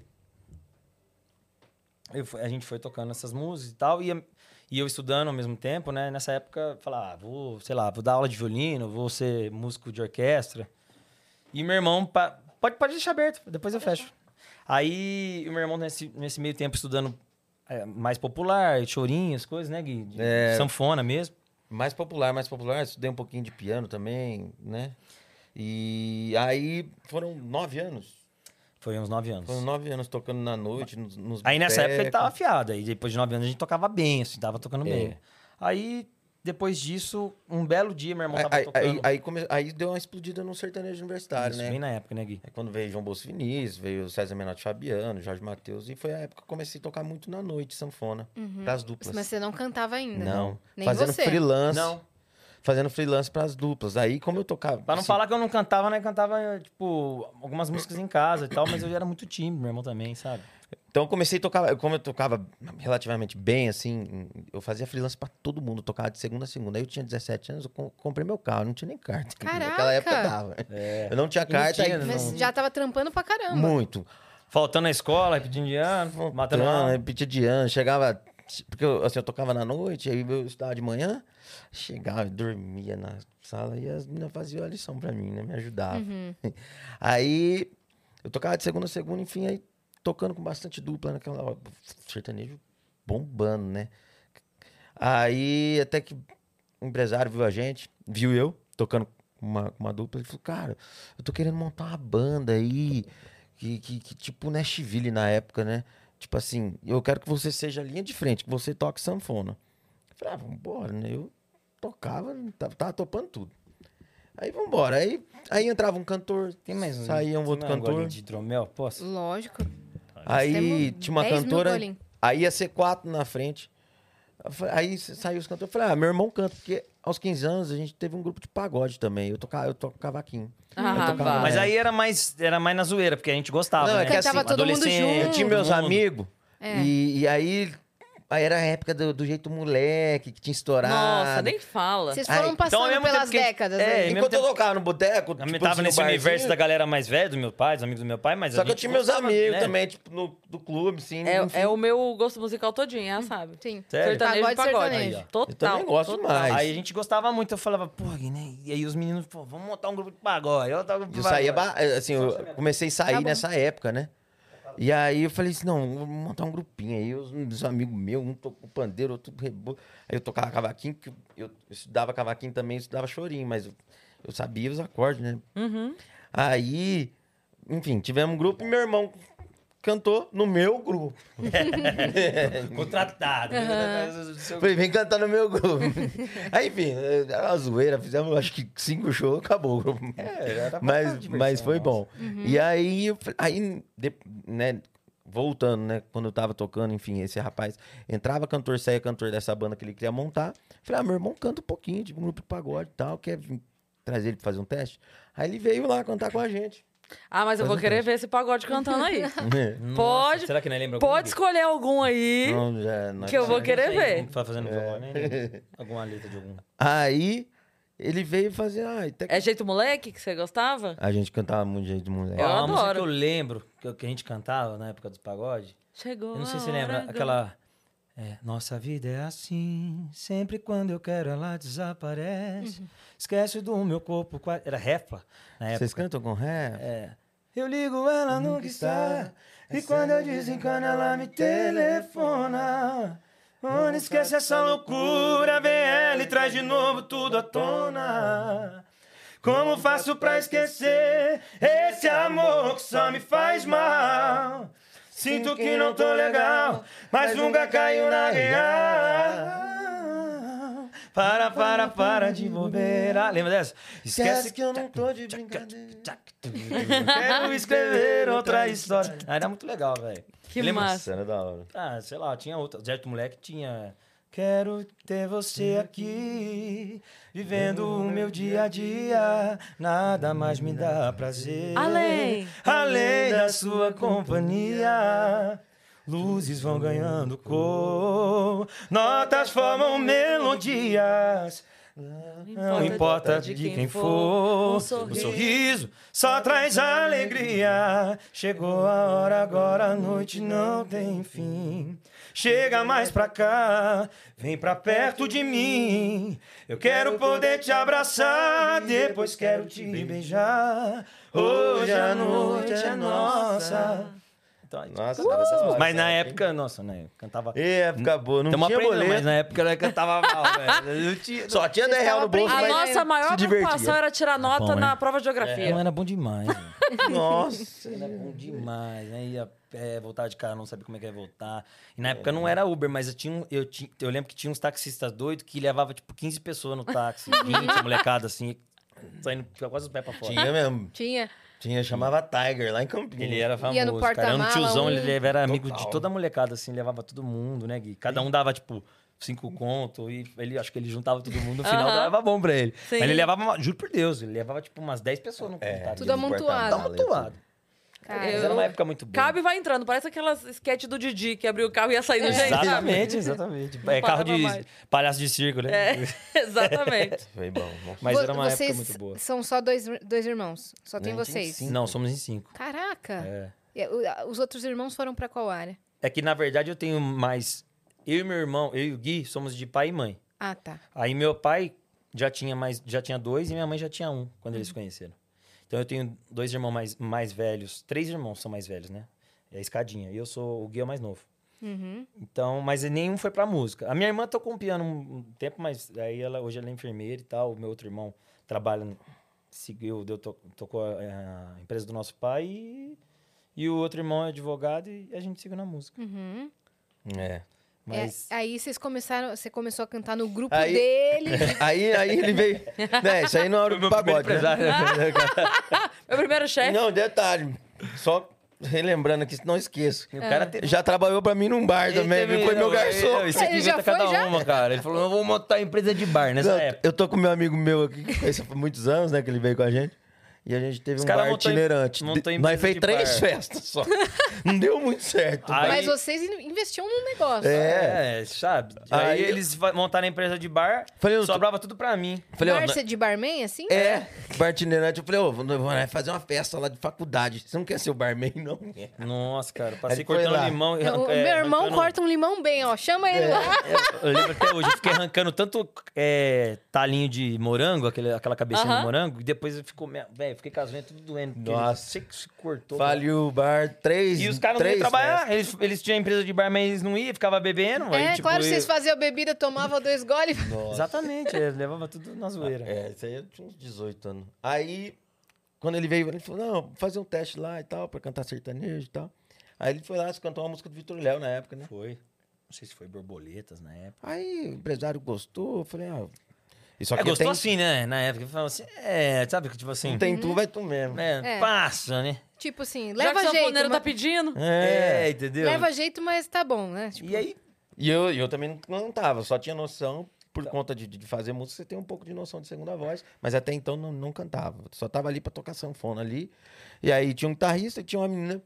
C: A gente foi tocando essas músicas e tal. E eu estudando ao mesmo tempo, né? Nessa época, eu falava, vou, sei lá, vou dar aula de violino, vou ser músico de orquestra. E meu irmão. Pode deixar aberto, depois eu fecho. Aí o meu irmão, nesse meio tempo, estudando mais popular, chorinho, as coisas, né, Gui? De sanfona mesmo.
D: Mais popular. Estudei um pouquinho de piano também, né? E aí foram 9 anos.
C: Foi uns 9 anos.
D: Foram 9 anos tocando na noite, nos
C: Aí nessa época ele
D: botecos.
C: tava afiado. Aí depois de 9 anos a gente tocava bem, assim, tava tocando bem.
D: É.
C: Aí depois disso, um belo dia, meu irmão tava tocando.
D: Aí deu uma explodida no sertanejo universitário,
C: Isso,
D: né?
C: bem na época, né, Gui?
D: Aí quando veio João Bolso Vinícius, veio César Menotti Fabiano, Jorge Mateus, e foi a época que eu comecei a tocar muito na noite, sanfona, pras duplas.
B: Mas você não cantava ainda.
D: Não.
B: Nem
D: Fazendo
B: você.
D: freelance.
C: Não.
D: Fazendo freelance pras duplas. Aí, como eu tocava...
C: Pra não
D: assim,
C: falar que eu não cantava, né? Cantava, tipo, algumas músicas em casa e tal, mas eu já era muito tímido, meu irmão também, sabe?
D: Então eu comecei a tocar, como eu tocava relativamente bem, assim, eu fazia freelance pra todo mundo, tocava de segunda a segunda. Aí eu tinha 17 anos, eu comprei meu carro, não tinha nem carta.
B: Caraca!
D: Naquela época dava. Eu não tinha
C: E não
D: carta,
C: tinha,
D: aí,
B: Mas
C: não.
B: já tava trampando pra caramba.
D: muito.
C: Faltando na escola, pedindo de ano, matando aula.
D: Repetia de ano, chegava... Porque eu tocava na noite, aí eu estudava de manhã, chegava, dormia na sala e as meninas faziam a lição pra mim, né? Me ajudavam. Aí eu tocava de segunda a segunda, enfim, aí tocando com bastante dupla naquela hora, sertanejo bombando, né? Aí até que o empresário viu a gente, viu eu tocando com uma dupla, ele falou, cara, eu tô querendo montar uma banda aí, que tipo Nashville na época, né? Tipo assim, eu quero que você seja a linha de frente, que você toque sanfona. Eu falei, vambora, né? Eu tocava, tava topando tudo. Aí vambora. Aí entrava um cantor,
C: Tem mais
D: saía um outro
C: tem uma
D: cantor.
C: golinha de hidromel, posso?
B: Lógico.
D: Aí
B: Temos
D: tinha uma
B: 10 mil
D: cantora,
B: golinhos.
D: aí ia ser 4 na frente. Aí saiu os cantores, eu falei, meu irmão canta, porque aos 15 anos a gente teve um grupo de pagode também. Eu toco cavaquinho.
A: Ah,
D: eu tocava,
A: vai.
C: Mas aí era mais na zoeira, porque a gente gostava,
D: Não,
C: né?
D: é que
B: Cantava
D: assim,
B: todo mundo
C: adolescente,
B: junto.
D: eu tinha meus
C: todo mundo.
D: amigos,
B: É.
D: e aí era a época do jeito moleque, que tinha estourado.
A: Nossa, nem fala.
B: Vocês
D: Ai,
B: foram
C: então,
B: passando
C: ao mesmo
B: pelas
C: tempo que-
B: décadas,
C: é,
B: né?
C: mesmo
D: Enquanto eu
C: tempo-
D: tocava no boteco,
C: Eu
D: tipo,
C: tava
D: assim, no
C: nesse
D: barzinho,
C: universo da galera mais velha, dos meus pais, dos amigos do meu pai, mas
D: Só
C: a
D: que eu
C: gente
D: tinha meus
C: gostava,
D: amigos
C: né?
D: também, tipo, do clube, assim. enfim.
A: É o meu gosto musical todinho, ela sabe.
B: Sim.
C: Sério?
A: Sertanejo e
B: Pagode,
A: pagode.
B: sertanejo.
C: Aí, ó.
A: Total.
D: Eu também gosto
A: total.
D: demais.
C: Aí a gente gostava muito, eu falava, pô, né? E aí os meninos, pô, vamos montar um grupo de pagode. Eu, tava
D: Eu saía, assim, eu comecei a sair
B: Tá bom.
D: nessa época, né? E aí eu falei assim, não, vou montar um grupinho aí. Os amigos meus, um tocou pandeiro, outro rebolo. Aí eu tocava cavaquinho, porque eu estudava cavaquinho também, estudava chorinho, mas eu sabia os acordes, né? Aí, enfim, tivemos um grupo e meu irmão cantou no meu grupo.
C: Contratado.
D: Falei, vem cantar no meu grupo. Aí, enfim, era uma zoeira, fizemos acho que 5 shows, acabou o grupo.
C: era
D: Mas foi bom.
B: Uhum.
D: E aí, né, voltando, né, quando eu tava tocando, enfim, esse rapaz entrava cantor, saía cantor dessa banda que ele queria montar. Falei, meu irmão canta um pouquinho, tipo, um grupo de pagode e tal, quer vir trazer ele pra fazer um teste? Aí ele veio lá cantar com a gente.
A: Ah, mas eu vou querer ver esse pagode cantando aí. Pode.
C: Será que não lembra algum?
A: Pode escolher algum aí.
D: Não, já, não
A: Que eu vou querer ver.
C: Tá fazendo violão, né? Alguma letra de algum.
D: Aí ele veio fazer. Até
A: É jeito moleque que você gostava?
D: a gente cantava muito jeito de moleque.
A: Eu
C: Uma música
A: adoro.
C: que eu lembro, que a gente cantava na época dos pagode.
A: Chegou.
C: Eu não sei se você
A: a
C: lembra
A: hora
C: aquela. Nossa vida é assim, sempre quando eu quero ela desaparece. Esquece do meu corpo. Era Refla na época.
D: Vocês cantam com ré?
C: Eu ligo, ela nunca está. E quando eu desencano, ela me telefona. Quando esquece essa loucura, vem ela e traz de novo tudo à tona. Como faço pra esquecer esse amor que só me faz mal? Sinto que não tô legal, mas nunca caiu na real. Para de bobeira. Lembra dessa?
D: Esquece que eu não tô de brincadeira.
C: Quero escrever outra história. Ah, era muito legal, velho.
A: Que
C: Lembra?
A: massa.
D: Cena da hora.
C: Ah, sei lá, tinha outra. Certo moleque tinha. Quero ter você aqui, vivendo o meu dia a dia. Nada mais me dá prazer. Além da sua companhia. Luzes vão ganhando cor, notas formam melodias. Não importa de quem for,
A: um
C: o sorriso só traz alegria. Chegou a hora, agora a noite não tem fim. Chega mais pra cá, vem pra perto de mim. Eu quero poder te abraçar, depois quero te beijar. Hoje a noite é nossa. Então, a gente
D: Nossa,
C: cantava essas músicas. Mas na
D: certo, hein?
C: época, nossa, né? Cantava.
D: Época boa, não
C: Tamo
D: tinha
C: aprendendo,
D: boleto.
C: mas na época eu cantava mal, velho. Não tinha-
D: Só tinha
B: Vocês
D: 10 reais no bolso,
B: estavam
A: A
D: mas
A: nossa maior
D: se
A: preocupação
D: divertia.
A: era tirar nota
C: bom, né?
A: na prova de geografia.
C: Não, era bom demais, velho.
D: Nossa.
C: Era bom demais, né? Ia voltar de carro, não sabia como é que ia voltar. E na época não era Uber, mas eu lembro que tinha uns taxistas doidos que levava, tipo, 15 pessoas no táxi, 20, molecada, assim, saindo quase os pés pra fora.
D: Tinha mesmo.
B: Tinha.
D: Chamava Tiger, lá em Campinas.
C: Ele era famoso,
B: Ia no
C: cara. Era um
B: porta-mala,
C: tiozão,
B: um-
C: ele era amigo
D: Total.
C: de toda a molecada, assim, levava todo mundo, né, Gui? Cada um dava, tipo, 5 conto e acho que ele juntava todo mundo, no final
A: Aham.
C: dava bom pra ele.
A: Sim.
C: Mas ele levava, juro por Deus, ele levava, tipo, umas 10 pessoas no táxi.
B: Tudo amontoado.
C: Tava amontoado.
B: Cara,
C: Mas era uma época muito boa.
A: Cabe e vai entrando. Parece aquelas sketch do Didi, que abriu o carro e ia saindo gente. sabe?
C: Exatamente, exatamente. É carro
A: parava
C: de
A: mais.
C: palhaço de circo, né?
A: É, exatamente.
D: Foi bom. Nossa.
C: Mas era uma
B: vocês
C: época muito boa.
B: são só dois irmãos? Só tem
D: Não, tem
B: vocês?
D: 5.
C: Não, somos em 5.
B: Caraca!
C: É.
B: Os outros irmãos foram pra qual área?
C: É que, na verdade, eu tenho mais... Eu e meu irmão, eu e o Gui, somos de pai e mãe.
B: Ah, tá.
C: Aí meu pai já tinha 2 e minha mãe já tinha 1, quando eles se conheceram. Então eu tenho 2 irmãos mais velhos. 3 irmãos são mais velhos, né? É a escadinha. E eu sou o Gui é o mais novo.
B: Uhum.
C: Então, mas nenhum foi pra música. A minha irmã tocou um piano um tempo, mas aí hoje ela é enfermeira e tal. O meu outro irmão tocou a empresa do nosso pai e o outro irmão é advogado e a gente seguiu na música.
B: Uhum.
D: É.
C: Mas
B: Aí você começou a cantar no grupo
D: Aí-
B: dele.
D: Aí ele veio. Né, isso aí não era o pagode. Né?
A: Meu primeiro chefe.
D: Não, detalhe. Só relembrando aqui, não esqueço.
C: o cara teve
D: Já trabalhou pra mim num bar também, viu? Foi meu garçom.
C: Isso aqui
B: Ele já
C: inventa
B: foi,
C: cada
B: já?
C: uma, cara. Ele falou, eu vou montar empresa de bar nessa
D: Não,
C: época.
D: eu tô com meu amigo meu aqui, que conheci há muitos anos, né? Que ele veio com a gente. E a gente teve
C: Os
D: um
C: cara
D: bar
C: montou
D: itinerante.
C: montou
D: Nós
C: empresa
D: fez
C: de
D: 3
C: bar.
D: festas só. Não deu muito certo.
C: Aí-
B: Mas vocês investiam num negócio.
C: Sabe? Aí
D: Aí-
C: eles montaram a empresa de bar,
D: Falei, eu tô-
C: sobrava tudo pra mim.
D: Falei, ó,
B: Bar de barman, assim?
D: bar itinerante. Eu falei, ô, vamos fazer uma festa lá de faculdade. Você não quer ser o barman, não?
C: Nossa, cara,
D: Aí
C: passei
D: ele foi
C: cortando
D: lá.
C: limão. e
B: O meu irmão
C: arrancando-
B: corta um limão bem, ó. Chama ele lá.
C: Eu lembro até hoje, eu fiquei arrancando tanto talinho de morango, aquela cabecinha
A: Aham.
C: de morango, e depois velho, fiquei com as ventas tudo doendo. porque
D: Nossa.
C: ele se cortou.
D: Faliu o bar, 3
C: E os caras não iam trabalhar. Eles tinham empresa de bar, mas eles não iam, ficava bebendo. aí, tipo,
B: Claro, vocês faziam bebida, tomavam 2 goles.
C: Exatamente, levava tudo na zoeira.
D: Isso aí eu tinha uns 18 anos. Aí, quando ele veio, ele falou, não, vou fazer um teste lá e tal, pra cantar sertanejo e tal. Aí ele foi lá, cantou uma música do Vitor Léo na época, né?
C: Foi. Não sei se foi borboletas na época.
D: Aí o empresário gostou, eu falei, e só que
C: Gostou
D: tem,
C: assim, né? Na época. Ele falou assim, sabe que tipo assim...
D: não tem tu, vai tu mesmo.
B: É.
C: Passa, né?
B: Tipo assim,
A: Já que
B: leva
A: o sanfoneiro
B: jeito.
A: tá pedindo.
C: Entendeu?
B: Leva jeito, mas tá bom, né? Tipo,
C: E aí,
D: E eu também não tava, só tinha noção, por conta de fazer música, você tem um pouco de noção de segunda voz, mas até então não cantava. Só tava ali pra tocar sanfona ali. E aí tinha um guitarrista e tinha uma menina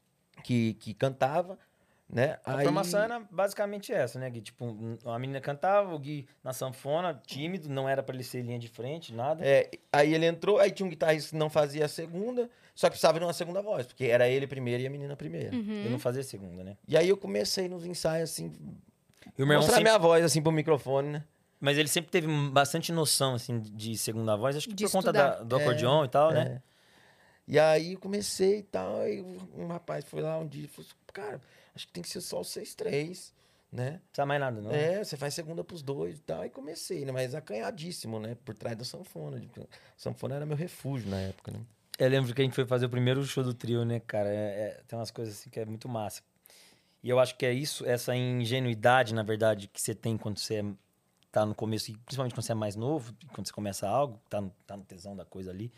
D: que cantava, né?
C: a
D: Aí,
C: formação era basicamente essa, né, Gui? Tipo, a menina cantava, o Gui na sanfona, tímido, não era pra ele ser linha de frente, nada.
D: aí ele entrou, aí tinha um guitarrista que não fazia a segunda, só que precisava de uma segunda voz, porque era ele primeiro e a menina primeiro.
B: Uhum.
C: Eu não fazia segunda, né?
D: E aí eu comecei nos ensaios, assim,
C: E o meu irmão
D: mostrar
C: sempre...
D: minha voz, assim, pro microfone, né?
C: Mas ele sempre teve bastante noção, assim, de segunda voz. Acho que
B: De
C: por conta
B: estudar.
C: do acordeon e tal, né?
D: E aí comecei e tal, aí um rapaz foi lá um dia e falou assim, cara, acho que tem que ser só o 6-3, né?
C: Não precisa mais nada, não.
D: Você faz segunda pros dois e tal. Aí comecei, né? Mas acanhadíssimo, né? Por trás da sanfona. Sanfona era meu refúgio na época, né?
C: Eu lembro que a gente foi fazer o primeiro show do trio, né, cara? Tem umas coisas assim que é muito massa. E eu acho que é isso, essa ingenuidade, na verdade, que você tem quando você tá no começo, e principalmente quando você é mais novo, quando você começa algo, tá no tesão da coisa ali,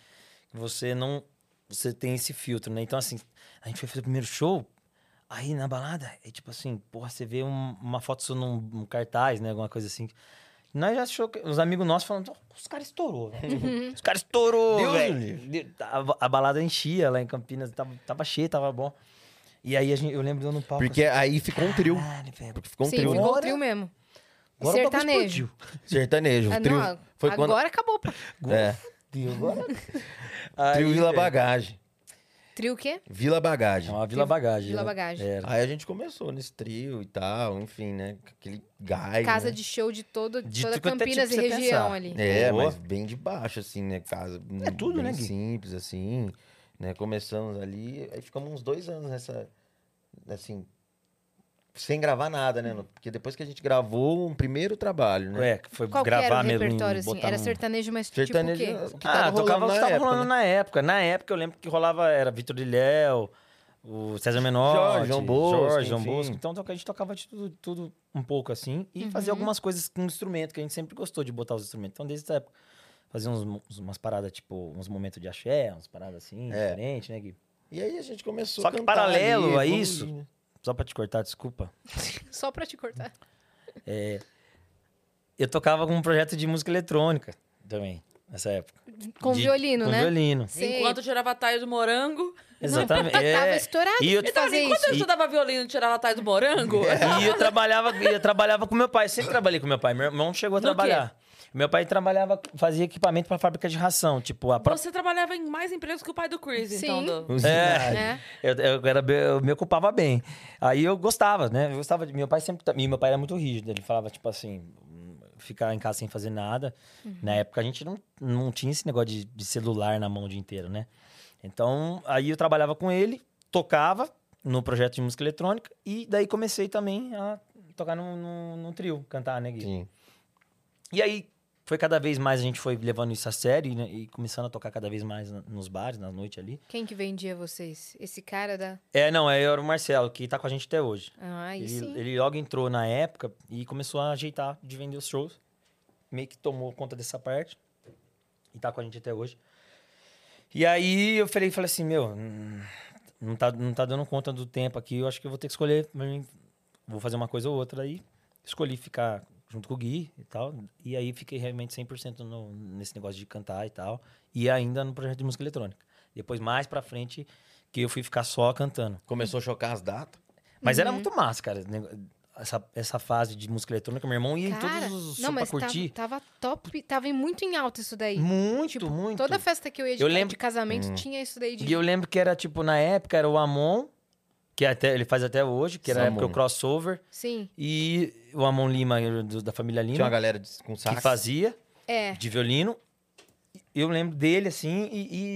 C: você tem esse filtro, né? Então, assim, a gente foi fazer o primeiro show, aí na balada, é tipo assim, porra, você vê uma foto sua num cartaz, né? Alguma coisa assim. Nós já achou que os amigos nossos falando, os caras estourou, velho. Os caras estourou,
D: Deus
C: velho. A balada enchia lá em Campinas, tava cheio, tava bom. E aí eu lembro dando um palco.
D: Porque aí ficou um trio.
C: Caralho, velho.
D: Porque ficou um
B: sim,
D: trio.
B: ficou um
C: Agora-
B: trio mesmo. E
C: Agora o bagulho
B: sertanejo.
C: explodiu.
D: Sertanejo.
B: Ah,
D: trio.
B: não,
D: Foi
B: agora
D: quando.
B: acabou. Pô.
C: Agora...
D: Trio
C: Aí,
D: Vila
C: velho,
D: Bagagem.
B: Trio o quê?
D: Vila Bagagem.
C: É uma Vila Bagagem.
B: Vila
C: né?
B: Bagagem.
C: Era.
D: Aí a gente começou nesse trio e tal, enfim, né? Aquele gás.
B: Casa
D: né?
B: de show de toda
C: De tudo quanto é
B: Campinas
C: tipo
B: e
C: que você
B: região
C: pensar.
B: ali.
D: É,
C: Boa.
D: mas bem de baixo, assim, né? Casa
C: tudo,
D: bem
C: né, Gui?
D: simples, assim, né? Começamos ali, aí ficamos uns 2 anos assim, sem gravar nada, né? Porque depois que a gente gravou um primeiro trabalho, né?
C: É, que foi
B: Qual que era
C: gravar
B: o
C: mesmo.
B: repertório, assim?
C: botar
B: Era
C: num-
B: sertanejo, mas
D: Sertanejo,
B: tipo o quê?
D: que tava
C: tocava o que tava rolando
D: né?
C: na época. Na época eu lembro que rolava, era Vitor de Léo, o César Menor,
D: Jorge, João Bosco,
C: João
D: enfim.
C: Bosco. Então a gente tocava de tudo um pouco assim. E fazia algumas coisas com instrumento, que a gente sempre gostou de botar os instrumentos. Então desde essa época, fazia umas paradas, tipo, uns momentos de axé, umas paradas assim, diferentes, né, Gui?
D: E aí a gente começou
C: Só
D: a
C: que
D: cantar
C: paralelo a
D: ali,
C: isso,
D: evoluir, né?
C: só pra te cortar, desculpa.
B: Só pra te cortar.
C: Eu tocava com um projeto de música eletrônica também, nessa época.
B: Com violino,
C: com
B: né?
C: violino.
B: Sei.
A: Enquanto eu tirava a taia do morango.
C: Exatamente.
B: Tava estourado
C: E eu,
B: de fazer
A: Enquanto
B: isso.
A: eu estudava violino e tirava a taia do morango.
C: e eu trabalhava com meu pai. Sempre trabalhei com meu pai. Meu irmão não chegou a
A: No quê?
C: trabalhar. Meu pai fazia equipamento pra fábrica de ração. Tipo, a própria.
A: Você trabalhava em mais empregos que o pai do Chris,
B: Sim.
A: então.
B: É.
C: Eu me ocupava bem. Aí eu gostava, né? Eu gostava de. Meu pai sempre. E meu pai era muito rígido. Ele falava, tipo assim, ficar em casa sem fazer nada. Na época a gente não tinha esse negócio de celular na mão o dia inteiro, né? Então, aí eu trabalhava com ele, tocava no projeto de música eletrônica e daí comecei também a tocar no trio, cantar, né, Gui?
D: Sim.
C: E aí foi cada vez mais a gente foi levando isso a sério, né? E começando a tocar cada vez mais nos bares, na noite ali.
B: Quem que vendia vocês? Esse cara da...
C: Era o Marcelo, que tá com a gente até hoje.
B: Ah, aí sim.
C: Ele logo entrou na época e começou a ajeitar de vender os shows. Meio que tomou conta dessa parte. E tá com a gente até hoje. E aí eu falei assim, meu, não tá dando conta do tempo aqui. Eu acho que eu vou ter que escolher. Vou fazer uma coisa ou outra. Aí escolhi ficar junto com o Gui e tal. E aí fiquei realmente 100% nesse negócio de cantar e tal. E ainda no projeto de música eletrônica. Depois, mais pra frente, que eu fui ficar só cantando.
D: Começou a chocar as datas.
C: Mas era muito massa, cara. Essa fase de música eletrônica, meu irmão ia em
B: Cara,
C: todos os
B: não,
C: shows
B: mas
C: pra curtir.
B: tava top, tava muito em alta isso daí.
C: Muito,
B: Tipo,
C: muito.
B: toda festa que eu ia de,
C: Eu lembro-
B: de casamento tinha isso daí de...
C: E eu lembro que era, tipo, na época, era o Amon, que ele faz até hoje, que era a época o crossover.
B: Sim,
C: E o Amon Lima, da família Lima,
D: Tinha uma galera com sax.
C: que fazia
B: é.
C: de violino. Eu lembro dele, assim,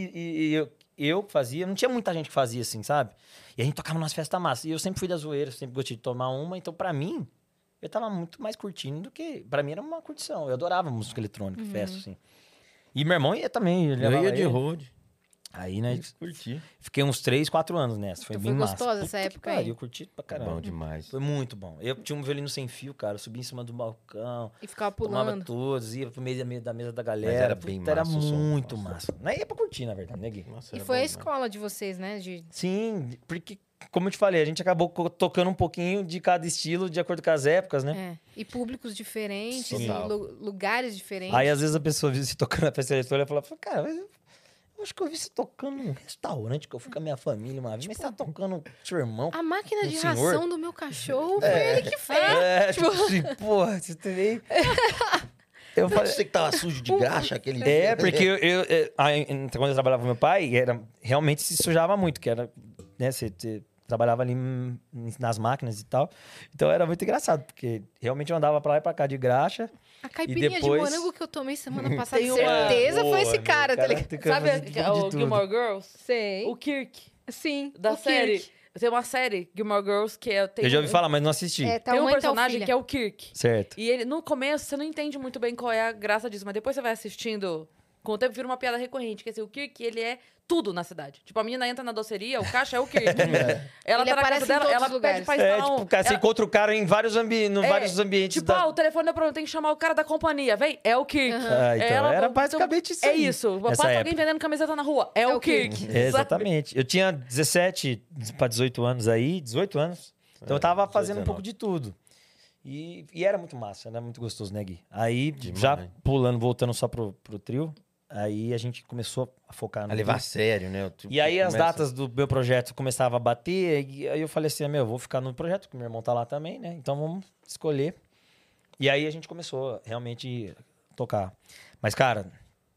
C: e eu fazia. Não tinha muita gente que fazia, assim, sabe? E a gente tocava nas festas massas. E eu sempre fui da zoeira, sempre gostei de tomar uma. Então, pra mim, eu tava muito mais curtindo do que... Pra mim, era uma curtição. Eu adorava música eletrônica, festa, assim. E meu irmão ia também.
D: Eu ia de road.
C: Aí, né?
D: Curti.
C: Fiquei uns 3, 4 anos nessa. Foi
B: Então
C: bem
B: foi
C: massa.
B: gostosa essa
C: Puta que
B: época aí?
C: pariu, eu curti pra caramba.
D: Bom demais.
C: Foi muito bom. Eu tinha um violino sem fio, cara. Eu subia em cima do balcão.
B: E ficava
C: Tomava
B: pulando.
C: todos, ia pro meio da mesa da galera.
D: Mas era bem
C: Puta, era
D: massa o som.
C: muito
D: Nossa.
C: massa. Não ia pra curtir, na verdade, né, Gui?
D: Nossa,
B: E
D: era
B: foi
D: bom
B: a
D: demais.
B: escola de vocês, né? De...
C: Sim, porque, como eu te falei, a gente acabou tocando um pouquinho de cada estilo de acordo com as épocas, né?
B: É. E públicos diferentes,
C: Sim.
B: e lugares diferentes.
C: Aí, às vezes, a pessoa via se tocando na festa eletrônica e falava, cara, mas eu acho que eu vi você tocando num restaurante que eu fui com a minha família uma vez, mas você tá tocando com seu irmão.
B: A máquina
C: Um
B: de
C: senhor?
B: ração do meu cachorro foi ele que fez.
C: Tipo assim, porra, você também... Eu falei,
D: Você que tava sujo de graxa, aquele...
C: porque quando eu trabalhava com meu pai, realmente se sujava muito, que era, né, você trabalhava ali nas máquinas e tal. Então era muito engraçado, porque realmente eu andava pra lá e pra cá de graxa.
B: A caipirinha
C: depois-
B: de morango que eu tomei semana passada,
A: Tem uma-
B: certeza foi esse
C: Boa,
B: cara,
C: meu
B: tá ligado?
C: tem que
A: Sabe
C: fazer de
A: o
C: tudo.
A: Gilmore Girls?
B: Sei.
A: O Kirk,
B: Sim.
A: da
B: o
A: série.
B: Kirk.
A: Tem uma série, Gilmore Girls, que tem
C: Eu já ouvi
A: um-
C: falar, mas não assisti.
B: É, tá
A: Tem um
B: mãe, tal
A: personagem
B: filha.
A: que é o Kirk.
C: Certo.
A: E ele, no começo, você não entende muito bem qual é a graça disso, mas depois você vai assistindo, com o tempo vira uma piada recorrente, que assim, o Kirk, ele é tudo na cidade. Tipo, a menina entra na doceria, o caixa é o Kirk. Ela
B: Ele
A: tá na
B: aparece
A: casa
B: em
A: dela,
B: todos
A: ela
B: os lugares.
A: pede pra instalar um...
C: Cara, você encontra o cara em vários, vários ambientes.
A: Tipo, o telefone deu problema, tem que chamar o cara da companhia. Vem, é o Kirk.
C: Então, era basicamente isso
A: É
C: aí,
A: isso.
C: nessa
A: Passa alguém
C: época.
A: vendendo camiseta na rua. É, o Kirk.
C: É, exatamente. Eu tinha 17 para 18 anos aí, 18 anos. Então eu tava
D: 18,
C: fazendo um
D: 19.
C: pouco de tudo. E era muito massa, era muito gostoso, né, Gui? Aí,
D: Demais.
C: já pulando, voltando só pro trio, aí a gente começou a focar no
D: A levar a
C: trio.
D: sério, né?
C: E aí as
D: Começa-
C: datas do meu projeto começavam a bater, e aí eu falei assim, meu, eu vou ficar no projeto, porque meu irmão tá lá também, né? Então vamos escolher. E aí a gente começou realmente a tocar. Mas, cara,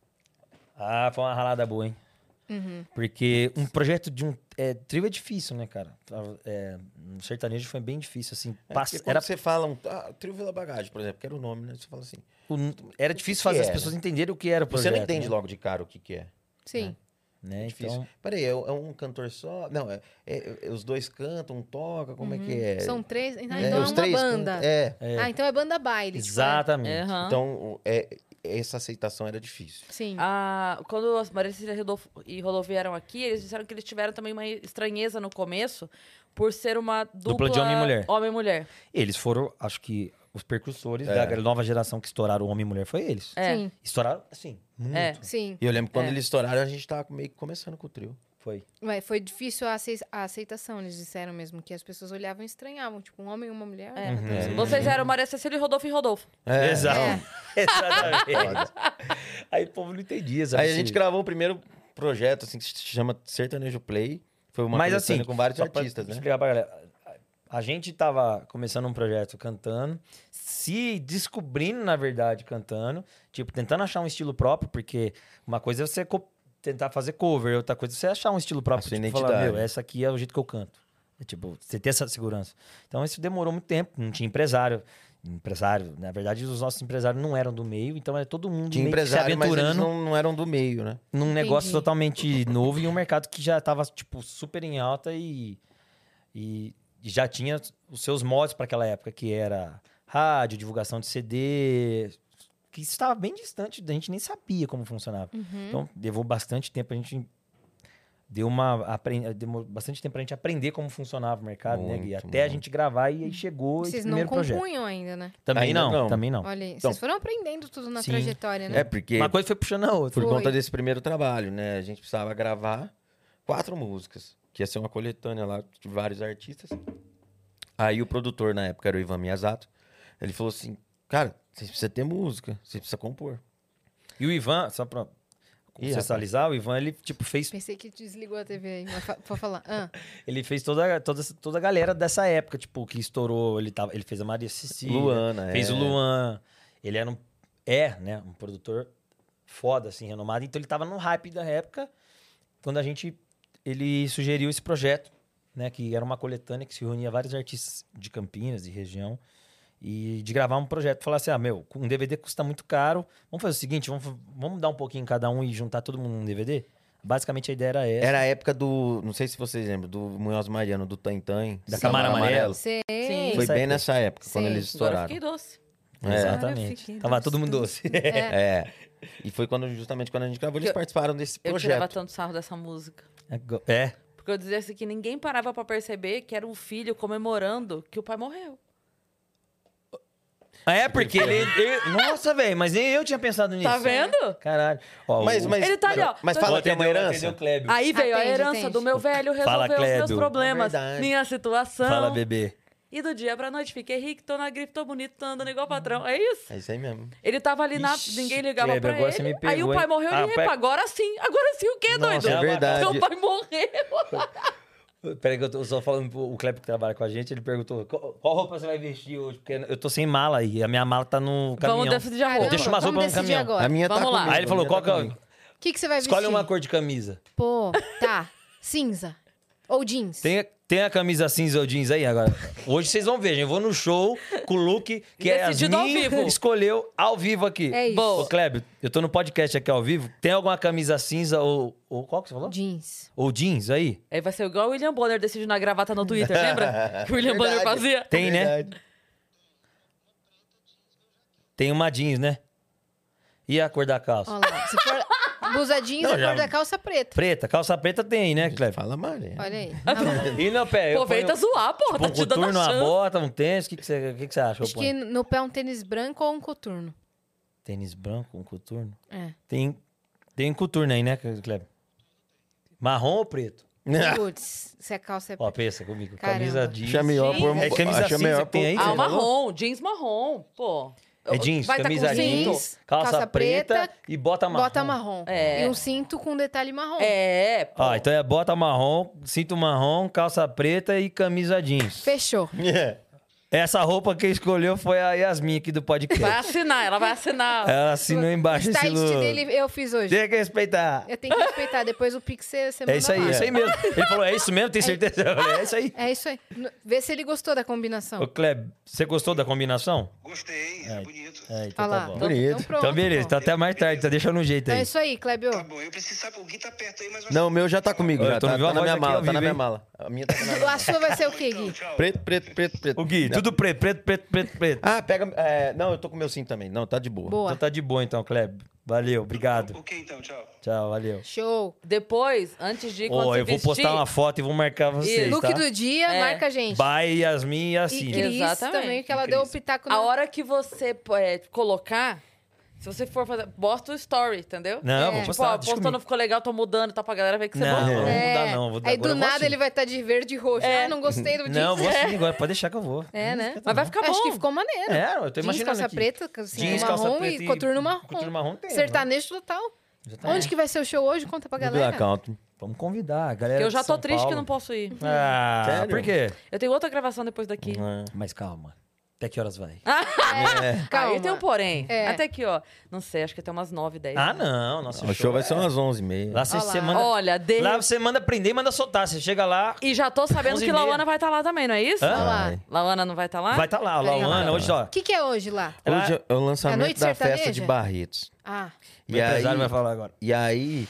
C: foi uma ralada boa, hein? Porque um projeto de um trio é difícil, né, cara? No sertanejo foi bem difícil, assim.
D: Porque quando você fala Trio Vila Bagagem, por exemplo, que era o nome, né? Você fala assim...
C: Era difícil
D: que
C: fazer as
D: é,
C: pessoas entenderem o que era o projeto.
D: Você não entende
C: né?
D: logo de cara o que é.
B: Sim.
C: né?
D: Difícil.
C: Então,
D: Peraí, é um cantor só? Não, os dois cantam, um toca, como é que é?
B: São 3, então
D: É,
B: é
D: os
B: uma
D: três
B: banda.
D: cantam.
B: Ah, então é banda baile. tipo,
C: exatamente.
A: Aham.
D: Então, essa aceitação era difícil.
B: Sim.
A: Quando a Maria Cecília e Rodolfo vieram aqui, eles disseram que eles tiveram também uma estranheza no começo por ser uma dupla
C: de homem e mulher.
A: Homem e mulher.
C: Eles foram, acho que, os precursores da nova geração que estouraram o homem e mulher foi eles.
A: É.
B: Sim.
C: Estouraram, assim, muito.
A: É.
B: Sim.
D: E eu lembro que quando eles estouraram, a gente tava meio que começando com o trio.
C: Foi.
B: Mas foi difícil a aceitação, eles disseram mesmo, que as pessoas olhavam e estranhavam. Tipo, um homem e uma mulher.
A: Vocês eram Maria Cecília e Rodolfo.
C: Exato. Exatamente.
D: Foda.
C: Aí o povo não entendia, sabe?
D: Aí a gente gravou o primeiro projeto, assim, que se chama Sertanejo Play. Foi uma
C: Mas
D: coletânea
C: assim,
D: com vários
C: só pra
D: artistas, né?
C: explicar pra galera. A gente tava começando um projeto cantando, se descobrindo, na verdade, cantando. Tipo, tentando achar um estilo próprio, porque uma coisa é você tentar fazer cover, outra coisa é você achar um estilo próprio.
D: A sua
C: Tipo, falar,
D: identidade.
C: meu, essa aqui é o jeito que eu canto. É, tipo, você ter essa segurança. Então, isso demorou muito tempo. Não tinha empresário. Na verdade, os nossos empresários não eram do meio, então era todo mundo
D: Tinha
C: meio que se
D: empresário, mas eles
C: aventurando
D: não eram do meio, né?
C: num negócio
B: Entendi.
C: totalmente novo e um mercado que já estava tipo super em alta e já tinha os seus modos para aquela época, que era rádio, divulgação de CD, que estava bem distante, a gente nem sabia como funcionava. Então, levou bastante tempo, a gente demorou bastante tempo pra gente aprender como funcionava o mercado, né, Gui?
D: Muito,
C: Até a
D: muito.
C: gente gravar e aí chegou esse
B: Vocês não
C: primeiro projeto.
B: compunham ainda, né?
C: Também
D: Ainda
C: não,
D: não.
C: também não.
B: Olha aí.
D: Então-
B: Vocês foram aprendendo tudo na
C: Sim.
B: trajetória, né?
D: É, porque
C: Uma coisa foi puxando a outra.
D: por
B: Foi.
D: conta desse primeiro trabalho, né? A gente precisava gravar 4 músicas, que ia ser uma coletânea lá de vários artistas. Aí o produtor, na época, era o Ivan Miyazato, ele falou assim, cara, vocês precisam ter música, vocês precisam compor.
C: E o Ivan, só pra contextualizar, o Ivan, ele tipo fez
B: Pensei que desligou a TV aí, mas pode falar.
C: Ele fez toda a galera dessa época, tipo, que estourou. Ele fez a Maria Cecília.
D: Luana,
C: Fez o Luan. Ele era né, um produtor foda, assim, renomado. Então ele tava no hype da época, quando ele sugeriu esse projeto, né, que era uma coletânea que se reunia vários artistas de Campinas e região, e de gravar um projeto. Falar assim, um DVD custa muito caro, vamos fazer o seguinte, vamos dar um pouquinho em cada um e juntar todo mundo num DVD? Basicamente a ideia era essa.
D: Era a época do, não sei se vocês lembram, do Munhoz Mariano, do Tantan.
C: Da
B: Sim.
C: Camara Amarela.
B: Sei.
A: Sim.
D: Foi
C: Essa
D: bem
C: época.
D: nessa época, quando
B: Sim.
D: eles
A: Agora eu
D: estouraram.
A: fiquei doce.
D: É.
C: Exatamente.
B: fiquei
C: Tava todo mundo doce.
D: É. E foi justamente quando a gente gravou, eles participaram desse
A: Eu tirava
D: projeto.
A: tanto sarro dessa música.
C: É.
A: Porque eu dizia assim que ninguém parava pra perceber que era um filho comemorando que o pai morreu.
C: Porque Nossa, velho, mas nem eu tinha pensado nisso.
A: Tá vendo?
C: Caralho. Ó,
D: Mas
A: Ele tá ali, ó.
D: Mas
A: Mas-
D: fala que é uma
C: Atendeu
D: herança.
C: o Kleber.
A: Aí veio a
B: Atende,
A: herança
B: atende.
A: do meu velho
C: Fala,
A: resolver os meus
C: Cledo.
A: problemas,
D: É verdade.
A: minha situação.
C: Fala, bebê.
A: E do dia pra noite, fiquei rico, tô na grife, tô bonito, tô andando igual patrão. É isso.
D: É isso aí mesmo.
A: Ele tava ali,
C: Ixi,
A: ninguém ligava
C: Kleber,
A: pra
C: agora
A: ele.
C: você me
A: Aí
C: pegou,
A: o pai
C: hein?
A: morreu
C: Ah,
A: e
C: pai-
A: agora sim o quê, doido?
D: Nossa, é verdade.
A: Seu pai morreu.
C: Peraí que eu tô só falando pro Kleber que trabalha com a gente, ele perguntou, qual roupa você vai vestir hoje? Porque eu tô sem mala aí, a minha mala tá no caminhão.
A: Vamos decidir a roupa.
B: Caramba,
C: Deixa umas
B: vamos
C: roupas no
B: decidir
C: caminhão.
B: agora.
D: A minha
A: Vamos
D: tá
A: lá.
D: comigo,
C: Aí ele falou,
D: a minha
C: qual
D: tá
C: que é?
D: comigo.
B: O que você vai
C: Escolhe
B: vestir?
C: uma cor de camisa.
B: Pô, tá. Cinza. Ou jeans.
C: Tem a camisa cinza ou jeans aí agora? Hoje vocês vão ver, gente. Eu vou no show com o look que
A: Decidido ao
C: Yasmin
A: vivo.
C: escolheu ao vivo aqui.
B: É isso.
A: Boa.
C: Ô, Kleber, eu tô no podcast aqui ao vivo. Tem alguma camisa cinza ou qual que você falou?
B: Jeans.
C: Ou jeans aí?
A: Aí vai ser igual o William Bonner decidiu na gravata no Twitter, lembra? Que o William Bonner
D: Verdade.
A: fazia.
C: Tem, né?
D: Verdade.
C: Tem uma jeans, né? E a cor da calça?
B: Olha lá. Se for blusa jeans,
C: Não,
B: a
C: já-
B: cor da calça preta.
C: Preta, calça preta tem, né, Kleber?
D: Fala, Maria.
B: Olha aí.
C: E no pé?
A: Aproveita zoar, porra,
C: tipo,
A: tá
C: um
A: te dando a
C: coturno, uma
A: chance.
C: bota, um tênis. O que você acha?
B: Acho que no pé um tênis branco ou um coturno.
C: Tênis branco, um coturno?
B: É.
C: Tem coturno aí, né, Kleber? Marrom ou preto?
B: Putz, se a calça é
C: Ó, pensa comigo.
B: Caramba.
C: Camisa jeans.
D: Acha melhor
A: Jeans.
D: pôr
C: É camisa
D: acha
C: cinza
D: melhor
C: que tem aí?
D: pôr-
C: Você
A: Ah, marrom, jeans marrom, pô.
C: É jeans,
A: Vai tá
C: camisa
A: com
C: jeans,
A: cinto?
C: calça preta e bota marrom.
B: Bota marrom.
A: É.
B: E um cinto com detalhe marrom.
A: É, pô.
C: Ó, então é bota marrom, cinto marrom, calça preta e camisa jeans.
B: Fechou.
D: É.
C: Essa roupa que escolheu foi a Yasmin aqui do podcast.
A: Vai assinar, ela vai assinar.
C: Ela assinou
B: O
C: embaixo esse
B: stylist
C: look.
B: dele eu fiz hoje.
C: Tem que respeitar.
B: Eu tenho que respeitar. Depois o Pix você manda
C: É isso aí,
B: lá.
C: é isso aí mesmo. Ele falou, é isso mesmo? Tem certeza? Eu falei, é isso aí.
B: É isso aí. Vê se ele gostou da combinação.
C: Ô, Kleb, você gostou da combinação?
E: Gostei, é bonito.
C: É, então
B: Olha lá.
C: tá bom.
D: Bonito.
B: pronto,
C: Então, beleza,
B: pô.
C: tá até mais tarde, tá deixando um jeito
B: Então é
C: aí.
B: isso aí, Clébio.
E: Tá bom, eu preciso saber, o Gui tá perto aí, mas...
D: Não, o meu já tá comigo,
C: Eu
D: já.
C: tô
D: Tá,
C: no viu a
D: tá na
C: voz
D: minha
C: aqui
D: mala,
C: ao
D: tá na
C: vivo,
D: minha
C: hein?
D: mala. A minha tá na minha mala.
B: A sua vai ser o quê, Gui?
E: Tchau.
D: Preto.
C: O Gui, tudo preto.
D: Ah, pega... não, eu tô com o meu sim também. Não, tá de boa.
B: Boa.
C: Então tá de boa então, Kleb. Valeu, obrigado.
E: Ok, então, tchau.
C: Tchau, valeu.
B: Show.
A: Depois, antes de ir, quando
C: Ó,
A: você
C: eu vou
A: vestir,
C: postar uma foto e vou marcar vocês,
B: Look
C: tá?
B: do dia,
A: É.
B: marca a gente.
C: Bye, Yasmin e
B: E
C: assim.
B: Cris
A: Exatamente.
B: também, que ela
E: E
B: deu o
E: Cris.
B: pitaco
A: a
B: na...
A: hora que você colocar, se você for fazer, bosta o story, entendeu?
C: Não, vou
A: Tipo,
C: postar,
A: ó,
C: deixa
A: postou, não
C: comigo.
A: ficou legal, tô mudando, tá pra galera ver que você
C: Não,
A: postou.
C: vou
B: É.
C: mudar não, vou dar
B: Aí
C: agora
B: do
C: eu vou
B: nada
C: assim.
B: ele vai estar de verde e roxo.
A: É.
B: Ah, não gostei do jeans.
C: Não, vou assim agora, pode deixar que eu vou.
B: É, né?
A: Mas vai ficar bom.
B: Acho que ficou maneiro.
C: É, eu tô
B: Jeans,
C: imaginando
B: calça
C: aqui.
B: preta, calcinha
C: Jeans, calça
B: marrom
C: preta
B: e coturno marrom.
C: coturno marrom tem,
B: Sertanejo total.
C: Exatamente.
B: Onde que vai ser o show hoje? Conta pra
D: No
B: galera.
D: Villa Country.
C: Vamos convidar a galera
A: Porque eu
C: de
A: já tô
C: São
A: triste que
C: Paulo.
A: eu não posso ir.
C: Ah,
D: Sério?
C: por quê?
A: Eu tenho outra gravação depois daqui.
C: Mas calma. Até que horas vai?
B: Calma.
A: Aí tem um porém.
B: É.
A: Até aqui, ó. Não sei, acho que até umas 9, 10.
C: Ah, não. Nossa,
D: O show vai ser umas 11h30.
C: Lá você,
B: Olha lá.
C: você manda...
A: Olha,
C: Lá você manda prender e manda soltar. Você chega lá,
A: E já tô sabendo
C: 11h30.
A: que Lauana vai estar lá também, não é isso?
C: Hã?
B: Olha lá.
D: Vai.
A: Lauana não vai estar lá?
C: vai estar lá. A
B: Vai
C: Lauana,
B: lá.
C: hoje, ó.
B: O que é hoje lá?
D: Hoje é o
B: É
D: lançamento
B: noite
D: da festa
B: sertaneja?
D: de Barretos.
B: Ah,
C: O empresário vai falar agora.
D: E aí,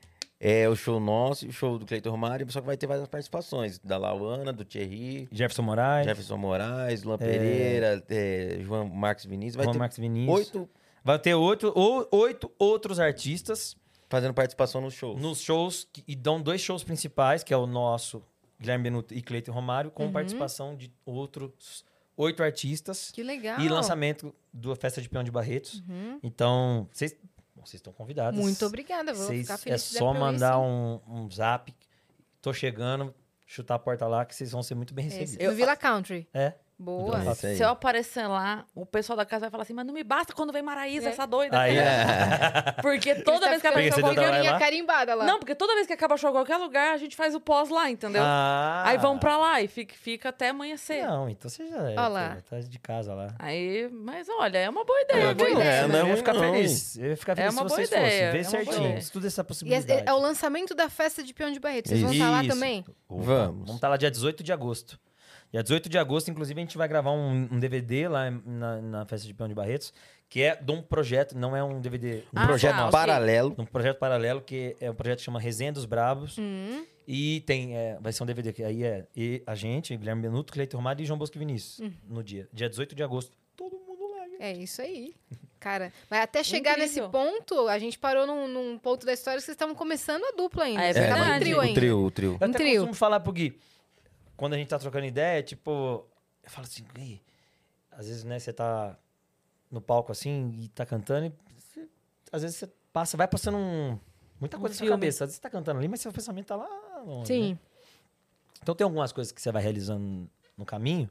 D: é o show nosso, o show do Cleiton Romário, só que vai ter várias participações. Da Lauana, do Thierry,
C: Jefferson Moraes,
D: Jefferson Moraes, Luan Pereira, João Marcos Vinícius. Vai
C: Juan
D: ter
C: Marcos Vinícius.
D: 8
C: Vai ter oito outros artistas
D: fazendo participação no show.
C: nos shows, e dão 2 shows principais, que é o nosso, Guilherme Benuto e Cleiton Romário,
B: Uhum.
C: com participação de outros 8 artistas.
B: que legal.
C: E lançamento da Festa de Peão de Barretos. Então, vocês estão convidados.
B: Muito obrigada, vou
C: Vocês,
B: ficar feliz.
C: é
B: se der
C: só
B: pra eu ir,
C: mandar
B: sim.
C: um zap. Tô chegando, chutar a porta lá, que vocês vão ser muito bem
B: Esse,
C: recebidos.
B: no Villa Country.
C: É.
B: Boa.
D: É isso aí.
A: Se eu aparecer lá, o pessoal da casa vai falar assim, mas não me basta quando vem Maraísa,
B: É.
A: essa doida.
C: Aí,
A: Porque toda vez que
C: Porque você
A: acaba
C: deu
A: show
C: trabalho
A: qualquer...
C: lá?
B: carimbada lá.
A: Não, porque toda vez que acaba show em qualquer lugar, a gente faz o pós lá, entendeu?
C: Ah.
A: Aí vão pra lá e fica até amanhecer.
C: Não, então você já
B: Olha lá.
C: tá de casa lá.
A: Aí, mas olha, é uma boa ideia.
B: boa
A: viu?
B: ideia.
D: não é
C: eu ia
D: ruim
C: ficar
D: não,
C: feliz. Eu ia ficar feliz
A: uma
C: se
A: boa
C: vocês
A: ideia,
C: fossem.
A: é
C: Vê
A: uma boa
C: certinho.
A: ideia.
C: Estuda essa
B: E
C: possibilidade.
B: é o lançamento da festa de Peão de Barretos. Vocês vão
D: Isso.
B: estar lá
C: Isso.
B: também?
C: Opa,
D: Vamos.
C: Vamos estar lá dia 18 de agosto. Dia 18 de agosto, inclusive, a gente vai gravar um DVD lá na Festa de Peão de Barretos, que é de um projeto, não é um DVD,
D: Um
A: Ah,
D: projeto
A: tá, ok.
D: paralelo.
C: um projeto paralelo, que é um projeto que chama Resenha dos Brabos. E tem, vai ser um DVD que aí e a gente, Guilherme Benuto, Cleiton Romário e João Bosco Vinícius, no dia 18 de agosto. Todo mundo lá, gente.
B: É isso aí. Cara, mas até chegar
A: Incrível.
B: nesse ponto, a gente parou num ponto da história que vocês estavam começando a dupla ainda.
A: Ah, é
B: Vocês estavam em
A: verdade.
B: trio
D: O
B: ainda.
D: trio.
C: Eu
B: Um
C: até
B: trio.
C: costumo falar pro Gui, quando a gente tá trocando ideia, tipo, eu falo assim, Gui, às vezes, né, você tá no palco assim e tá cantando e às vezes você vai passando muita coisa na sua
A: filme.
C: cabeça. Às vezes você tá cantando ali, mas seu pensamento tá lá longe,
B: Sim.
C: né? Então tem algumas coisas que você vai realizando no caminho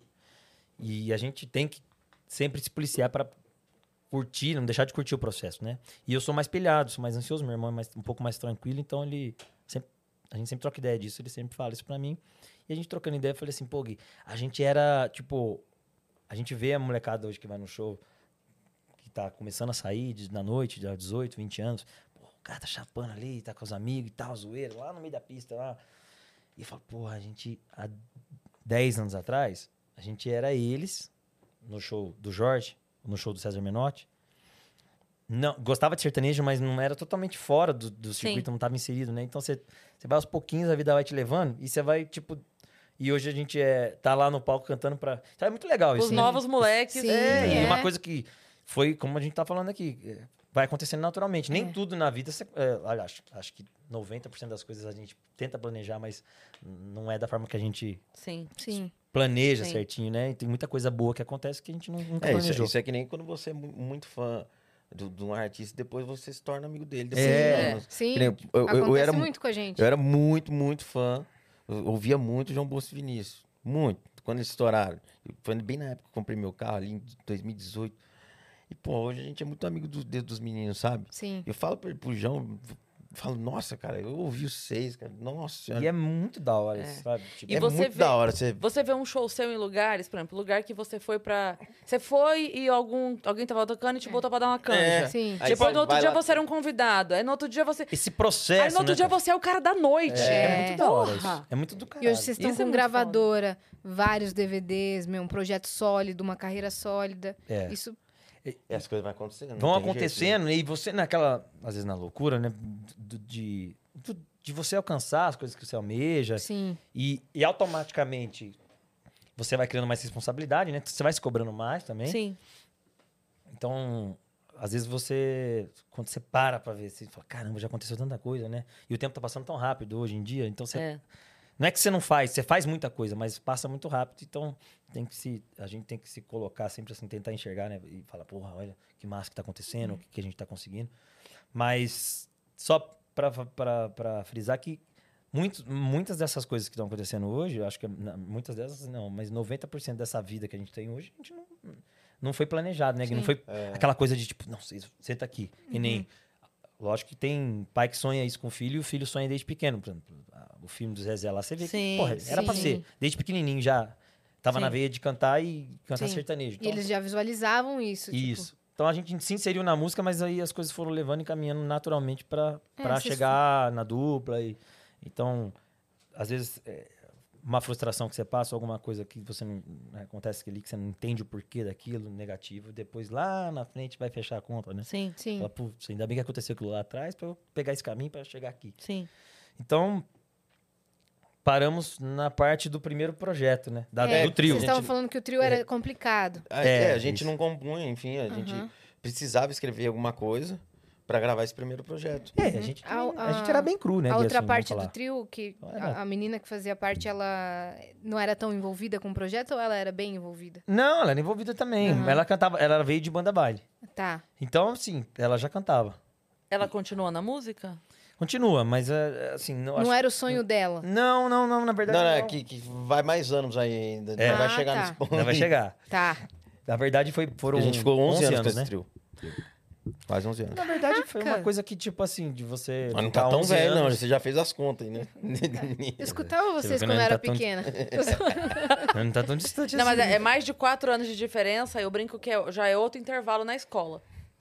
C: e a gente tem que sempre se policiar para curtir, não deixar de curtir o processo, né? E eu sou mais pilhado, sou mais ansioso, meu irmão é um pouco mais tranquilo, então a gente sempre troca ideia disso, ele sempre fala isso pra mim. E a gente trocando ideia, eu falei assim, pô, Gui, a gente era, tipo, a gente vê a molecada hoje que vai no show, que tá começando a sair na noite, de 18, 20 anos, pô, o cara tá chapando ali, tá com os amigos e tal, zoeira, lá no meio da pista, lá. E eu falo, porra, a gente, há 10 anos atrás, a gente era eles, no show do Jorge, no show do César Menotti. Não, gostava de sertanejo, mas não era totalmente fora do circuito, não estava inserido, né? Então você vai aos pouquinhos, a vida vai te levando e você vai, tipo. E hoje a gente tá lá no palco cantando pra. Então é muito legal isso.
A: Os
C: né?
A: novos moleques.
B: Sim.
C: E
B: É.
C: uma coisa que foi, como a gente tá falando aqui, vai acontecendo naturalmente. Nem tudo na vida. Olha, acho que 90% das coisas a gente tenta planejar, mas não é da forma que a gente
A: Sim.
B: Sim.
C: planeja
A: Sim.
C: certinho, né? E tem muita coisa boa que acontece que a gente nunca
D: Isso,
C: planejou.
D: isso é que nem quando você é muito fã de um artista e depois você se torna amigo dele. Depois
C: É.
D: de anos.
B: Sim.
D: Que nem eu
B: Acontece
D: era
B: muito com a gente.
D: Eu era muito fã. Eu ouvia muito João Bosco Vinícius. Muito. Quando eles estouraram. Foi bem na época que eu comprei meu carro, ali em 2018. E, pô, hoje a gente é muito amigo dos meninos, sabe?
B: Sim.
D: Eu falo pro João, falo, nossa, cara, eu ouvi os 6, cara. Nossa senhora.
C: E é muito da hora, sabe? Tipo,
A: E
D: é
A: você
D: muito
A: vê-
D: da hora.
A: Você vê um show seu em lugares, por exemplo, lugar que você foi pra... Você foi e alguém tava tocando e te botou pra dar uma canja.
B: Sim.
D: Aí
A: Depois,
D: você
A: no outro
D: vai
A: dia,
D: lá-
A: você era um convidado. Aí, no outro dia, você...
C: esse
A: Aí,
C: processo,
A: no outro
C: né,
A: dia,
C: cara?
A: você é o cara da noite.
C: É muito da hora
A: Porra.
C: isso. É muito do
B: E
C: caralho.
B: hoje vocês estão
A: Isso é
B: com
A: muito
B: gravadora, vários DVDs, um projeto sólido, uma carreira sólida.
C: É.
B: Isso
D: E as coisas vão acontecendo. não
C: Vão
D: tem jeito,
C: acontecendo e você naquela, às vezes na loucura, né? De você alcançar as coisas que você almeja
B: sim.
C: e automaticamente você vai criando mais responsabilidade, né? Você vai se cobrando mais também.
A: Sim.
C: Então, às vezes quando você para pra ver, você fala, caramba, já aconteceu tanta coisa, né? E o tempo tá passando tão rápido hoje em dia, então você...
A: É.
C: Não é que você não faz, você faz muita coisa, mas passa muito rápido, então a gente tem que se colocar sempre assim, tentar enxergar, né? E falar, porra, olha que massa que tá acontecendo, o que a gente tá conseguindo. Mas só pra frisar que muitas dessas coisas que estão acontecendo hoje, eu acho que muitas dessas não, mas 90% dessa vida que a gente tem hoje, a gente não foi planejado, né? Que não foi aquela coisa de tipo, não, você tá aqui. E nem. Lógico que tem pai que sonha isso com o filho e o filho sonha desde pequeno. Por exemplo, o filme do Zezé lá, você vê
A: Sim,
C: que, porra, era pra
B: sim.
C: ser. Desde pequenininho já tava
A: Sim.
C: na veia de cantar e cantar
B: Sim.
C: sertanejo.
B: E
C: Então,
B: eles já visualizavam isso.
C: isso. Então a gente se inseriu na música, mas aí as coisas foram levando e caminhando naturalmente pra
B: vocês
C: chegar na dupla. Então, às vezes, uma frustração que você passa, alguma coisa que você não acontece ali, que você não entende o porquê daquilo, negativo, depois lá na frente vai fechar a conta, né?
A: Sim.
B: Sim.
C: Fala, putz, ainda bem que aconteceu aquilo lá atrás pra eu pegar esse caminho pra chegar aqui.
A: Sim.
C: Então, paramos na parte do primeiro projeto, né? Do trio.
B: Vocês estavam falando que o trio era complicado.
D: A gente
C: isso.
D: não compunha, enfim, a gente precisava escrever alguma coisa pra gravar esse primeiro projeto.
C: A gente era bem cru, né?
B: A
C: Gui,
B: outra
C: assim,
B: parte
C: vamos
B: do
C: falar.
B: trio, que
C: Era.
B: a menina que fazia parte, ela não era tão envolvida com o projeto ou ela era bem envolvida?
C: Não, ela era envolvida também. Ela cantava, ela veio de banda baile.
B: Tá.
C: Então, assim, ela já cantava.
A: Ela continua na música?
C: Continua, mas assim, não acho...
B: Não era o sonho dela.
C: Não, na verdade
D: Não,
C: não.
D: é que vai mais anos aí ainda.
C: É.
D: Não vai
B: Ah,
D: chegar
B: tá.
D: nesse ponto.
C: Ainda vai chegar.
B: Tá.
C: Na verdade, foram
D: A gente ficou 11 anos com esse
C: né?
D: trio. Quase 11 anos.
C: Na verdade, foi uma
B: Caraca.
C: coisa que, tipo assim, de você...
D: Mas não
C: ficar
D: tá tão
C: 11
D: velho, não.
C: anos-
D: Você já fez as contas aí, né?
B: Eu escutava vocês
C: vê que
B: quando
C: não
B: eu era
C: tá tão-
B: pequena.
C: Não tá tão distante
A: Não,
C: assim.
A: mas é mais de 4 anos de diferença. Eu brinco que já é outro intervalo na escola.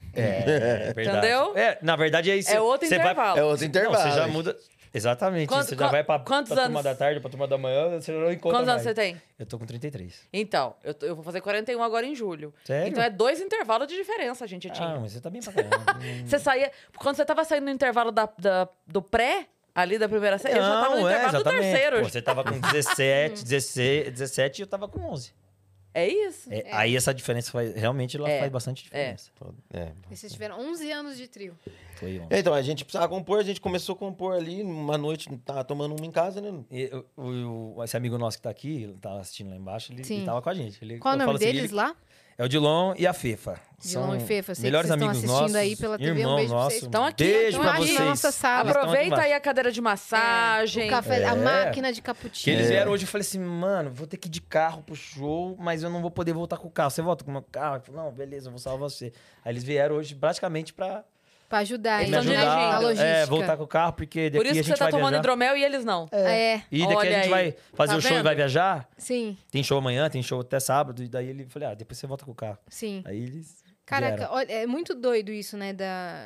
C: É verdade.
A: Entendeu?
C: Na verdade é isso.
A: É outro
C: Você
A: intervalo.
D: É outro intervalo.
C: Não, você já muda... Exatamente.
A: Quanto-
C: você já vai pra
A: quantos
C: turma
A: anos?
C: da tarde, pra turma da manhã, você já não encontra
A: Quantos
C: mais.
A: anos você tem?
C: Eu tô com 33.
A: Então, eu vou fazer 41 agora em julho.
C: Sério?
A: Então é 2 intervalos de diferença, a gente tinha.
C: Ah, mas você tá bem pra caramba.
A: Você saía. Quando você tava saindo no intervalo do pré, ali da primeira série, eu já tava no intervalo do
C: exatamente.
A: terceiro.
C: Pô, você tava com 17, 16, 17 e eu tava com 11.
A: É isso?
C: Aí essa diferença realmente ela faz bastante diferença.
D: É.
B: E vocês tiveram 11 anos de trio.
C: Foi 11.
D: Então, a gente precisava compor, a gente começou a compor ali, uma noite, tava tomando uma em casa, né?
C: E esse amigo nosso que tá aqui, ele tava assistindo lá embaixo, ele
B: Sim.
C: tava com a gente.
B: Qual o
C: eu
B: nome
C: falo assim,
B: deles
C: ele-
B: lá?
C: É o Dilon e a Fefa.
B: Dilon
C: São
B: e Fefa, sei que
C: melhores
B: vocês estão
C: amigos
B: assistindo
C: nossos,
B: aí pela TV, um
C: irmão
B: beijo pra
C: nosso.
B: vocês.
A: Estão aqui,
C: Beijo
B: estão
C: pra
B: aqui
C: vocês.
B: na nossa sala.
C: Eles estão aqui
A: Aproveita aí
C: embaixo.
A: a cadeira de massagem.
B: O café, a
C: É.
B: máquina de
C: Que
B: cappuccino.
C: eles vieram hoje, eu falei assim, mano, vou ter que ir de carro pro show, mas eu não vou poder voltar com o carro. Você volta com o meu carro? Eu falei, não, beleza, eu vou salvar você. Aí eles vieram hoje praticamente pra
B: Pra ajudar
A: Eles
B: aí,
A: estão
B: né?
A: dirigindo.
B: A logística.
C: voltar com o carro, porque daqui
A: Por isso
C: a
A: que
C: gente
A: você tá
C: vai
A: tomando
C: viajar.
A: hidromel e eles não.
B: É,
C: E daqui
A: Olha
C: a gente
A: aí.
C: vai fazer
A: Tá
C: o show e
A: vendo?
C: vai viajar.
B: sim,
C: Tem show amanhã, tem show até sábado. E daí ele falou, depois você volta com o carro.
B: sim.
C: Aí eles
B: Caraca,
C: vieram.
B: olha, é muito doido isso, né?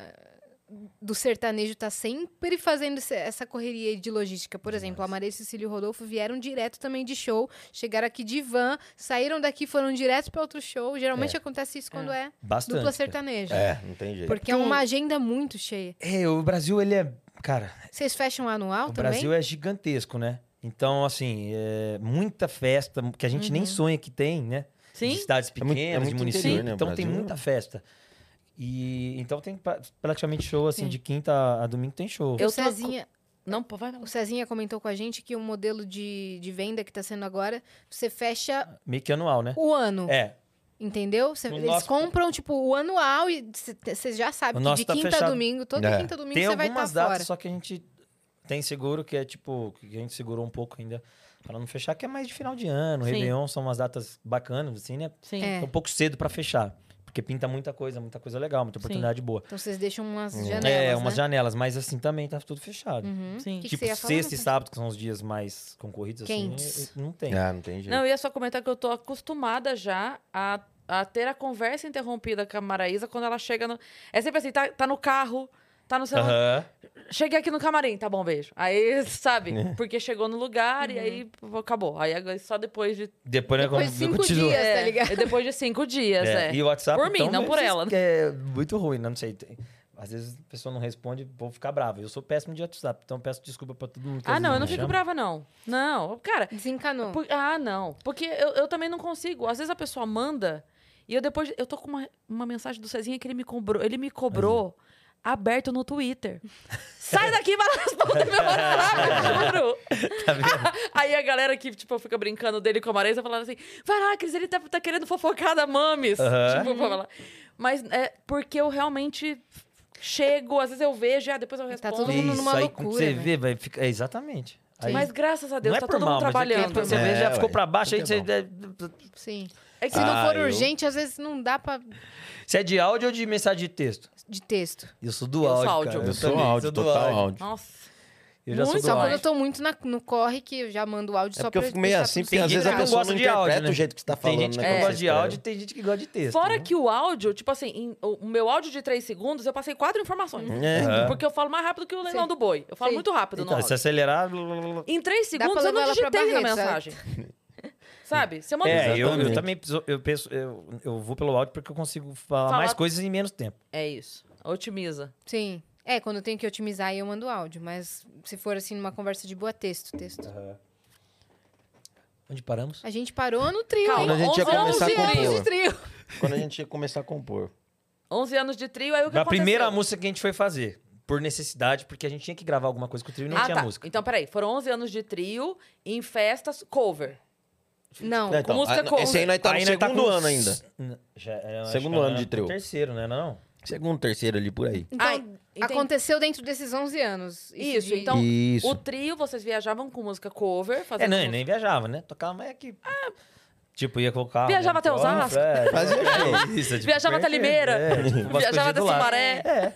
B: Do sertanejo tá sempre fazendo essa correria aí de logística. Por exemplo, a Maria Cecília e o Rodolfo vieram direto também de show, chegaram aqui de van, saíram daqui, foram direto pra outro show. Geralmente acontece isso quando é
C: Bastante.
B: dupla
C: cara.
B: sertaneja.
D: Não tem jeito.
B: Porque é uma agenda muito cheia.
C: O Brasil, ele é... Cara,
B: Vocês fecham anual
C: o
B: também?
C: Brasil é gigantesco, né? Então, assim, muita festa que a gente nem sonha que tem, né?
A: Sim.
C: De cidades
D: muito-
C: pequenas,
D: muito
C: de municípios.
D: interior, né, o
C: Então tem
D: Brasil.
C: muita festa. E então tem praticamente show, assim, de quinta a domingo tem show.
A: Eu
B: O
A: tô-
B: Cezinha,
A: Não, pô, vai.
B: o Cezinha comentou com a gente que o modelo de venda que tá sendo agora, você fecha
C: Meio que anual, né?
B: o ano.
C: É.
B: Entendeu?
C: O
B: Eles
C: nosso-
B: compram, tipo, o anual e você já sabe
C: O
B: que
C: nosso
B: de
C: tá
B: quinta a
C: fechado.
B: domingo, todo
D: É.
B: quinta a domingo
C: Tem
B: você vai estar
C: algumas datas,
B: fora.
C: só que a gente tem seguro, que é tipo, que a gente segurou um pouco ainda para não fechar, que é mais de final de ano.
A: Sim.
C: Réveillon são umas datas bacanas, assim, né?
A: Sim.
B: É.
C: É um pouco cedo para fechar. Porque pinta muita coisa legal, muita oportunidade boa.
B: Então vocês deixam umas janelas,
C: Umas
B: né?
C: janelas, mas assim também tá tudo fechado.
A: Sim.
B: Que
C: Tipo,
B: você ia falar,
C: sexta e
B: Nathan?
C: sábado, que são os dias mais concorridos,
B: Quentes.
C: assim, não tem.
D: Ah, não tem jeito.
A: Não, eu ia só comentar que eu tô acostumada já a ter a conversa interrompida com a Maraísa quando ela chega no... É sempre assim, tá no carro, tá no celular.
C: Aham.
A: Cheguei aqui no camarim, tá bom, beijo. Aí, sabe, porque chegou no lugar e aí acabou. Aí agora só depois de...
C: Depois,
B: Depois de 5
C: continua.
B: dias, tá ligado?
A: Depois de 5 dias,
C: E o WhatsApp,
A: Por mim,
C: então,
A: não por
C: mas
A: ela.
C: isso que é muito ruim, né? Não sei. Às vezes a pessoa não responde, vou ficar bravo. Eu sou péssimo de WhatsApp, então peço desculpa pra todo mundo que às
A: Ah, não,
C: vezes
A: eu não
C: me
A: fico
C: chama.
A: brava, não. Não, cara...
B: Desencanou.
A: Não. Porque eu também não consigo. Às vezes a pessoa manda e eu depois... Eu tô com uma mensagem do Cezinha que ele me cobrou. Ele me cobrou aberto no Twitter. Sai daqui, vai lá responder meu WhatsApp, juro.
C: Tá vendo?
A: Aí a galera que, tipo, fica brincando dele com a Marisa, falando assim, vai lá, Cris, ele tá querendo fofocar da Mames.
C: Aham.
A: Tipo, pra falar. Mas é porque eu realmente chego, às vezes eu vejo, depois eu respondo.
B: todo mundo numa
C: aí,
B: loucura,
C: quando você
B: né?
C: vê, vai ficar... exatamente. Aí,
A: Mas graças a Deus,
C: não é
A: tá
C: por
A: todo mundo
C: mal, mas é que
A: trabalhando.
C: quando você vê, já
D: É,
C: ficou
D: ué.
C: pra baixo, aí
D: Isso que
C: você...
D: é bom.
B: Sim.
A: É que
B: Se não for
D: eu-
B: urgente, às vezes não dá pra...
C: Você é de áudio ou de mensagem de texto?
B: De texto.
C: Eu sou do
A: Eu sou
C: áudio,
A: áudio.
C: cara.
D: Eu sou
C: também
D: áudio,
C: do
D: total áudio.
A: Nossa.
C: Eu já sou
A: Muito
C: do
B: Só quando
C: áudio.
B: eu tô muito no corre, que eu já mando áudio
D: É
B: só
D: porque eu
B: pra
D: fico meio
B: deixar
D: assim,
B: tudo
D: porque às vezes a
B: segurado.
D: pessoa não interpreta o jeito que você tá falando,
C: Tem gente que
D: né, quando
C: gosta
D: você
C: de
D: escreve.
C: áudio e tem gente que gosta de texto.
A: Fora
C: né?
A: que o áudio, tipo assim, o meu áudio de 3 segundos, eu passei 4 informações.
D: É.
A: Porque eu falo mais rápido que o leilão
B: Sim.
A: do boi. Eu falo
B: Sim.
A: muito rápido no
C: Então, se
A: áudio.
C: acelerar...
A: Em 3
B: Dá pra
A: segundos eu não
B: levar ela pra
A: digitei na
B: Barretos,
A: mensagem. Sabe? Você manda
C: eu
D: Exatamente.
C: penso, eu vou pelo áudio porque eu consigo falar
A: Falar-
C: mais coisas em menos tempo.
A: É isso. Otimiza.
B: Sim. Quando eu tenho que otimizar, aí eu mando áudio. Mas se for assim, numa conversa de boa, texto.
C: Onde paramos?
B: A gente parou no trio,
A: Calma,
B: hein?
D: Quando a gente ia
A: 11
D: começar a
A: 11 anos
D: compor.
B: de trio.
D: Quando a gente ia começar a compor.
A: 11 anos de trio, aí o que
C: Na
A: aconteceu?
C: primeira música que a gente foi fazer, por necessidade, porque a gente tinha que gravar alguma coisa com o trio e não tinha
A: tá.
C: música.
A: Então, peraí. Foram 11 anos de trio em festas cover.
B: Não.
D: Então,
A: música cover.
D: esse aí nós tá no
C: Aí nós
D: segundo
C: com
D: ano ainda.
C: Eu acho
D: Segundo
C: que
D: ano
C: era
D: de trio.
C: Terceiro, né? Não?
D: Segundo, terceiro ali, por aí.
B: Então,
A: Entendi.
B: aconteceu dentro desses 11 anos.
A: Isso,
B: de-
A: então
D: Isso.
A: o trio, vocês viajavam com música cover,
C: É,
A: fazendo...
C: não, nem viajava, né? Tocava mais aqui. Tipo, ia com o carro.
A: Viajava
C: né?
A: até Osasco?
D: Fazia show.
C: Isso, tipo,
A: Viajava até
C: perfeito.
A: Limeira.
C: Tipo, umas
A: Viajava
C: coisinhas
A: até
C: do lado.
A: Sumaré.
C: É.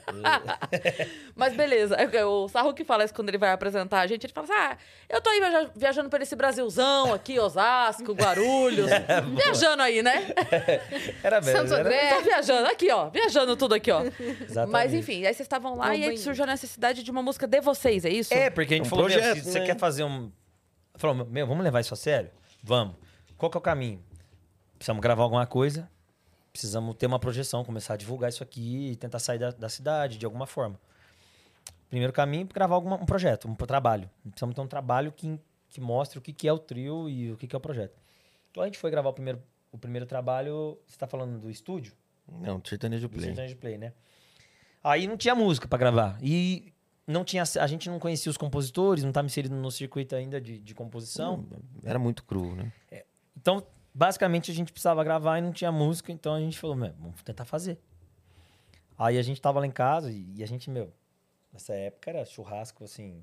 A: Mas beleza, o Sarro que fala isso quando ele vai apresentar a gente, ele fala assim, eu tô aí viajando por esse Brasilzão aqui, Osasco, Guarulhos, viajando aí, né?
C: Era mesmo.
B: Santo
C: era-
B: André.
A: Só viajando, aqui ó, viajando tudo aqui ó.
C: Exatamente.
A: Mas enfim, aí vocês estavam lá
B: Bom
A: e aí
B: banho.
A: surgiu a necessidade de uma música de vocês, é isso?
C: É, porque a gente
D: Um
C: falou,
D: projeto,
C: se você
D: né?
C: quer fazer um... Falou, vamos levar isso a sério? Vamos. Qual que é o caminho? Precisamos gravar alguma coisa, precisamos ter uma projeção, começar a divulgar isso aqui e tentar sair da cidade de alguma forma. Primeiro caminho, gravar um projeto, um trabalho. Precisamos ter um trabalho que mostre o que é o trio e o que é o projeto. Então a gente foi gravar o primeiro trabalho, você está falando do estúdio?
D: Não, sertanejo
C: Do
D: play.
C: Sertanejo Play, né? Aí não tinha música pra gravar. E não tinha, a gente não conhecia os compositores, não estava inserido no circuito ainda de composição.
D: Era muito cru, né?
C: Então, basicamente, a gente precisava gravar e não tinha música. Então a gente falou, vamos tentar fazer. Aí a gente tava lá em casa e a gente, nessa época era churrasco, assim,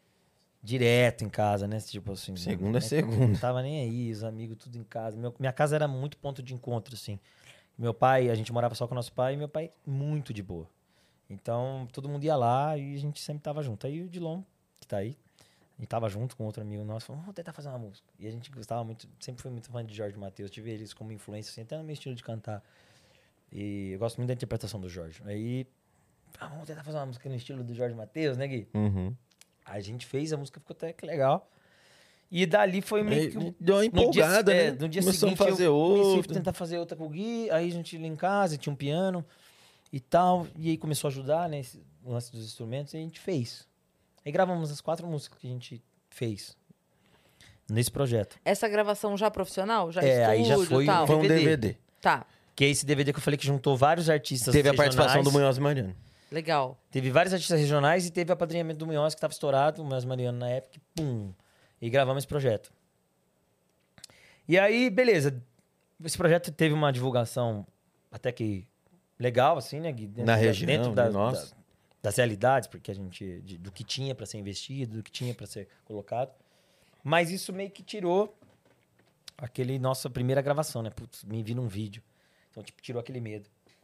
C: direto em casa, né? Tipo assim.
D: Segunda a
C: né?
D: segunda.
C: Não tava nem aí, os amigos tudo em casa. Minha casa era muito ponto de encontro, assim. Meu pai, a gente morava só com o nosso pai e meu pai muito de boa. Então, todo mundo ia lá e a gente sempre tava junto. Aí o Dilon, que tá aí, a gente tava junto com outro amigo nosso, falou, vamos tentar fazer uma música. E a gente gostava muito, sempre fui muito fã de Jorge Mateus, tive eles como influência, assim, até no meu estilo de cantar. E eu gosto muito da interpretação do Jorge. Aí, vamos tentar fazer uma música no estilo do Jorge Mateus, né, Gui?
D: Uhum.
C: A gente fez, a música ficou até que legal. E dali foi meio que...
D: Deu uma empolgada, né?
C: No dia
D: Começamos
C: seguinte,
D: a fazer
C: eu comecei a
D: outra.
C: tentar fazer outra com o Gui, aí a gente ia em casa, tinha um piano e tal, e aí começou a ajudar, né, o lance dos instrumentos, e a gente fez. Aí gravamos as 4 músicas que a gente fez nesse projeto.
A: Essa gravação já profissional? Já
C: Aí já
A: estúdio
C: foi
A: e tal?
D: Foi um
C: DVD.
D: DVD.
A: Tá,
C: Que é esse DVD que eu falei que juntou vários artistas
D: Teve a
C: regionais.
D: participação do Munhoz Mariano.
A: legal.
C: Teve vários artistas regionais e teve o apadrinhamento do Munhoz, que estava estourado, o Munhoz Mariano na época, e pum, e gravamos esse projeto. E aí, beleza, esse projeto teve uma divulgação até que legal, assim, né, Gui?
D: Na região,
C: dentro
D: né? Nossa.
C: das realidades, porque a gente, do que tinha para ser investido, do que tinha para ser colocado. Mas isso meio que tirou aquele nossa primeira gravação, né? Putz, me vi num vídeo. Então, tipo, tirou aquele medo.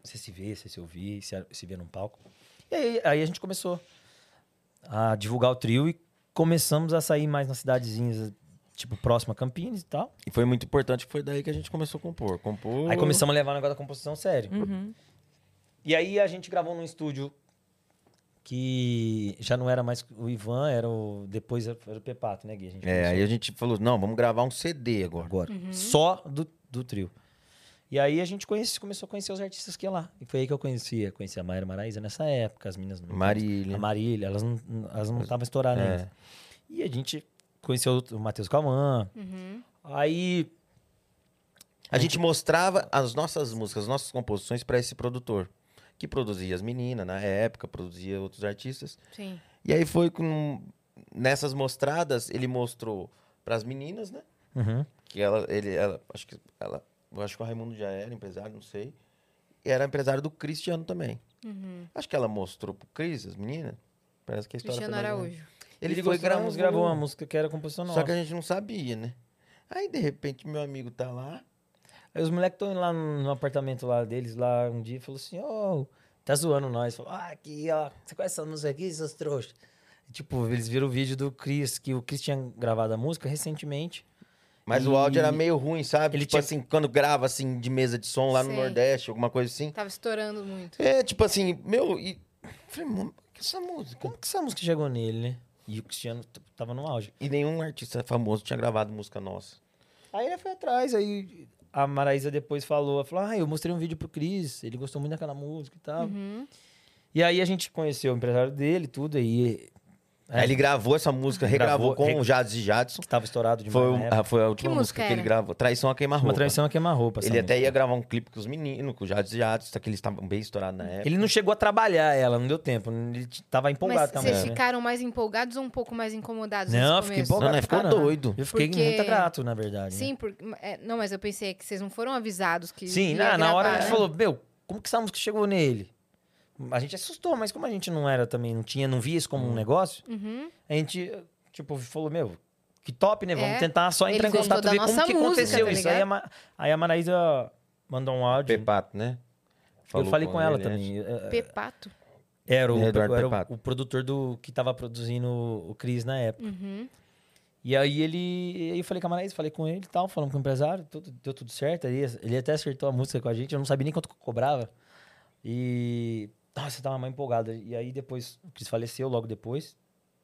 C: Você se vê, você se ouvir, se vê num palco. E aí a gente começou a divulgar o trio e começamos a sair mais nas cidadezinhas, tipo, próxima a Campinas e tal.
D: E foi muito importante, que foi daí que a gente começou a compor.
C: Aí começamos a levar o negócio da composição sério.
A: Uhum.
C: E aí a gente gravou num estúdio que já não era mais o Ivan, depois era o Pepato, né, Gui? A gente começou
D: Aí a gente falou, não, vamos gravar um CD agora.
C: só do trio. E aí a gente começou a conhecer os artistas que iam lá. E foi aí que eu conheci a Mayra Maraíza nessa época, as meninas...
D: Marília.
C: A Marília, elas não estavam estouradas
D: É.
C: ainda. E a gente conheceu o Matheus Cauã. Aí...
D: A gente mostrava as nossas músicas, as nossas composições pra esse produtor. Que produzia as meninas na época, produzia outros artistas.
B: Sim.
D: E aí foi nessas mostradas, ele mostrou pras meninas, né?
C: Uhum.
D: Que eu acho que o Raimundo já era empresário, não sei. E era empresário do Cristiano também. Acho que ela mostrou pro Cris, as meninas. Parece que a história
B: Cristiano
D: foi mais ou menos.
B: Araújo.
D: Ele
C: foi
D: foi
C: gravou uma música que era composição nossa.
D: Só que a gente não sabia, né? Aí, de repente, meu amigo tá lá.
C: Aí os moleques estão indo lá no apartamento lá deles, lá um dia, e falou assim, tá zoando nós. Falou, aqui, ó, você conhece essa música aqui, seus trouxas? Tipo, eles viram o vídeo do Cris, que o Cris tinha gravado a música recentemente.
D: Mas o áudio era meio ruim, sabe?
C: Ele
D: Tipo
C: tinha-
D: assim, quando grava, assim, de mesa de som lá no
B: Sei.
D: Nordeste, alguma coisa assim.
B: Tava estourando muito.
D: É, tipo assim, falei, mano, que essa música?
C: Como que essa música chegou nele, né? E o Cristiano tava no auge.
D: E nenhum artista famoso tinha gravado música nossa.
C: Aí ele foi atrás, aí a Maraísa depois falou, eu mostrei um vídeo pro Cris, ele gostou muito daquela música e tal. E aí a gente conheceu o empresário dele, tudo, aí...
D: Aí ele gravou essa música, regravou com o Jades e Jadson.
C: que tava estourado demais na época.
D: Foi a última
B: Que
D: música
B: música
D: que ele
B: era?
D: gravou. Traição a queima-roupa.
C: Uma traição a queima-roupa. essa
D: Ele até
C: música.
D: ia gravar um clipe com os meninos, com o Jades e Jadson, que eles estavam bem estourados na época.
C: Ele não chegou a trabalhar ela, não deu tempo. Ele tava empolgado
B: Mas
C: com a
B: vocês
C: música. né?
B: ficaram mais empolgados ou um pouco mais incomodados
C: Não,
B: nesse
C: fiquei
B: começo?
C: empolgado.
D: Não, né? Ficou
C: pra caramba.
D: doido.
C: Eu fiquei
B: Porque-
C: muito grato, na verdade.
B: Sim,
C: né?
B: não, mas eu pensei que vocês não foram avisados que
C: Sim,
B: ia
C: na hora a
B: gravar,
C: gente
B: né?
C: falou, como que essa música chegou nele? A gente assustou, mas como a gente não era também, não via isso como um negócio, a gente, tipo, falou, que top, né? Vamos
B: É.
C: tentar só entrar
B: Ele
C: em contato
B: gostou
C: e ver
B: da
C: como
B: nossa
C: que
B: música,
C: aconteceu
B: tá
C: isso.
B: ligado?
C: Aí a Maraísa mandou um áudio.
D: Pepato, né?
C: Eu
D: Falou
C: falei com ela
D: ele,
C: também.
B: Pepato.
C: Era
D: Eduardo
C: era
D: Pepato.
C: o produtor que tava produzindo o Cris na época.
B: Uhum.
C: E aí eu falei com a Maraísa, falei com ele e tal, falamos com o empresário, deu tudo certo. Ele até acertou a música com a gente, eu não sabia nem quanto cobrava. E... Nossa, eu tava mais empolgado. E aí depois, o Cris faleceu logo depois.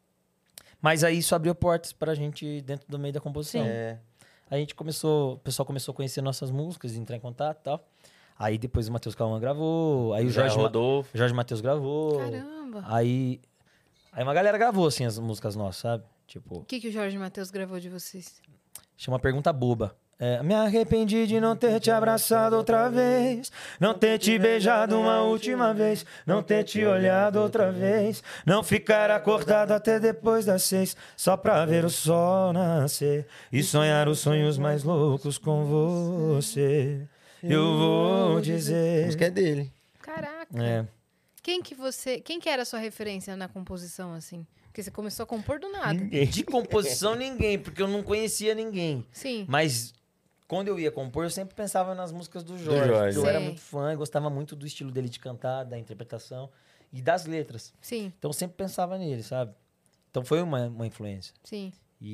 C: Mas aí isso abriu portas pra gente dentro do meio da composição.
D: É.
C: Aí o pessoal começou a conhecer nossas músicas, entrar em contato e tal. Aí depois o Matheus Cauã gravou, aí o
D: Zé
C: Jorge
D: Rodolfo.
C: Matheus gravou.
B: Caramba.
C: Aí uma galera gravou, assim, as músicas nossas, sabe? Tipo,
B: O que o Jorge Matheus gravou de vocês?
C: chama uma pergunta boba. Me arrependi de não ter te abraçado outra vez, não ter te beijado uma última vez, não ter te olhado outra vez, não ficar acordado até depois das 6, só pra ver o sol nascer e sonhar os sonhos mais loucos com você. Eu vou
D: A
C: dizer.
D: música é dele.
B: Caraca.
C: É.
B: Quem que era a sua referência na composição, assim? Porque você começou a compor do nada.
C: De composição, ninguém, porque eu não conhecia ninguém.
B: Sim.
C: Mas quando eu ia compor, eu sempre pensava nas músicas do Jorge.
D: Jorge.
C: porque eu era
B: Sei.
C: muito fã, eu gostava muito do estilo dele de cantar, da interpretação e das letras.
B: Sim,
C: Então eu sempre pensava nele, sabe? Então foi uma influência.
B: sim.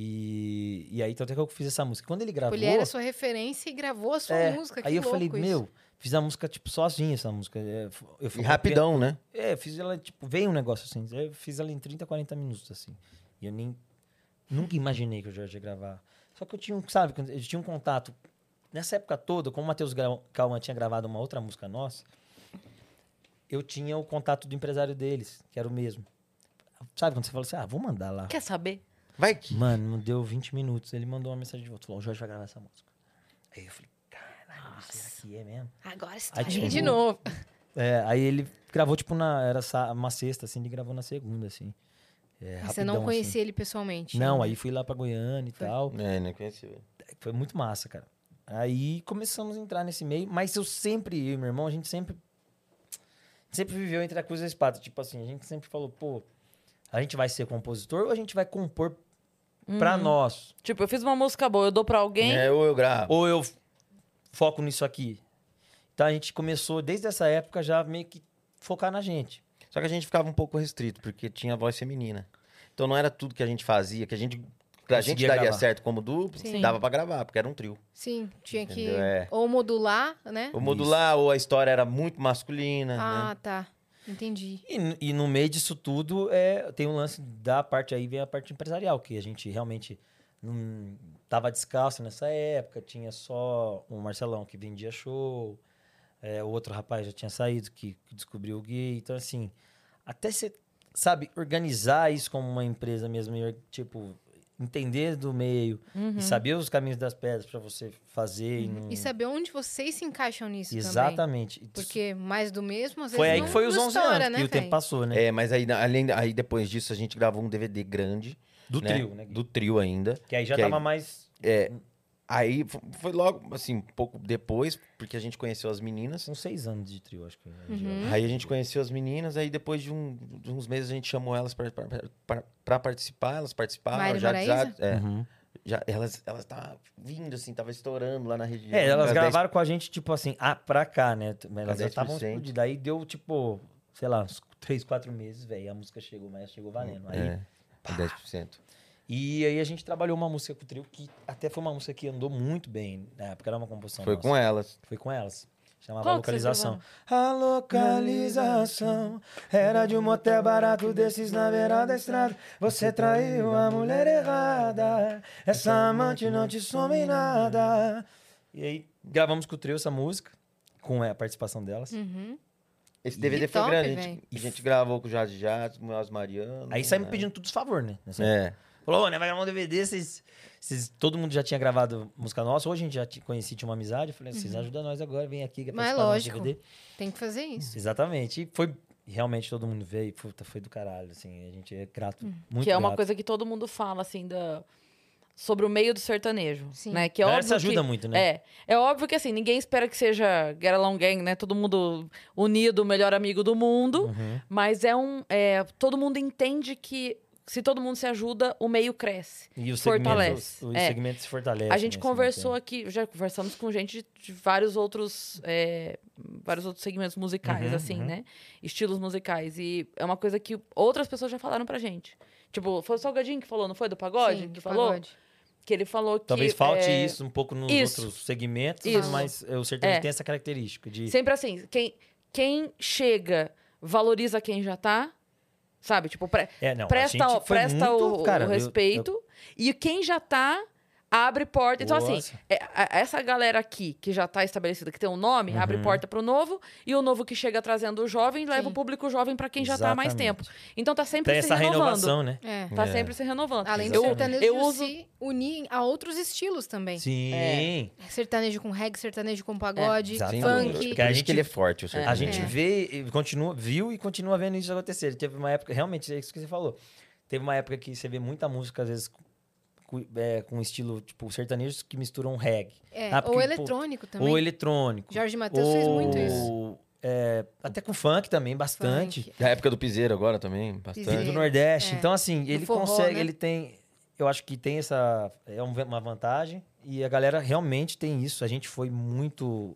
C: E aí, tanto é que eu fiz essa música. Quando ele gravou.
B: Ele era a sua referência e gravou a sua música. Que
C: aí eu
B: louco
C: falei,
B: isso.
C: fiz a música, tipo, sozinho, essa música. Eu
D: E rapidão, né?
C: eu fiz ela, tipo, veio um negócio assim. Eu fiz ela em 30, 40 minutos, assim. E eu nunca imaginei que o Jorge ia gravar. Só que eu tinha, sabe, eu tinha um contato. Nessa época toda, como o Matheus Cauã tinha gravado uma outra música nossa, eu tinha o contato do empresário deles, que era o mesmo. Sabe quando você fala assim, vou mandar lá.
A: Quer saber?
D: Vai que...
C: Mano, não deu 20 minutos. Ele mandou uma mensagem de volta. Falou, o Jorge vai gravar essa música. Aí eu falei, caralho, será que é mesmo?
B: Agora
C: Aí,
B: estourei
C: tipo,
B: de novo.
C: Aí ele gravou, tipo, era uma sexta, assim, ele gravou na segunda, assim.
B: Você
C: Rapidão,
B: não
C: assim.
B: conhecia ele pessoalmente?
C: Não,
B: né?
C: aí fui lá pra Goiânia e tal.
D: Não conheci.
C: Foi muito massa, cara. Aí começamos a entrar nesse meio, mas eu e meu irmão, a gente sempre viveu entre a cruz e a espada. Tipo assim, a gente sempre falou, pô, a gente vai ser compositor ou a gente vai compor pra nós?
A: Tipo, eu fiz uma música boa, eu dou pra alguém.
D: Ou eu gravo.
C: Ou eu foco nisso aqui? Então a gente começou, desde essa época, já meio que focar na gente.
D: Só que a gente ficava um pouco restrito, porque tinha voz feminina. Então não era tudo que a gente fazia, que a gente
C: Conseguia
D: daria
C: gravar.
D: certo como duplo,
B: Sim.
D: dava pra gravar, porque era um trio.
B: Sim, tinha que
D: Entendeu? É.
B: ou modular, né?
D: Ou modular, ou a história era muito masculina,
B: Ah,
D: né?
B: tá. Entendi.
C: E no meio disso tudo, tem um lance da parte aí, vem a parte empresarial, que a gente realmente não tava descalço nessa época, tinha só o Marcelão que vendia show, o outro rapaz já tinha saído, que descobriu o gay. Então, assim, até você, sabe, organizar isso como uma empresa mesmo, e, tipo, entender do meio e saber os caminhos das pedras para você fazer.
B: E saber onde vocês se encaixam nisso também.
C: Exatamente.
B: Porque mais do mesmo, às vezes,
C: Foi aí
B: não,
C: que foi os
B: não
C: 11
B: estoura,
C: anos
B: né,
C: que o tempo
B: véi?
C: passou, né?
D: Mas aí depois disso a gente gravou um DVD grande.
C: Do
D: né?
C: trio, né? Gui?
D: Do trio ainda.
C: Que aí já
D: que
C: tava mais...
D: Aí foi logo, assim, um pouco depois, porque a gente conheceu as meninas.
C: São 6 anos de trio, acho que.
D: Aí a gente conheceu as meninas, aí depois de uns meses a gente chamou elas pra participar, elas participaram.
B: Maíra
D: já,
B: Maraíza?
D: elas estavam vindo, assim, tava estourando lá na região.
C: Elas
D: As
C: gravaram com a gente, tipo assim, pra cá, né? Elas já
D: 10%.
C: estavam explodidas. Aí deu, tipo, sei lá, uns 3, 4 meses, velho. A música chegou, mas chegou valendo. Aí,
D: 10%.
C: E aí a gente trabalhou uma música com o trio que até foi uma música que andou muito bem. Na época era uma composição
D: Foi
C: nossa.
D: com elas.
C: Foi com elas. Chamava
A: Qual que vocês
C: Localização. A localização era de um motel barato desses na beira da estrada. Você traiu a mulher errada. Essa amante não te soma em nada. E aí gravamos com o trio essa música, com a participação delas.
D: Esse DVD
B: Que
D: foi
B: top,
D: grande.
B: véi.
D: A gente gravou com o Jazz Jazz, com o Elcio Mariano.
C: Aí saímos
D: né?
C: pedindo todos os favor, né? Nessa
D: É.
C: Falou, né? Vai gravar um DVD, todo mundo já tinha gravado música nossa. Hoje a gente já conhecia, tinha uma amizade. Eu falei, vocês ajudam nós agora, vem aqui.
B: Mas
C: participar do nosso
B: lógico.
C: DVD.
B: Tem que fazer isso.
C: Exatamente. E foi, realmente, todo mundo veio. Puta, foi do caralho, assim. A gente é grato, muito
A: Que é uma
C: grato.
A: coisa que todo mundo fala, assim, sobre o meio do sertanejo.
B: Sim.
A: Né? Que é
C: A galera
A: óbvio
C: se ajuda
A: que...
C: muito, né?
A: É óbvio que, assim, ninguém espera que seja Get Along Gang, né? Todo mundo unido, o melhor amigo do mundo.
C: Uhum.
A: Mas todo mundo entende que se todo mundo se ajuda, o meio cresce.
C: E o
A: fortalece.
C: segmento, o segmento se fortalece.
A: A gente
C: né,
A: conversou aqui, já conversamos com gente de vários outros segmentos musicais, assim, né? Estilos musicais. E é uma coisa que outras pessoas já falaram pra gente. Tipo, foi o Salgadinho que falou, não foi? Do Pagode?
B: Sim,
A: que
B: do
A: falou?
B: pagode.
A: Que ele falou que...
C: Talvez falte isso um pouco nos
A: Isso.
C: outros segmentos,
A: Isso.
C: mas o sertanejo
A: É.
C: tem essa característica de...
A: Sempre assim, quem chega, valoriza quem já tá, sabe? Tipo,
C: não, a
A: presta
C: gente foi muito,
A: o
C: cara,
A: respeito. E quem já tá, abre porta. Então, assim,
C: Nossa.
A: essa galera aqui, que já tá estabelecida, que tem um nome, abre porta pro novo. E o novo que chega trazendo o jovem, leva o público jovem pra quem já tá há mais tempo.
C: Exatamente.
A: Então, tá sempre
C: Tem
A: se
C: essa
A: renovando.
C: renovação, né?
B: É.
A: Tá sempre se renovando.
B: Além do
A: eu,
B: sertanejo
A: eu uso...
B: se unir a outros estilos também.
C: Sim.
B: Sertanejo com reggae, sertanejo com pagode,
C: exatamente.
B: funk.
C: Porque
D: Por
C: a
D: isso
C: gente-
D: que ele é forte, o
C: A
D: sertanejo.
C: gente viu e continua vendo isso acontecer. Teve uma época, realmente, é isso que você falou. Teve uma época que você vê muita música, às vezes, com estilo, tipo, sertanejos que misturam reggae.
B: É,
C: Ah, porque,
B: ou
C: pô,
B: eletrônico também.
C: Ou eletrônico.
B: Jorge Mateus fez muito isso.
C: Até com funk também, bastante.
B: Funk.
D: Da época do Piseiro agora também, bastante.
C: Vindo do Nordeste.
B: É.
C: Então, assim, ele
B: forró,
C: consegue,
B: né?
C: ele tem... Eu acho que tem essa... uma vantagem. E a galera realmente tem isso. A gente foi muito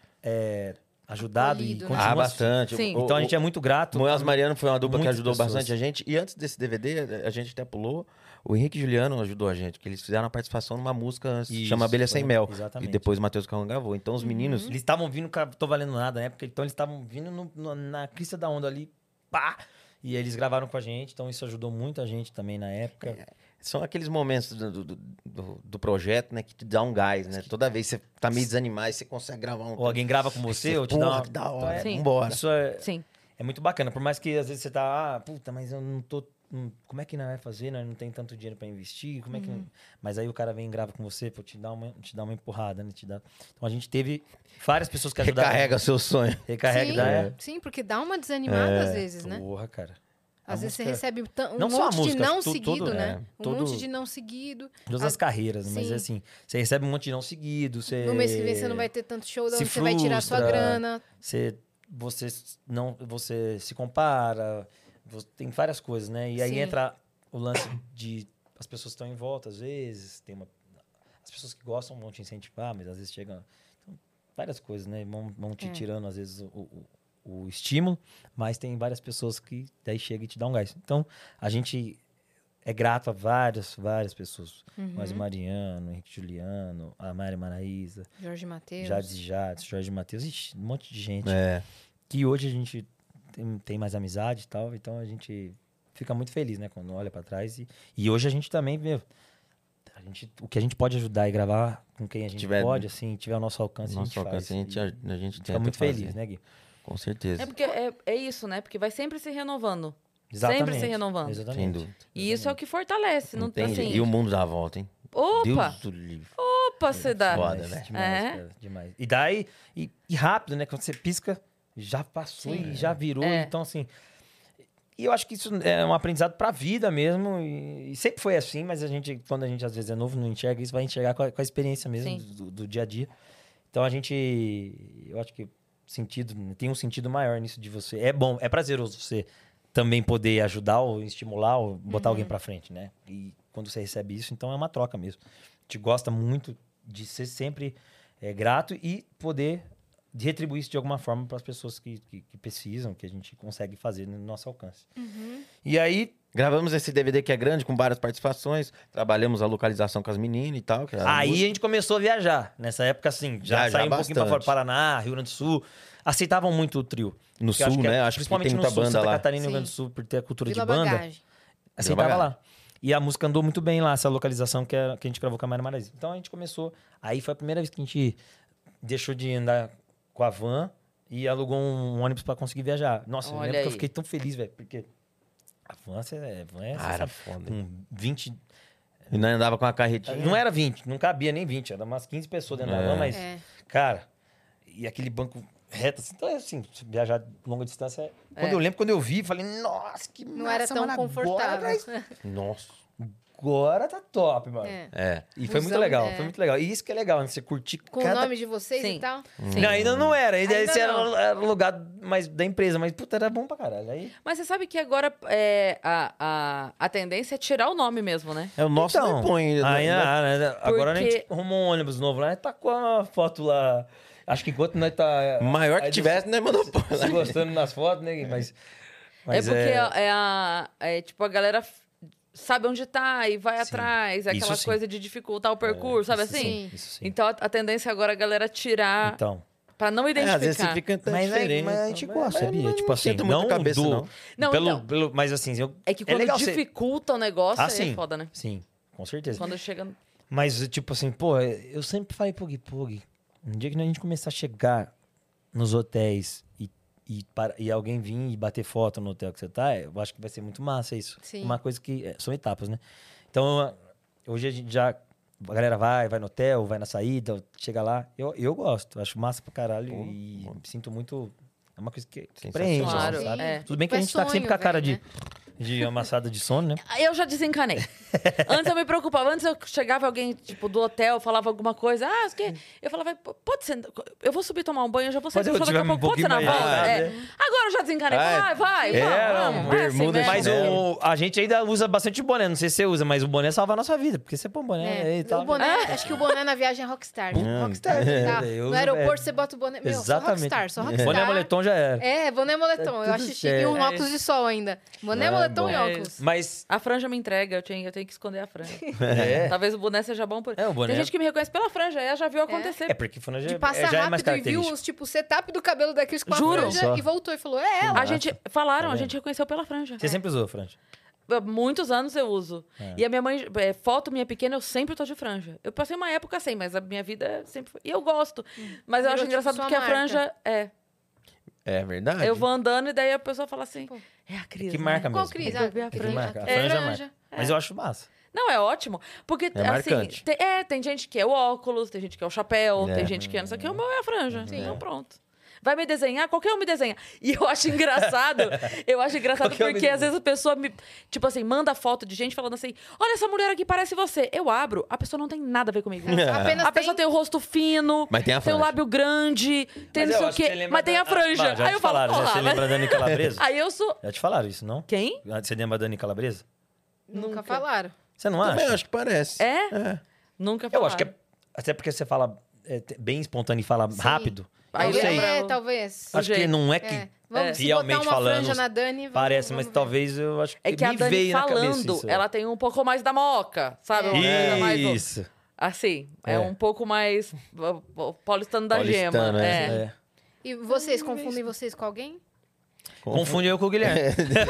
C: ajudado
B: Acolhido,
C: e
B: né?
C: continua...
D: Bastante.
A: Sim.
C: Então, a gente é muito grato.
D: O Moels Mariano foi uma dupla que
C: muitas
D: ajudou
C: pessoas.
D: bastante a gente. E antes desse DVD, a gente até pulou. O Henrique e Juliano ajudou a gente, que eles fizeram a participação numa música que
C: Isso,
D: chama Abelha Sem
C: foi,
D: Mel.
C: exatamente.
D: E depois o Matheus Carrão gravou. Então os meninos.
C: Eles estavam vindo, tô valendo nada na época, então eles estavam vindo na crista da onda ali, pá! E eles gravaram com a gente, então isso ajudou muito a gente também na época.
D: São aqueles momentos do projeto, né, que te dá um gás, né? Toda vez que você tá meio desanimado, você consegue gravar um.
C: Ou alguém grava com você, ou te dá
D: Porra,
C: uma...
D: que da hora.
A: Sim.
D: Vambora.
C: Isso é
A: Sim.
C: muito bacana, por mais que às vezes você tá, puta, mas eu não tô... Como é que não vai fazer? Nós não tem tanto dinheiro pra investir, como é que... Mas aí o cara vem e grava com você, pô, te dá uma empurrada, né? Então a gente teve várias pessoas que ajudaram.
D: Recarrega seu sonho.
C: Recarrega,
B: Sim,
C: dá,
B: sim, porque dá uma desanimada às vezes, né?
C: Porra, cara. A
B: Às vezes você
C: música-
B: recebe um
C: Não só a
B: monte de
C: música,
B: não
C: tu-
B: seguido,
C: todo-
B: né? Um
C: todo-
B: monte de não seguido.
C: Todas as carreiras, mas
B: Sim.
C: assim, você recebe um monte de não seguido, você...
B: No mês que vem você não vai ter tanto show, de
C: se
B: onde você vai tirar sua
C: frustra.
B: grana.
C: Você se compara, tem várias coisas, né? E aí
B: Sim.
C: entra o lance de as pessoas estão em volta, às vezes, as pessoas que gostam vão te incentivar, mas às vezes chegam... Então, várias coisas, né? Vão te tirando, às vezes, o estímulo, mas tem várias pessoas que daí chegam e te dão um gás. Então, a gente é grato a várias pessoas. Mas o Mariano, Henrique Juliano, a Mari Maraísa,
B: Jorge Matheus.
C: Jades, Jorge Matheus, ixi, um monte de gente.
D: É.
C: Que hoje a gente tem mais amizade e tal, então a gente fica muito feliz, né? Quando olha pra trás. E hoje a gente também vê... o que a gente pode ajudar e gravar com quem a gente pode, assim, tiver ao nosso alcance, a gente faz.
D: A gente
C: Fica
D: tenta
C: muito
D: fazer.
C: feliz, né, Gui?
D: Com certeza.
A: É porque é isso, né? Porque vai sempre se renovando.
C: Exatamente.
A: Sempre se renovando.
C: Exatamente.
D: Sem dúvida.
A: E isso é o que fortalece. Não,
D: Tem
A: assim,
D: jeito. E o mundo dá a volta, hein?
A: Opa!
D: Deus do livre.
A: Opa, você dá.
D: Foda, né?
C: Demais,
A: É.
C: cara, demais. E daí, e rápido, né? Quando você pisca, já passou e já virou.
A: É.
C: Então, assim... E eu acho que isso é um aprendizado pra vida mesmo. E sempre foi assim, mas quando a gente às vezes é novo, não enxerga isso, vai enxergar com a experiência mesmo do dia a dia. Então, eu acho que tem um sentido maior nisso de você. É bom, é prazeroso você também poder ajudar ou estimular ou botar alguém pra frente, né? E quando você recebe isso, então é uma troca mesmo. A gente gosta muito de ser sempre grato e poder retribuir isso de alguma forma para as pessoas que precisam, que a gente consegue fazer no nosso alcance. E aí...
D: Gravamos esse DVD que é grande, com várias participações. Trabalhamos a localização com as meninas e tal. Que era
C: Aí
D: música.
C: a gente começou a viajar. Nessa época, assim, já
D: Viajar
C: saiu um pouquinho pra
D: bastante.
C: fora. Paraná, Rio Grande do Sul. Aceitavam muito o trio.
D: No
C: Porque eu
D: Sul,
C: acho
D: né? Acho que
C: principalmente
D: tem
C: no
D: muita
C: Sul,
D: banda
C: Santa
D: lá.
C: Catarina e Rio
B: Sim.
C: Grande do Sul, por ter a cultura
B: Vila
C: de banda.
B: Bagagem.
C: Aceitava
D: Bagagem.
C: lá. E a música andou muito bem lá, essa localização que a gente gravou com a Mari Maraísa. Então a gente começou... Aí foi a primeira vez que a gente deixou de andar com a van e alugou um ônibus pra conseguir viajar. Nossa, eu
A: Olha
C: lembro que eu
A: aí.
C: fiquei tão feliz, velho, porque a van é
D: Ah, era
C: sabe,
D: foda.
C: com 20...
D: E nós andava com a carretinha.
C: Não era 20, não cabia nem 20, era umas 15 pessoas dentro da van, mas, cara, e aquele banco reto, assim, então é assim, viajar longa distância. Quando eu vi, falei, nossa, que massa,
B: Não era tão
C: mano,
B: confortável.
D: Nossa.
C: Agora tá top, mano.
D: É.
C: E foi muito
B: Busão,
C: legal,
B: é.
C: foi muito legal. E isso que é legal, né? Você curtir
B: Com
C: cada...
B: o nome de vocês
A: Sim.
B: e tal?
C: Não, ainda não era.
B: Ainda
C: Esse
B: não.
C: era o lugar mais da empresa, mas puta, era bom pra caralho. Aí...
A: Mas você sabe que agora a tendência é tirar o nome mesmo, né?
D: É o nosso
C: Então,
D: não põe.
C: agora a
A: Porque-
C: gente arrumou um ônibus novo lá, tacou uma foto lá. Acho que enquanto nós tá...
D: Maior que
C: aí
D: tivesse, né? Mandou pôr lá.
C: se gostando nas fotos, né? Mas
A: É porque tipo, a galera sabe onde tá e vai atrás. É
C: Isso
A: aquela
C: sim.
A: coisa de dificultar o percurso, sabe
C: isso
A: assim?
C: sim, isso sim.
A: Então a tendência agora é a galera tirar
C: Então...
A: pra não
D: É,
A: identificar.
D: às vezes você fica tão diferente.
C: mas a gente gosta, sabia?
D: Não
C: Tipo assim,
D: esquenta muito
C: não
D: a cabeça,
C: do...
D: não.
A: Não, então.
C: mas assim,
A: É que quando
C: legal ser-
A: dificulta o negócio, aí
C: sim.
A: é foda, né?
C: Sim, com certeza.
A: Quando chega...
C: Mas, tipo assim, pô, eu sempre falei pro Gui, um dia que a gente começar a chegar nos hotéis e alguém vir e bater foto no hotel que você tá, eu acho que vai ser muito massa isso.
B: Sim.
C: Uma coisa que... São etapas, né? Então, hoje a gente já... A galera vai no hotel, vai na saída, chega lá. Eu gosto, acho massa pra caralho e me sinto muito... É uma coisa que preenche,
A: Claro,
C: assim, sabe?
A: é.
C: Tudo bem que a
B: É
C: gente tá sempre com a
B: sonho,
C: cara
B: velho,
C: de amassada de sono, né?
A: Eu já desencanei. Antes eu me preocupava. Antes eu chegava alguém, tipo, do hotel, falava alguma coisa. Ah, que... Eu falava, pode ser... Eu vou subir tomar um banho, eu já vou sair
C: Mas
A: do
C: eu
A: show daqui a
C: tiver um
A: pouco. Pode ser na
C: pouquinho mais
A: volta?
C: agitado,
A: É.
C: né?
A: Agora eu já desencanei.
D: Ah,
A: Vai,
D: era
A: vai assim
D: bermuda,
A: mesmo.
C: Mas a gente ainda usa bastante boné. Não sei se você usa, mas o boné salva a nossa vida. Porque você põe boné aí e tal.
B: O boné, acho que o boné na viagem é rockstar. Rockstar. Tá?
C: eu
B: No
C: uso,
B: aeroporto você bota o boné. Meu, sou
C: Exatamente.
B: rockstar, sou rockstar.
C: Boné moletom já era.
B: É, boné moletom. Eu
C: tudo
B: acho chique.
C: certo.
B: E um
A: É
B: óculos de sol ainda. Boné,
C: Ah,
B: moletom
C: bom.
B: e óculos.
C: Mas...
A: A franja me entrega, eu tenho que esconder a franja.
C: É.
A: Talvez o boné seja bom por...
C: É, o boné-
A: Tem gente que me reconhece pela franja, ela já viu acontecer.
C: É porque franja
B: De passar
C: já é mais
B: rápido e viu
C: característico.
B: os, tipo, o setup do cabelo da Cris com
A: Juro.
B: a franja
C: Só.
B: e voltou e falou, é ela.
A: A gente... Falaram,
C: Tá
A: a gente reconheceu pela franja.
C: Você sempre usou franja?
A: Há muitos anos eu uso. E a minha mãe, foto minha pequena, eu sempre tô de franja. Eu passei uma época sem, mas a minha vida sempre foi. E eu gosto. Mas eu
B: Virou
A: acho
B: tipo
A: engraçado
B: sua
A: porque a
B: marca.
A: franja é.
D: É verdade.
A: Eu vou andando e daí a pessoa fala assim: é a Cris.
C: Que
A: né?
C: marca
B: Qual
C: mesmo.
B: Cris?
A: Tem que ver a
C: É que
A: franja.
C: marca. A
A: É.
C: franja
B: Franja.
C: marca. Mas eu acho massa.
A: Não, é ótimo. Porque, assim,
D: marcante.
A: tem gente que é o óculos, tem gente que é o chapéu,
D: É.
A: tem gente que é não sei o que. O meu é a franja. Então pronto. Vai me desenhar? Qualquer um me desenha. E eu acho engraçado.
C: Qualquer um me
A: Porque às
C: desenha.
A: vezes a pessoa me... Tipo assim, manda foto de gente falando assim, olha, essa mulher aqui parece você. Eu abro, a pessoa não tem nada a ver comigo.
B: Apenas
A: A pessoa tem o rosto fino,
D: Mas tem a
A: o
D: franja.
A: lábio grande, tem
C: Mas
A: não sei
C: eu
A: o
C: acho que você
A: quê.
C: lembra
A: Mas tem
C: da-
A: a franja.
C: já
A: Aí eu
C: te
A: falo,
C: falaram,
A: porra,
C: Você lembra da Dani Calabresa?
A: Aí eu sou...
C: Já te falaram isso, não?
A: Quem?
C: Você lembra da Dani Calabresa?
B: Nunca
A: Nunca.
B: falaram.
C: Você não
D: Também
C: acha?
D: acho que parece.
A: É? Nunca
C: Eu
A: falaram.
C: acho que é... Até porque você fala bem espontâneo e fala rápido.
A: Aí
C: Não sei.
A: lembra-
B: Talvez.
C: Acho que não é que
B: Vamos se
C: realmente
B: botar uma
C: falando
B: franja na Dani, vamos,
C: parece,
B: vamos
C: mas
B: ver.
C: talvez eu acho que
A: É que a
C: me
A: Dani
C: veio na cabeça
A: falando,
C: isso.
A: ela tem um pouco mais da moca, sabe? Uma coisa mais do-
C: Isso.
A: assim, é
C: É.
A: um pouco mais paulistano da gema.
D: Paulistano,
C: É.
B: E vocês, confundem vocês com alguém?
C: Confunde eu com o Guilherme.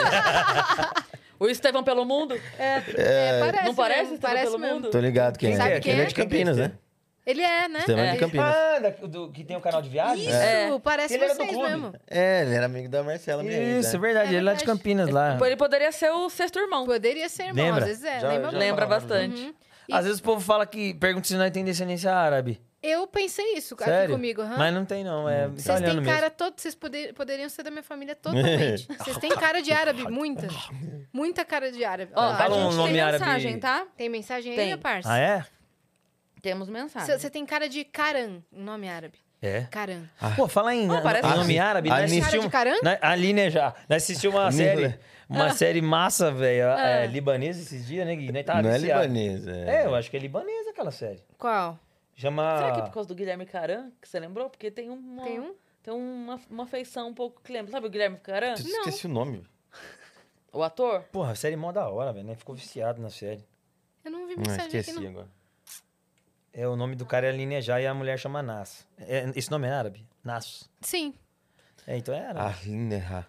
A: O Estevão pelo mundo?
B: Parece.
A: Não parece
B: mesmo,
A: Estevão
B: parece
A: pelo
B: mesmo.
A: mundo?
D: Tô ligado quem
B: Sabe
D: é.
B: quem
D: Ele
B: é?
D: é de Campinas, né?
B: Ele é, né?
D: Estevão é de Campinas.
C: Que tem o canal de viagem?
B: Isso,
A: É.
B: parece
C: Ele era do
B: vocês
C: clube.
B: mesmo.
D: É, ele era amigo da Marcela, minha ex,
C: Isso, é
D: né?
C: verdade.
B: É
C: Ele é lá de
B: verdade.
C: Campinas, lá.
A: Ele poderia ser o sexto irmão.
B: Poderia ser irmão,
C: Lembra?
B: às vezes é.
D: Já-
B: lembra
D: já-
B: muito.
A: Lembra
D: falaram
A: bastante.
B: Uhum.
C: Às vezes o povo fala que... Pergunta se nós tem descendência árabe.
B: Eu pensei isso aqui
C: Sério?
B: comigo. aham.
C: Mas não tem, não. É
B: Vocês
C: italiano
B: têm
C: mesmo.
B: cara todo, vocês poderiam ser da minha família totalmente. Vocês têm cara de árabe, muita. Muita cara de árabe.
A: Ó,
C: Fala
A: a
C: um
A: gente
C: nome
A: tem
C: árabe.
A: mensagem, tá?
B: Tem mensagem aí,
A: Tem.
B: minha parça?
C: Ah, é?
A: Temos mensagem.
B: Você tem cara de Karan, um nome árabe.
C: É.
B: Karan.
C: Pô, fala em
A: parece
C: nome árabe.
D: a
C: Nós
D: Aline-
B: Cara de
C: assistimos...
B: Karan?
C: A Aline já. Nós assistimos uma série massa, velho. Libanesa esses dias, né, Gui? Nós tava
D: Não é
C: viciado.
D: libanês,
C: É, eu acho que é libanesa aquela série.
B: Qual?
C: Chama...
A: Será que é por causa do Guilherme Caran, que você lembrou? Porque tem uma...
B: Tem um?
A: Tem uma feição um pouco que lembra. Sabe o Guilherme Caran?
D: Esqueci o nome.
A: O ator?
C: Porra, a série mó da hora, velho, né? Ficou viciado na série.
B: Eu não vi
D: Não,
B: mensagem aqui,
D: esqueci
B: não.
D: agora.
C: É, o nome do cara é Linejá e a mulher chama Nas. Esse nome é árabe? Nas.
B: Sim.
C: Então é árabe.
D: Arlineha.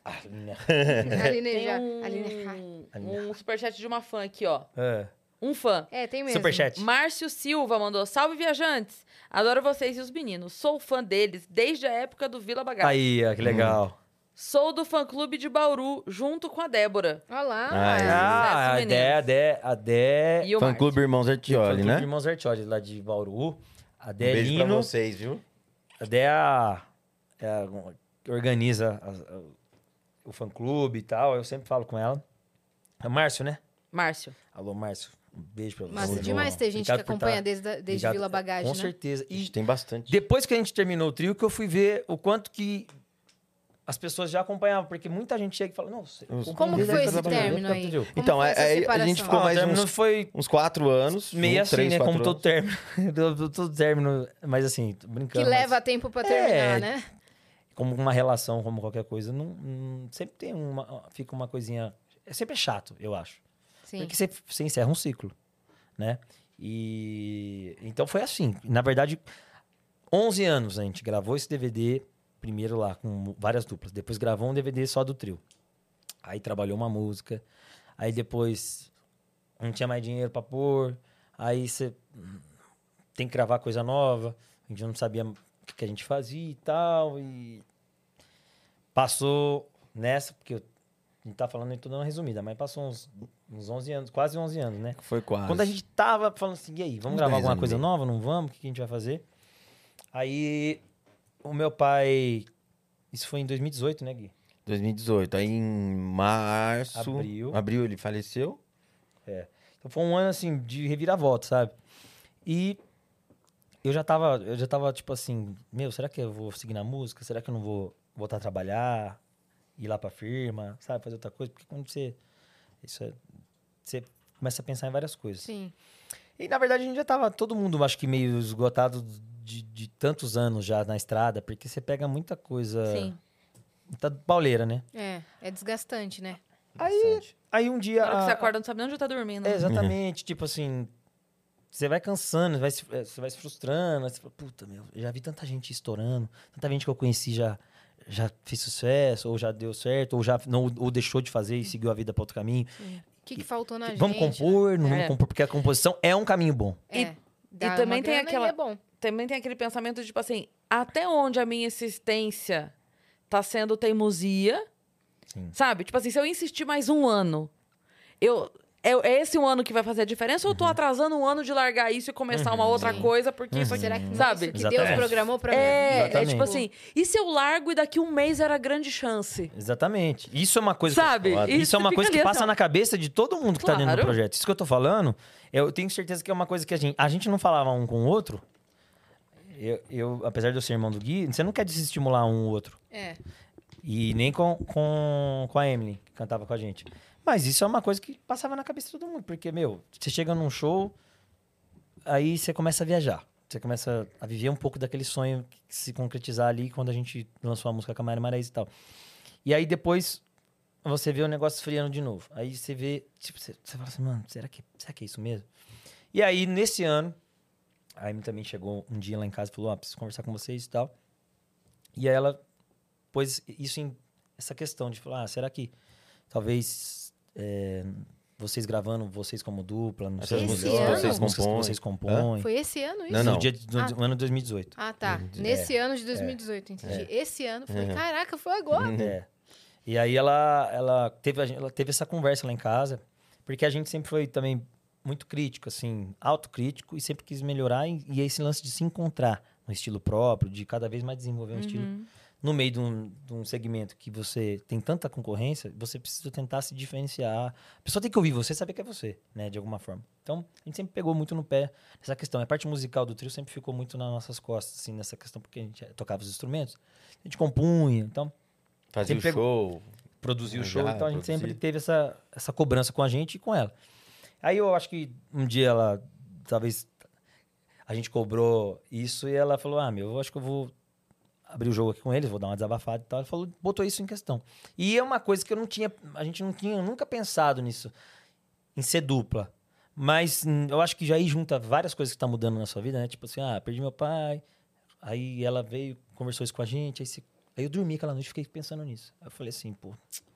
A: Tem
B: Aline.
A: um superchat de uma fã aqui, ó.
C: É.
A: Um fã.
B: É, tem mesmo.
C: Superchat.
A: Márcio Silva mandou: salve, viajantes! Adoro vocês e os meninos. Sou fã deles desde a época do Vila Bagagem.
C: Aí, ó, que legal.
A: Sou do fã-clube de Bauru, junto com a Débora.
B: Olha lá.
C: Ah, a
A: meninos.
C: Dé...
A: E o
D: Fã
A: Márcio.
D: Clube Irmãos Artioli,
C: Fã-clube
D: né?
C: Irmãos Artioli, lá de Bauru. A
D: Um
C: Dé
D: beijo pra
C: Lino.
D: vocês, viu?
C: A Dé é a que organiza o fã-clube e tal. Eu sempre falo com ela. É o Márcio, né?
A: Márcio.
C: Alô, Márcio. Um beijo pra você.
B: Massa demais ter gente
C: Obrigado
B: que
C: por
B: acompanha
C: tá-
B: desde
C: Obrigado.
B: Vila Bagagem,
C: Com
B: né?
C: certeza.
D: A
C: E
D: gente tem bastante.
C: depois que a gente terminou o trio, que eu fui ver o quanto que as pessoas já acompanhavam. Porque muita gente chega e fala, não,
B: Como que foi esse término aí?
C: Trio.
B: Como
D: Então,
B: foi essa
D: a gente
B: separação?
D: ficou
C: Ah,
D: mais
C: o término
D: uns,
C: foi
D: uns 4 anos.
C: meio
D: uns
C: assim,
D: 3,
C: né?
D: 4
C: Como todo
D: anos.
C: término. todo término. Mas assim, tô
B: Que
C: brincando.
B: leva tempo pra terminar,
C: É,
B: né?
C: Como uma relação, como qualquer coisa, sempre tem fica uma coisinha... Sempre é chato, eu acho.
B: Sim.
C: Porque você encerra um ciclo, né? E então foi assim. Na verdade, 11 anos a gente gravou esse DVD, primeiro lá com várias duplas. Depois gravou um DVD só do trio. Aí trabalhou uma música. Aí depois não tinha mais dinheiro pra pôr. Aí você tem que gravar coisa nova. A gente não sabia o que a gente fazia e tal. E passou nessa, porque a gente tá falando, eu tô dando uma resumida, mas passou uns 11 anos, quase 11 anos, né?
D: Foi quase.
C: Quando a gente tava falando assim, e aí, vamos
D: Uns
C: gravar
D: 10
C: alguma
D: anos
C: coisa
D: e meio.
C: nova? Não vamos? O que a gente vai fazer? Aí, o meu pai... Isso foi em 2018, né, Gui?
D: 2018. Aí em março...
C: Abril.
D: Ele faleceu.
C: Então foi um ano, assim, de reviravolta, sabe? E eu já tava, tipo assim, será que eu vou seguir na música? Será que eu não vou voltar a trabalhar? Ir lá pra firma, sabe? Fazer outra coisa? Porque quando você começa a pensar em várias coisas.
B: Sim.
C: E, na verdade, a gente já tava, todo mundo, acho que meio esgotado de tantos anos já na estrada, porque você pega muita coisa...
A: Sim.
C: Muita pauleira, né?
B: É desgastante, né?
C: Aí um dia...
A: Na hora que você acorda, não sabe nem onde tá dormindo.
C: É, exatamente. Tipo assim, você vai cansando, você vai se frustrando. Aí você fala, puta, eu já vi tanta gente estourando. Tanta gente que eu conheci já fez sucesso, ou já deu certo, ou já ou deixou de fazer e seguiu a vida para outro caminho.
B: O que faltou na gente?
C: Vamos compor, não
A: É.
C: vamos compor, porque a composição é um caminho bom.
B: É. Dá
A: E também
B: uma
A: tem
B: grana
A: aquela-
B: e é bom.
A: Também tem aquele pensamento de, tipo assim, até onde a minha insistência tá sendo teimosia,
C: Sim.
A: sabe? Tipo assim, se eu insistir mais um ano, é esse um ano que vai fazer a diferença ou eu tô atrasando um ano de largar isso e começar uma outra
B: Sim.
A: coisa, porque isso aqui,
B: Será que não é
A: sabe?
B: isso que
C: Exatamente.
B: Deus programou pra mim?
A: É
C: Exatamente.
A: tipo assim, e se eu largo e daqui um mês era grande chance?
C: Exatamente. Isso é uma coisa
A: Sabe?
C: isso é uma
A: fica
C: coisa que
A: ali,
C: passa
A: assim, ó.
C: na cabeça de todo mundo que tá dentro do
A: Claro.
C: projeto. Isso que eu tô falando, eu tenho certeza que é uma coisa que a gente não falava um com o outro. Apesar de eu ser irmão do Gui, você não quer desestimular um ou outro.
B: É.
C: E nem com a Emily, que cantava com a gente. Mas isso é uma coisa que passava na cabeça de todo mundo. Porque, você chega num show, aí você começa a viajar. você começa a viver um pouco daquele sonho que se concretizar ali quando a gente lançou a música com a Mayra Marais e tal. E aí depois você vê o negócio esfriando de novo. Aí você vê, tipo, você fala assim, mano, será que é isso mesmo? E aí, nesse ano, a Amy também chegou um dia lá em casa e falou, preciso conversar com vocês e tal. E aí ela pôs isso em essa questão de falar, será que talvez vocês gravando, vocês como dupla, não sei,
B: Esse
C: melhor,
B: ano?
C: as músicas que vocês compõem.
B: Foi esse ano isso?
D: Não, não.
C: No dia do ano de 2018.
B: Ah, tá. Nesse ano de 2018, entendi. Esse ano foi... Caraca, foi agora.
C: E aí ela teve essa conversa lá em casa, porque a gente sempre foi também muito crítico, assim, autocrítico, e sempre quis melhorar. E esse lance de se encontrar no estilo próprio, de cada vez mais desenvolver um estilo. No meio de um segmento que você tem tanta concorrência, você precisa tentar se diferenciar. A pessoa tem que ouvir você e saber que é você, né? De alguma forma. Então, a gente sempre pegou muito no pé nessa questão. A parte musical do trio sempre ficou muito nas nossas costas, assim, nessa questão, porque a gente tocava os instrumentos, a gente compunha, então...
D: Fazia o
C: sempre
D: show.
C: Produzia o show,
D: Já,
C: então a gente
D: produzia.
C: sempre teve essa cobrança com a gente e com ela. Aí eu acho que um dia ela, talvez, a gente cobrou isso e ela falou, eu acho que eu vou abrir o jogo aqui com eles, vou dar uma desabafada e tal. Ela falou, botou isso em questão. E é uma coisa que a gente não tinha nunca pensado nisso, em ser dupla. Mas eu acho que já aí junta várias coisas que estão mudando na sua vida, né? Tipo assim, perdi meu pai, aí ela veio, conversou isso com a gente, aí eu dormi aquela noite e fiquei pensando nisso. Aí eu falei assim, pô...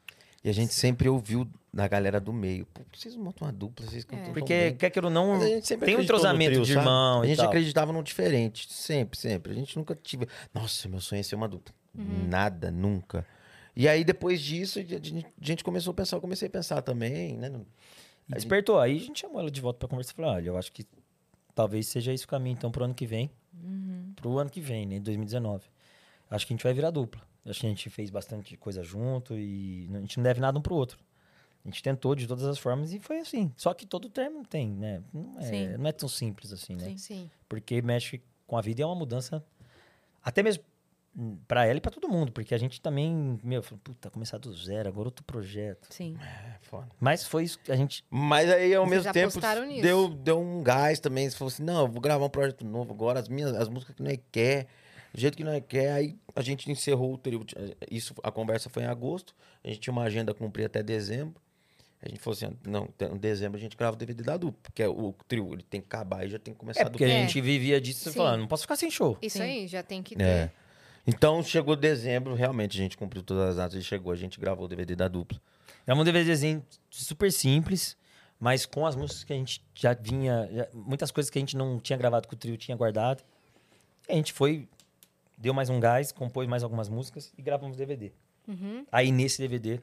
D: E a gente sempre ouviu da galera do meio. Pô, vocês montam uma dupla, vocês cantam tão
C: Porque,
D: bem.
C: quer que ou não,
D: Mas a gente sempre
C: tem um
D: acreditou no
C: entrosamento
D: trio,
C: de
D: sabe?
C: irmão
D: A
C: e
D: gente
C: tal.
D: acreditava no diferente. Sempre. A gente nunca tive... Nossa, meu sonho é ser uma dupla. Nada, nunca. E aí, depois disso, a gente começou a pensar. Eu comecei a pensar também, né?
C: E despertou. Aí a gente chamou ela de volta pra conversar e falou, olha, eu acho que talvez seja esse o caminho, então, pro ano que vem. Pro ano que vem, né? 2019. Acho que a gente vai virar dupla. Acho que a gente fez bastante coisa junto e a gente não deve nada um pro outro. A gente tentou de todas as formas e foi assim. Só que todo termo tem, né? Não é tão simples assim, né?
B: Sim.
C: Porque mexe com a vida e é uma mudança até mesmo pra ela e pra todo mundo. Porque a gente também, falou, puta, começar do zero, agora outro projeto.
A: Sim.
D: É, foda.
C: Mas foi isso que a gente...
D: Mas aí, ao
B: Vocês
D: mesmo
B: já
D: tempo,
B: apostaram nisso.
D: deu um gás também. Você falou assim, não, eu vou gravar um projeto novo agora, as músicas que nós quer, do jeito que nós quer. Aí a gente encerrou o trio. A conversa foi em agosto. A gente tinha uma agenda a cumprir até dezembro. A gente falou assim, não, em dezembro a gente grava o DVD da dupla. Porque o trio ele tem que acabar e já tem que começar a
C: porque a
D: dupla.
C: gente vivia disso e
B: Sim.
C: falando, não posso ficar sem show.
B: Isso
A: Sim.
B: aí, já tem que ter.
D: É. Então, chegou dezembro, realmente a gente cumpriu todas as datas e chegou. A gente gravou o DVD da dupla.
C: É um DVDzinho super simples, mas com as músicas que a gente já vinha... muitas coisas que a gente não tinha gravado com o trio, tinha guardado. E a gente foi, deu mais um gás, compôs mais algumas músicas e gravamos o DVD. Aí, nesse DVD,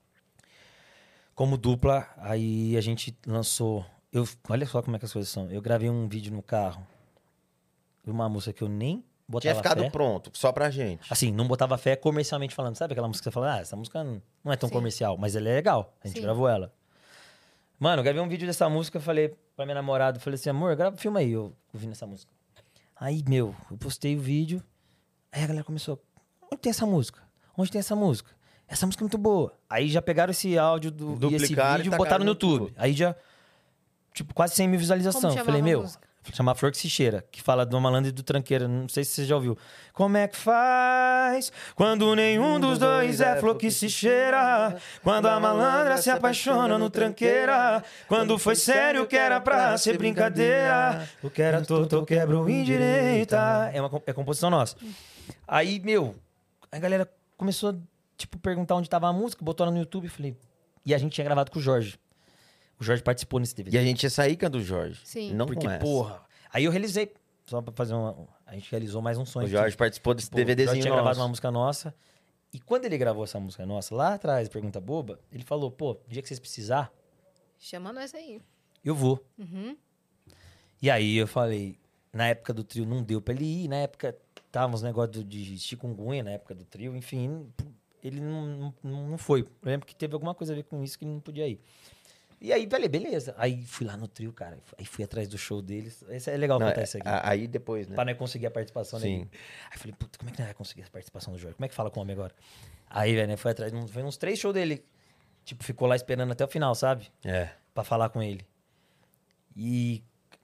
C: como dupla, aí a gente lançou... olha só como é que as coisas são. Eu gravei um vídeo no carro, uma música que eu nem botava
D: Tinha ficado
C: fé.
D: pronto, só pra gente.
C: Assim, não botava fé comercialmente falando. Sabe aquela música que você fala, essa música não é tão
B: Sim.
C: comercial, mas ela é legal. A gente
B: Sim.
C: gravou ela. Mano, eu gravei um vídeo dessa música, eu falei pra minha namorada, falei assim, amor, filma aí, eu ouvindo essa música. Aí, eu postei o vídeo, aí a galera começou, onde tem essa música? Onde tem essa música? Essa música é muito boa. Aí já pegaram esse áudio e esse
D: Duplicaram
C: vídeo
D: e
C: e botaram no
D: tacaram no
C: YouTube. Aí já, quase 100 mil visualizações.
B: Como
C: Eu falei,
B: chamava a música?
C: Chamar Flor que se cheira, que fala do malandro e do tranqueira. Não sei se você já ouviu. Como é que faz quando nenhum dos dois é flor que se cheira? Quando a malandra se apaixona no tranqueira? Quando foi sério o que era pra ser brincadeira? O que era torto eu quebro indireita. É composição nossa. Aí, a galera começou a perguntar onde tava a música, botou ela no YouTube e falei... E a gente tinha gravado com o Jorge. O Jorge participou nesse DVD.
D: E a gente ia sair com a do Jorge.
B: Sim.
D: Não
C: Porque,
D: com essa.
C: porra... Aí eu realizei... Só pra fazer A gente realizou mais um sonho.
D: O Jorge participou desse DVDzinho
C: O Jorge tinha gravado
D: nosso.
C: uma música nossa. E quando ele gravou essa música nossa, lá atrás, Pergunta Boba, ele falou, pô, no dia que vocês precisar,
B: Chama nós aí.
C: eu vou.
B: Uhum.
C: E aí eu falei... Na época do trio não deu pra ele ir. Na época tava uns negócios de chikungunya, na época do trio. Enfim, ele não foi. Eu lembro que teve alguma coisa a ver com isso que ele não podia ir. E aí, falei, beleza. Aí fui lá no trio, cara. Aí fui atrás do show deles. Esse é legal contar isso aqui.
D: Aí depois, né?
C: Pra não conseguir a participação
D: Sim.
C: dele. Aí falei, puta, como é que nós vai conseguir a participação do Jorge? Como é que fala com o homem agora? Aí, velho, né, foi atrás. Foi uns 3 shows dele. Tipo, ficou lá esperando até o final, sabe?
D: É.
C: Pra falar com ele. E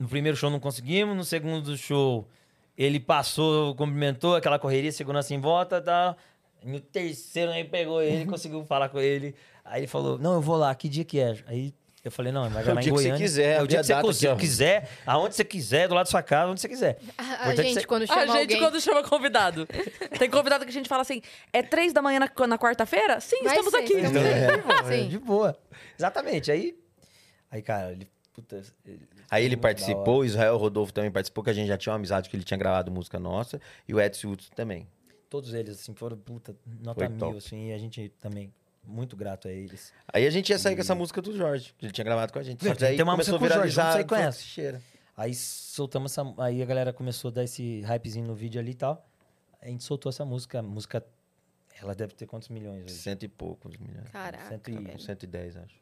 C: No primeiro show não conseguimos, no segundo show ele passou, cumprimentou, aquela correria, segurança em volta e tal. No terceiro aí pegou ele, conseguiu falar com ele. Aí ele falou, não, eu vou lá, que dia que é? Aí eu falei, não, vai gravar em
D: dia que você
C: Goiânia.
D: quiser,
C: É o dia que
D: a data
C: você
D: aqui, ó.
C: quiser, aonde você quiser, do lado da sua casa, onde você quiser.
B: A
C: Importante
B: gente,
C: você-
B: quando chama
A: A gente,
B: alguém...
A: quando chama convidado. Tem convidado que a gente fala assim, é 3 da manhã na quarta-feira? Sim,
B: Vai
A: estamos
B: ser,
A: aqui.
B: estamos aqui. Sim.
C: De boa. Exatamente. Aí, cara, ele... Puta,
D: Aí ele
C: muito da
D: participou,
C: hora.
D: o Israel Rodolfo também participou, que a gente já tinha uma amizade que ele tinha gravado música nossa, e o Edson Hudson também.
C: Todos eles, assim, foram, puta, nota
D: Foi
C: 1000,
D: top.
C: assim, e a gente também, muito grato a eles.
D: Aí a gente ia sair com essa música do Jorge, que ele tinha gravado com a gente. Só que daí
C: Tem uma
D: começou a
C: música com o Jorge,
D: viralizar.
C: vamos sair com
D: falou,
C: essa.
D: "Que cheira."
C: Aí soltamos essa... Aí a galera começou a dar esse hypezinho no vídeo ali e tal. A gente soltou essa música. A música, ela deve ter quantos milhões hoje?
D: 100 e poucos milhões.
B: Caraca,
C: Cento e-
B: velho.
D: 110, acho.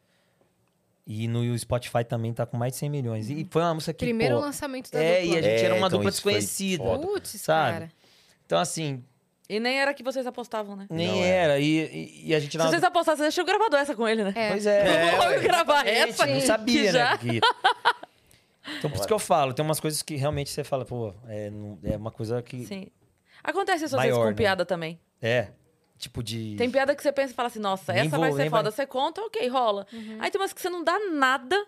C: E no Spotify também tá com mais de 100 milhões. E foi uma música que,
B: Primeiro
C: pô...
B: lançamento da
C: É,
B: dupla.
C: e a gente era uma
D: então
C: dupla
D: isso foi
C: desconhecida.
D: foda.
B: Putz,
C: sabe?
B: cara.
C: Então, assim,
A: E nem era que vocês apostavam, né?
C: nem
D: Não
C: era. E a gente...
A: Se
C: na-
A: vocês apostassem, vocês tinham gravado essa com ele, né?
B: É.
C: Pois é.
A: Vamos gravar
C: exatamente,
A: essa.
C: Não
A: que
C: sabia,
A: já-
C: né? Então, por isso que eu falo. Tem umas coisas que realmente você fala, pô, é uma coisa que...
A: Sim. Acontece isso às vezes
C: Maior,
A: com
C: né?
A: piada também.
C: É, tipo de...
A: Tem piada que você pensa e fala assim, nossa,
C: Nem
A: essa
C: vou-
A: vai ser
C: nem
A: foda.
C: vai-
A: Você conta, ok, rola. Aí tem umas que você não dá nada,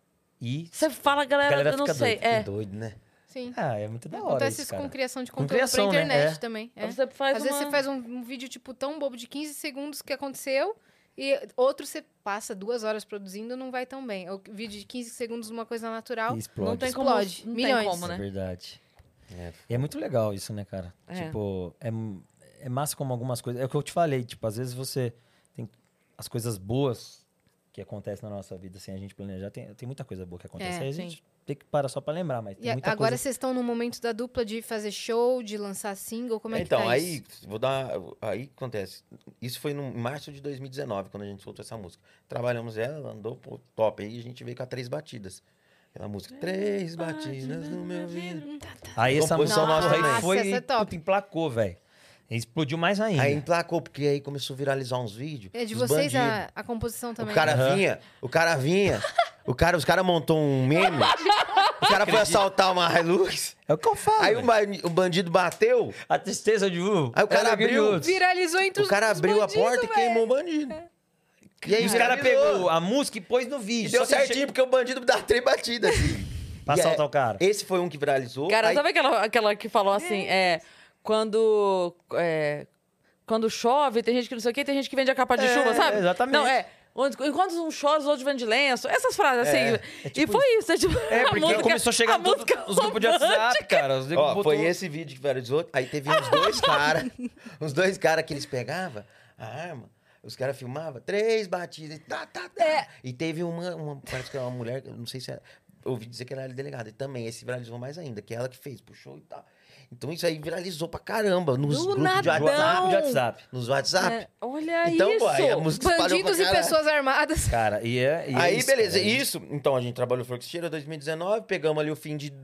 C: E
A: você fala, galera,
C: a galera
A: eu não
C: fica
A: sei.
C: doida.
A: É.
D: Que doido, né?
B: Sim.
C: Ah, é muito da hora
B: Acontece
C: isso,
B: isso
C: cara.
B: com criação de
C: Com
B: conteúdo
C: criação,
B: pra
C: né?
B: internet
C: É.
B: também. É.
A: Aí você faz
B: Às vezes
A: uma-
B: você faz um vídeo, tipo, tão bobo de 15 segundos que aconteceu e outro você passa 2 horas produzindo não vai tão bem. O vídeo de 15 segundos, uma coisa natural.
C: E explode.
A: Não tem como,
B: Explode.
A: não
B: Milhões.
A: tem como,
C: É
A: né?
C: verdade.
D: É.
C: E é muito legal isso, né, cara?
A: É.
C: Tipo, é massa como algumas coisas... É o que eu te falei, tipo, às vezes você tem as coisas boas que acontecem na nossa vida sem a gente planejar. Tem muita coisa boa que acontece.
B: É,
C: Aí a gente tem que parar só pra lembrar, mas tem
B: E
C: muita
B: agora
C: coisa...
B: vocês estão no momento da dupla de fazer show, de lançar single, como é que
D: Então,
B: tá
D: aí,
B: isso?
D: vou dar. Aí acontece. Isso foi em março de 2019, quando a gente soltou essa música. Trabalhamos ela, andou pô, top. Aí a gente veio com a 3 batidas. Aquela música, 3 batidas no meu vidro.
C: Aí essa música
D: Composição nossa também.
C: aí foi
B: Essa é top.
C: puta, emplacou, velho. Explodiu mais ainda.
D: Aí emplacou, porque aí começou a viralizar uns vídeos.
B: É de
D: dos
B: vocês
D: bandidos.
B: a composição também.
D: O cara vinha, os caras montou um meme. O cara foi assaltar uma Hilux.
C: É o que eu falo.
D: Aí
C: velho.
D: o bandido bateu.
C: A tristeza de
D: Aí o cara abriu.
B: Viralizou entre
D: O cara
B: os
D: abriu
B: bandidos,
D: a porta e
B: velho.
D: queimou o bandido. E aí
C: E os caras
D: viralizou.
C: pegou a música e pôs no
D: E
C: vídeo.
D: deu
C: só que
D: certinho, porque o bandido dá 3 batidas. Assim.
C: Pra
D: E
C: assaltar o cara.
D: Esse foi um que viralizou.
A: Cara,
D: aí,
A: sabe aquela que falou assim, quando chove, tem gente que não sei o quê, tem gente que vende a capa de chuva, sabe?
C: exatamente.
A: Não, enquanto um chove, os outros vendem lenço. Essas frases, assim.
C: é tipo
A: e foi isso. É, tipo,
C: É, porque começou a chegar todos os grupos de WhatsApp, cara. Os
D: Ó,
C: botou-
D: foi esse vídeo que viralizou. Aí teve uns dois caras que eles pegavam a arma. Os caras filmavam 3 batidas. Tá. E teve parece que é uma mulher, eu não sei se era, eu ouvi dizer que ela era delegada. E também, esse viralizou mais ainda, que é ela que fez, puxou e tal. Então isso aí viralizou pra caramba nos
B: Do
D: grupos de
B: nadão.
D: WhatsApp.
C: de WhatsApp.
D: Nos WhatsApp.
A: É, olha
D: Então,
A: isso.
D: pô, aí a música espalhou
B: Bandidos
D: pra
B: e
D: caralho.
B: pessoas armadas.
C: Cara, e
D: Aí,
C: isso,
D: beleza,
C: cara.
D: isso. Então, a gente trabalhou Flor que Cheira 2019, pegamos ali o fim de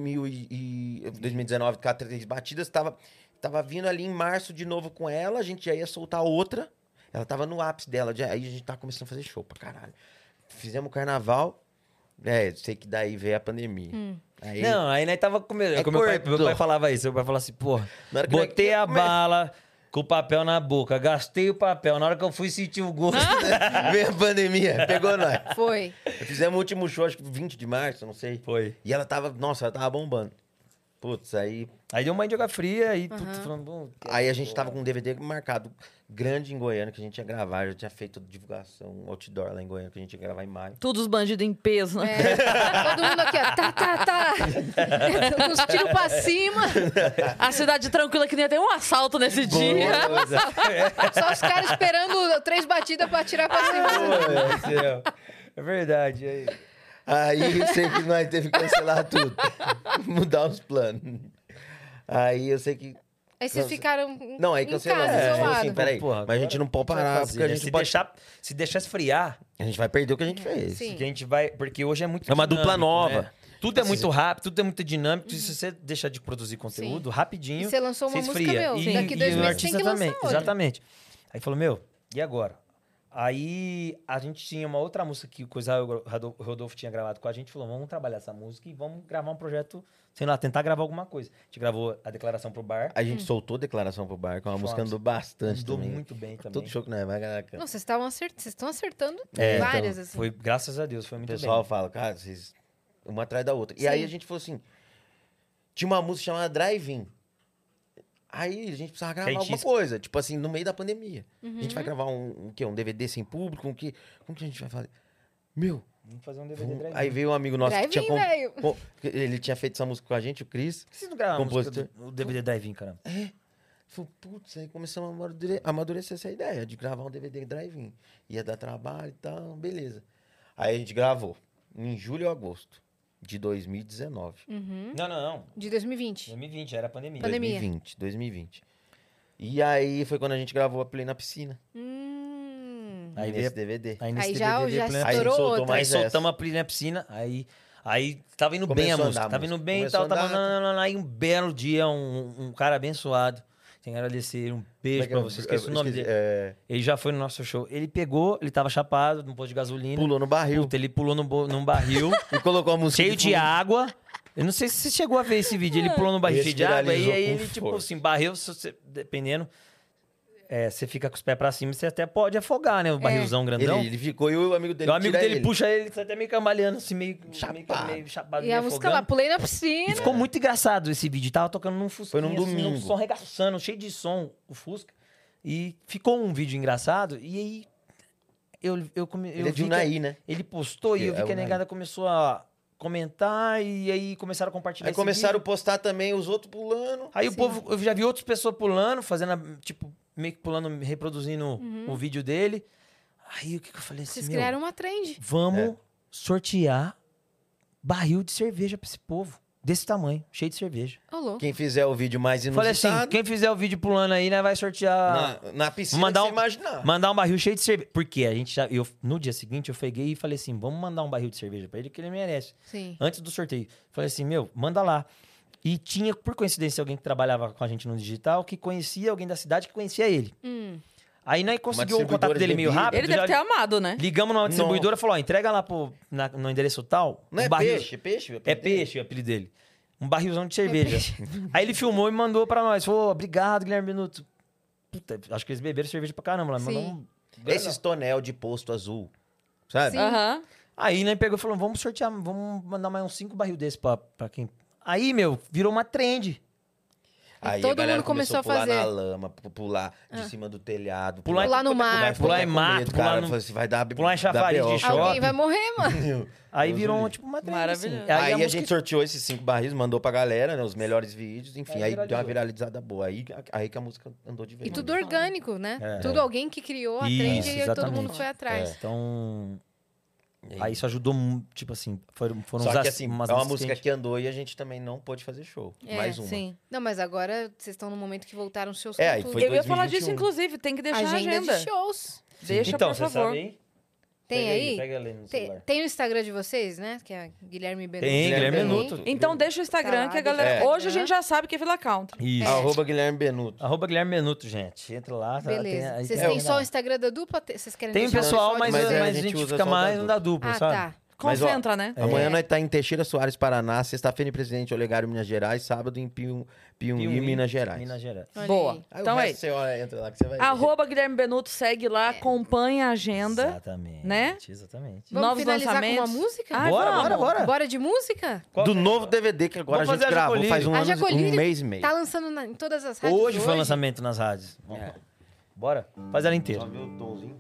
D: 2019 com a 3 batidas, tava vindo ali em março de novo com ela, a gente já ia soltar outra, ela tava no ápice dela, aí a gente tava começando a fazer show pra caralho. Fizemos o carnaval, sei que daí veio a pandemia. Aí,
C: Não, aí nós tava com medo.
D: É
C: Meu pai
D: cortou.
C: falava isso. Meu pai falava assim, porra,
D: Na hora que
C: botei
D: nós-
C: a bala com o papel na boca, gastei o papel. Na hora que eu fui sentir o gosto...
D: veio a pandemia, pegou nós.
B: Foi.
D: Fizemos o último show, acho que 20 de março, não sei.
C: Foi.
D: E ela tava bombando. Putz, aí
C: Aí deu uma joga fria e tudo falando... bom,
D: Aí a gente tava com um DVD marcado grande em Goiânia, que a gente ia gravar. Já tinha feito divulgação, outdoor lá em Goiânia, que a gente ia gravar em maio.
A: Todos os bandidos em peso, né?
B: É. Todo mundo aqui, ó. Tá. Uns tiros pra cima.
A: A cidade tranquila que nem tem um assalto nesse dia.
B: Só os caras esperando 3 batidas pra atirar pra cima.
C: É verdade. Aí...
D: Aí eu sei que nós teve que cancelar tudo. Mudar os planos. Aí eu sei que...
B: Aí vocês ficaram
D: Não, aí
B: em
D: cancelamos.
B: casa,
D: Falou
B: isolados.
D: assim, peraí,
C: Porra,
D: mas a gente não pode
C: agora
D: parar,
C: fazer,
D: porque a
C: né?
D: gente
C: se
D: pode...
C: se deixar esfriar,
D: A gente vai perder o que a gente fez.
B: Sim.
C: que a gente vai... Porque hoje é muito
D: É uma dupla
C: dinâmico,
D: nova.
C: né? Tudo é muito rápido, tudo é muito dinâmico. Se você deixar de produzir conteúdo rapidinho,
B: E você lançou uma música,
C: esfria.
B: meu,
C: E,
B: daqui
C: e
B: 2
C: o
B: meses
C: artista
B: tem que lançar
C: também,
B: outra.
C: exatamente. Aí falou, meu, e agora? Aí a gente tinha uma outra música que o Rodolfo tinha gravado com a gente. Falou, vamos trabalhar essa música e vamos gravar um projeto, sei lá, tentar gravar alguma coisa. A gente gravou a Declaração pro Bar.
D: A gente soltou Declaração pro Bar, que é uma música que andou bastante
C: Andou
D: também.
C: muito bem também.
D: Todo show que nós vai, galera.
B: Não, vocês estão acertando
C: É,
B: várias,
C: então,
B: assim.
C: foi, graças a Deus, foi
D: O
C: muito
D: pessoal
C: bem.
D: fala, cara, vocês... Uma atrás da outra. E
B: Sim.
D: aí a gente falou assim... Tinha uma música chamada Drive-In. Aí a gente precisava gravar alguma
C: Científico.
D: coisa. Tipo assim, no meio da pandemia. A
B: Uhum.
D: gente vai gravar um DVD sem público? Como que a gente vai fazer? Meu...
C: Vamos fazer um DVD drive-in.
D: Aí veio um amigo nosso que
B: Drive-in,
D: tinha...
B: velho.
D: Ele tinha feito essa música com a gente, o Cris.
C: Por que vocês não gravaram a música
D: Compositor.
C: do DVD drive-in, caramba?
D: Falei, putz, aí começamos a amadurecer essa ideia de gravar um DVD drive-in. Ia dar trabalho e tal, beleza. Aí a gente gravou em julho ou agosto de 2019.
B: Uhum.
C: Não.
B: De 2020.
C: 2020, era a pandemia.
B: Pandemia.
D: 2020. E aí foi quando a gente gravou a Play na Piscina.
C: Aí
D: Nesse
C: veio-
D: DVD.
C: Aí nesse
B: Aí já
C: DVD,
B: já
C: Play na
D: Aí a gente
B: estourou
D: soltou
B: outra.
D: mais
C: Aí
D: essa.
C: soltamos a Play na piscina, aí tava indo bem
D: Começou
C: a
D: a
C: música.
D: andar a
C: Tava indo
D: música.
C: bem e
D: Começou
C: tal.
D: a andar.
C: Aí um belo dia, um cara abençoado. Tem que agradecer. Um beijo pra você. Esqueci o nome dele. Ele já foi no nosso show. Ele pegou, ele tava chapado no posto de gasolina.
D: Pulou no barril.
C: Puta, ele pulou num barril,
D: E colocou a música.
C: cheio de água. Eu não sei se você chegou a ver esse vídeo. Ele pulou no barril cheio de água. E
D: Viralizou
C: aí
D: com
C: ele, tipo
D: força.
C: assim, barril, se você- dependendo. Você fica com os pés pra cima, você até pode afogar, né? O barrilzão grandão.
D: Ele ficou e o amigo dele
C: O amigo
D: tira
C: dele
D: ele.
C: puxa ele, tá até meio cambaleando, assim, meio
D: Chapado.
C: meio chapado,
B: E
C: meio
B: a música lá,
C: afogando.
B: pulei na
C: E
B: piscina.
C: ficou muito engraçado esse vídeo. Tava tocando num Fusca.
D: Foi num domingo.
C: Um som regaçando, cheio de som, o Fusca. E ficou um vídeo engraçado. E aí, eu
D: Ele é
C: vi
D: de
C: que
D: Unai, né?
C: ele postou e eu vi
D: É
C: que a
D: Unai.
C: negada começou a comentar. E aí começaram a compartilhar
D: Aí
C: esse
D: começaram a
C: vídeo.
D: postar também os outros pulando.
C: Aí o povo, eu já vi outras pessoas pulando, fazendo, tipo, meio que pulando, reproduzindo o vídeo dele. Aí o que eu falei assim,
B: Vocês
C: meu,
B: criaram uma trend.
C: vamos sortear barril de cerveja pra esse povo. Desse tamanho, cheio de cerveja.
B: Ô, louco.
D: Quem fizer o vídeo mais
C: Falei
D: inusitado...
C: assim, quem fizer o vídeo pulando aí, né, vai sortear...
D: na piscina,
C: mandar
D: que
C: um-
D: você imaginar.
C: Mandar um barril cheio de cerveja. Porque a gente já... no dia seguinte, eu peguei e falei assim, vamos mandar um barril de cerveja pra ele, que ele merece.
B: Sim.
C: Antes do sorteio. Falei assim, meu, manda lá. E tinha, por coincidência, alguém que trabalhava com a gente no digital, que conhecia alguém da cidade que conhecia ele. Aí nós conseguimos o contato
D: distribuidora
C: dele
D: de
C: meio
D: bebida.
C: rápido.
A: Ele deve ter amado, né?
C: Ligamos numa distribuidora e falou, ó, entrega lá no endereço tal.
D: Não
C: um
D: é
C: barril.
D: peixe?
C: É peixe o apelido dele. Um barrilzão de cerveja. Aí ele filmou e mandou pra nós. Falou, obrigado, Guilherme Benuto. Puta, acho que eles beberam cerveja pra caramba lá.
B: Sim.
C: Mandou um...
D: Esses tonel de posto azul, sabe?
B: Sim.
A: Aham.
C: Aí, né, pegou e falou, vamos sortear, vamos mandar mais uns 5 barril desses pra quem... Aí, meu, virou uma trend.
D: Aí
B: todo
D: a galera
B: mundo começou a
D: pular
B: fazer.
D: na lama, pular de cima do telhado.
B: Pular no mar.
C: pular em mato, pular no-
D: Falei assim, vai dar
C: pular em chafariz
D: dar
C: de
D: BO.
C: shopping.
B: Alguém vai morrer, mano.
C: Aí
D: Deus
C: virou,
D: o livre.
C: tipo, uma trend,
A: Maravilhoso.
C: assim.
D: Aí a
C: música-
D: gente sorteou esses 5 barris, mandou pra galera, né? Os melhores vídeos, enfim.
C: Aí
D: Aí deu uma
C: viralizou.
D: viralizada boa. Aí que a música andou de vez.
B: E tudo orgânico, né?
C: É.
B: Tudo alguém que criou a trend
C: Isso,
B: e aí todo mundo
C: exatamente.
B: foi atrás.
C: Então...
D: E aí-
C: Aí isso ajudou, tipo assim, foram
D: Só
C: uns
D: que assim,
C: umas
D: é uma
C: músicas
D: música
C: gente-
D: que andou e a gente também não pôde fazer show.
B: É,
D: Mais uma.
A: Sim.
B: Não, mas agora vocês estão no momento que voltaram os shows
D: É,
B: com
D: aí
B: tudo.
D: foi
A: Eu ia falar
D: 2021.
A: disso, inclusive. Tem que deixar a
B: Agenda
A: agenda.
B: de shows.
A: Deixa,
C: Então,
A: por
C: você
A: favor.
C: sabe aí?
B: Tem
C: Pega
B: aí?
C: Pega ali no
B: Tem,
C: celular.
B: tem o Instagram de vocês, né? Que é Guilherme Benuto.
C: Tem, Guilherme
B: Tem.
C: Benuto.
A: Então deixa o Instagram
B: Tá
A: que a
B: lá,
A: galera...
B: deixa o
A: Hoje a
B: Instagram.
A: gente já sabe que é Vila Country.
C: Isso.
D: Arroba Guilherme Benuto.
C: Arroba Guilherme Benuto, gente. Entra lá. tá?
B: Beleza.
C: Aí
B: Vocês
C: tem
B: têm
C: lá.
B: só o Instagram da dupla? Vocês querem
C: Tem o
B: deixar
C: pessoal,
B: só de
C: mas,
D: Mas
B: vocês?
D: é,
C: a
D: a gente
C: gente
D: usa
C: fica
D: só
C: mais
D: da
C: no da dupla,
B: Ah,
C: sabe?
B: tá.
D: Mas, ó,
A: Concentra, né?
D: Amanhã
B: É.
D: nós tá em Teixeira Soares, Paraná. Sexta-feira em Presidente Olegário, Minas Gerais. Sábado em Piumhi, Minas Gerais.
C: Minas Gerais.
B: Olha
A: Boa.
B: aí.
D: Aí
A: Então
D: o
A: é
D: resto
A: isso.
D: você olha, entra lá que você vai ver.
A: Arroba Guilherme Benuto, segue lá, acompanha a agenda.
C: Exatamente.
A: né?
C: Exatamente.
B: Vamos
A: Novos
B: finalizar
A: lançamentos.
B: com uma música?
A: Ai,
C: Bora,
A: vamos.
C: bora, bora.
B: Bora de música?
C: Qual
D: Do
C: que é?
D: novo DVD que agora
C: Vamos
D: a gente
C: fazer a
D: gravou
C: Jacolini.
D: faz
B: A Jacolini
D: um mês e meio.
B: Tá lançando em todas as rádios
C: Hoje foi o lançamento nas rádios. Bora? Faz ela inteira.
D: Só ver o tomzinho.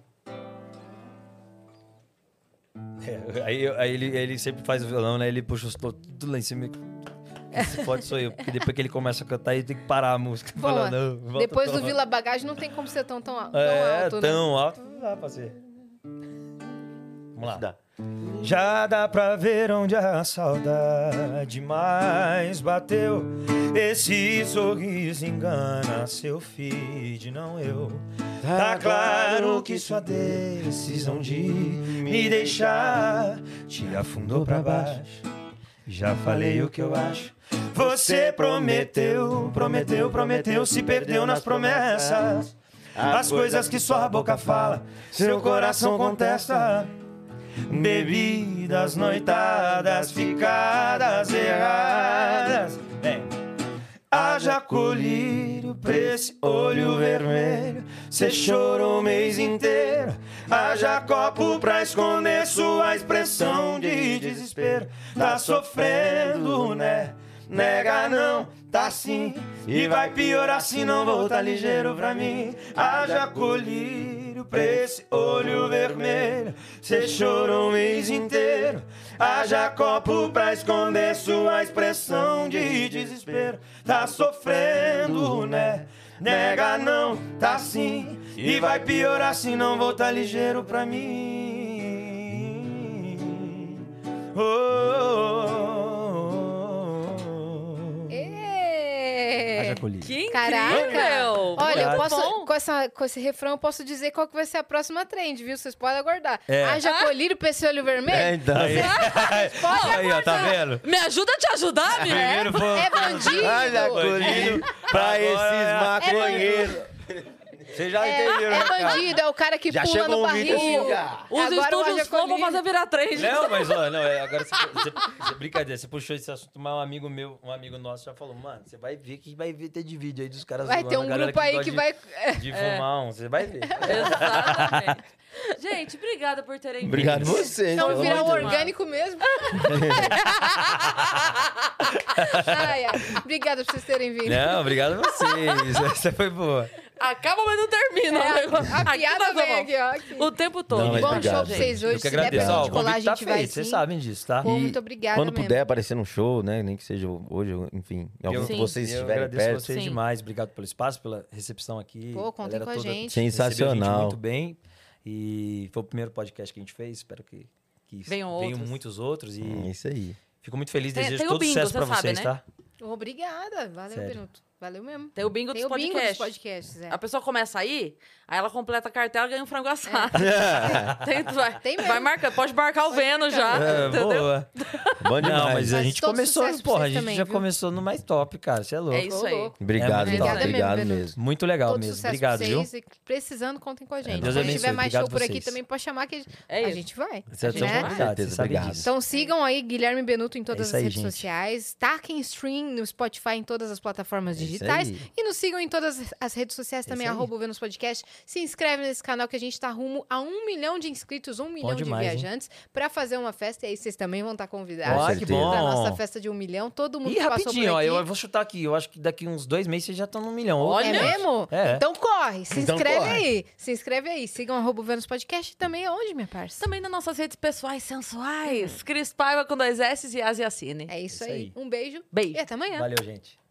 C: Aí ele sempre faz o violão, né? Ele puxa os tons tudo lá em cima. Se pode sou eu, porque depois que ele começa a cantar, ele tem que parar a música.
B: Boa.
C: Falar, não, volta
B: Depois do
C: tão
B: Vila Bagagem não tem como ser tão alto,
C: É,
B: né?
C: tão alto não dá pra ser. Vamos lá.
D: Dá.
C: Já dá pra ver onde a saudade mais bateu. Esse sorriso engana seu feed, não eu. Tá claro que sua decisão de me deixar te afundou pra baixo. Já falei o que eu acho. Você prometeu, se perdeu nas promessas. as coisas que sua boca fala, seu coração contesta. Bebidas, noitadas, ficadas erradas. Vem. Haja colírio pra esse olho vermelho, cê chorou o mês inteiro. Haja copo pra esconder sua expressão de desespero. Tá sofrendo, né? Nega não, tá sim. E vai piorar se não voltar ligeiro pra mim. Haja colírio pra esse olho vermelho, cê chorou o mês inteiro. Haja copo pra esconder sua expressão de desespero. Tá sofrendo, né? Nega não, tá sim. E vai piorar se não voltar ligeiro pra mim. Oh, oh, oh. Haja colírio.
A: Que
B: Caraca!
A: incrível!
B: Olha, eu
A: Muito
B: posso,
A: bom.
B: com esse refrão, eu posso dizer qual que vai ser a próxima trend, viu? Vocês podem aguardar.
C: É.
B: Haja colírio pra esse olho vermelho?
D: Então.
C: Aí, aí, ó, tá vendo?
A: Me ajuda a te ajudar, menina.
C: Primeiro foi
B: É bandido!
D: Olha, colírio pra esses maconheiros.
C: Vocês já entenderam,
B: É
C: né, cara?
B: bandido, é o cara que
D: Já
B: pula
D: chegou
B: no
D: um vídeo
B: barril.
D: assim, já.
A: Os
B: Agora o
A: estúdios
B: Haja
A: Flow vão
B: Colírio.
A: fazer virar trend.
C: Não, mas ó, não, agora você brincadeira, você puxou esse assunto, mas um amigo meu, um amigo nosso já falou, mano, você vai ver que vai ter de vídeo aí dos caras
B: Vai
C: zoando
B: ter
C: a
B: um
C: galera
B: grupo aí
C: gosta
B: que vai...
C: de fumar um, você vai ver.
A: Exatamente. Gente, obrigada por terem vindo.
D: Obrigado você.
B: Não
D: pelo
B: virar
D: amor
B: um
D: de Deus.
B: orgânico mesmo. Ai, ai. Obrigada por vocês terem vindo.
C: Não, obrigado a vocês, essa foi boa.
A: Acaba, mas não termina. o negócio.
B: A
A: Aqui
B: piada
A: nós
B: vem
A: vamos.
B: aqui, ó. Aqui.
A: O tempo todo.
D: Não, mas
B: Bom
D: obrigado,
B: show pra vocês hoje.
C: Eu que
B: Se der pra
C: agradeço. Ó,
B: gente
C: o
B: colar, a
C: convite tá
B: gente vai
C: feito, vocês
B: sim.
C: sabem disso, tá?
B: Pô,
D: E
B: muito obrigada
D: Quando
B: mesmo.
D: puder aparecer num show, né? Nem que seja hoje, enfim. Algum que
A: Sim.
D: vocês
C: Eu
D: estiverem
C: agradeço
D: perto.
C: vocês
A: Sim.
C: demais, obrigado pelo espaço, pela recepção aqui.
B: Pô, contem
C: galera
B: com a
C: toda
B: gente.
C: recebeu a gente
D: Sensacional.
C: muito bem. E foi o primeiro podcast que a gente fez, espero que
A: Venham outros.
C: muitos outros.
D: É
C: E
D: isso aí.
C: fico muito feliz,
A: Tem-
C: desejo
A: tem o
C: todo
A: bingo,
C: sucesso
A: você
C: pra
A: sabe,
C: vocês,
A: né?
C: tá?
B: Obrigada. Valeu,
C: Sério.
B: Benuto. Valeu mesmo.
A: Tem o bingo dos
B: Tem o bingo
A: podcasts.
B: dos podcasts, é.
A: A pessoa começa aí, aí ela completa a cartela e ganha um frango assado.
B: Tem mesmo.
A: Vai marcar, pode marcar o Vênus já.
C: É,
A: entendeu?
C: boa.
D: Bom demais.
C: Não, mas a
B: Mas
C: gente
B: todo
C: começou,
B: sucesso pra
C: porra, a
B: vocês
C: gente
B: também,
C: já
B: viu?
C: começou no mais top, cara, você é louco.
A: É isso aí.
B: louco.
D: Obrigado,
C: É,
D: então.
B: obrigada
D: Obrigado
B: mesmo,
D: mesmo.
C: Muito legal
B: Todo
C: mesmo,
B: sucesso
C: obrigado,
B: pra
C: viu?
B: vocês. E precisando, contem com a gente.
C: Deus
B: Se
C: abençoe,
B: tiver mais
C: obrigado
B: show por aqui,
C: vocês.
B: também pode chamar que
A: É
B: a
A: isso.
B: gente vai.
C: Você é tão
B: né?
C: convidado,
D: Certeza,
C: você sabe
D: obrigado.
C: disso.
B: Então sigam aí Guilherme Benuto em todas
C: isso
B: as
C: aí,
B: redes
C: gente.
B: sociais. Taquem stream no Spotify em todas as plataformas
D: isso
B: digitais.
D: aí.
B: E nos sigam em todas as redes sociais também,
C: isso aí.
B: @Vênus Podcast. Se inscreve nesse canal que a gente tá rumo a 1 milhão de inscritos, 1 milhão
C: demais,
B: de
C: hein?
B: viajantes, pra fazer uma festa. E aí vocês também vão estar convidados.
C: Ó,
D: Com
C: que
D: certeza.
C: bom.
B: Pra nossa festa de 1 milhão. Todo mundo
C: Ih,
B: que passou por
C: rapidinho, ó,
B: aqui.
C: eu vou chutar aqui. Eu acho que daqui uns 2 meses vocês já estão no 1 milhão.
A: Olha.
B: É mesmo?
C: É.
B: Então corre, se
D: Então
B: inscreve
D: corre.
B: aí. Se inscreve aí. Sigam @Vênus Podcast e também aonde, minha parça?
A: Também nas nossas redes pessoais sensuais. Cris Paiva com 2 S e Asiacine.
B: É isso
C: Isso
B: aí.
C: aí.
B: Um beijo.
A: Beijo.
B: E até amanhã.
C: Valeu, gente.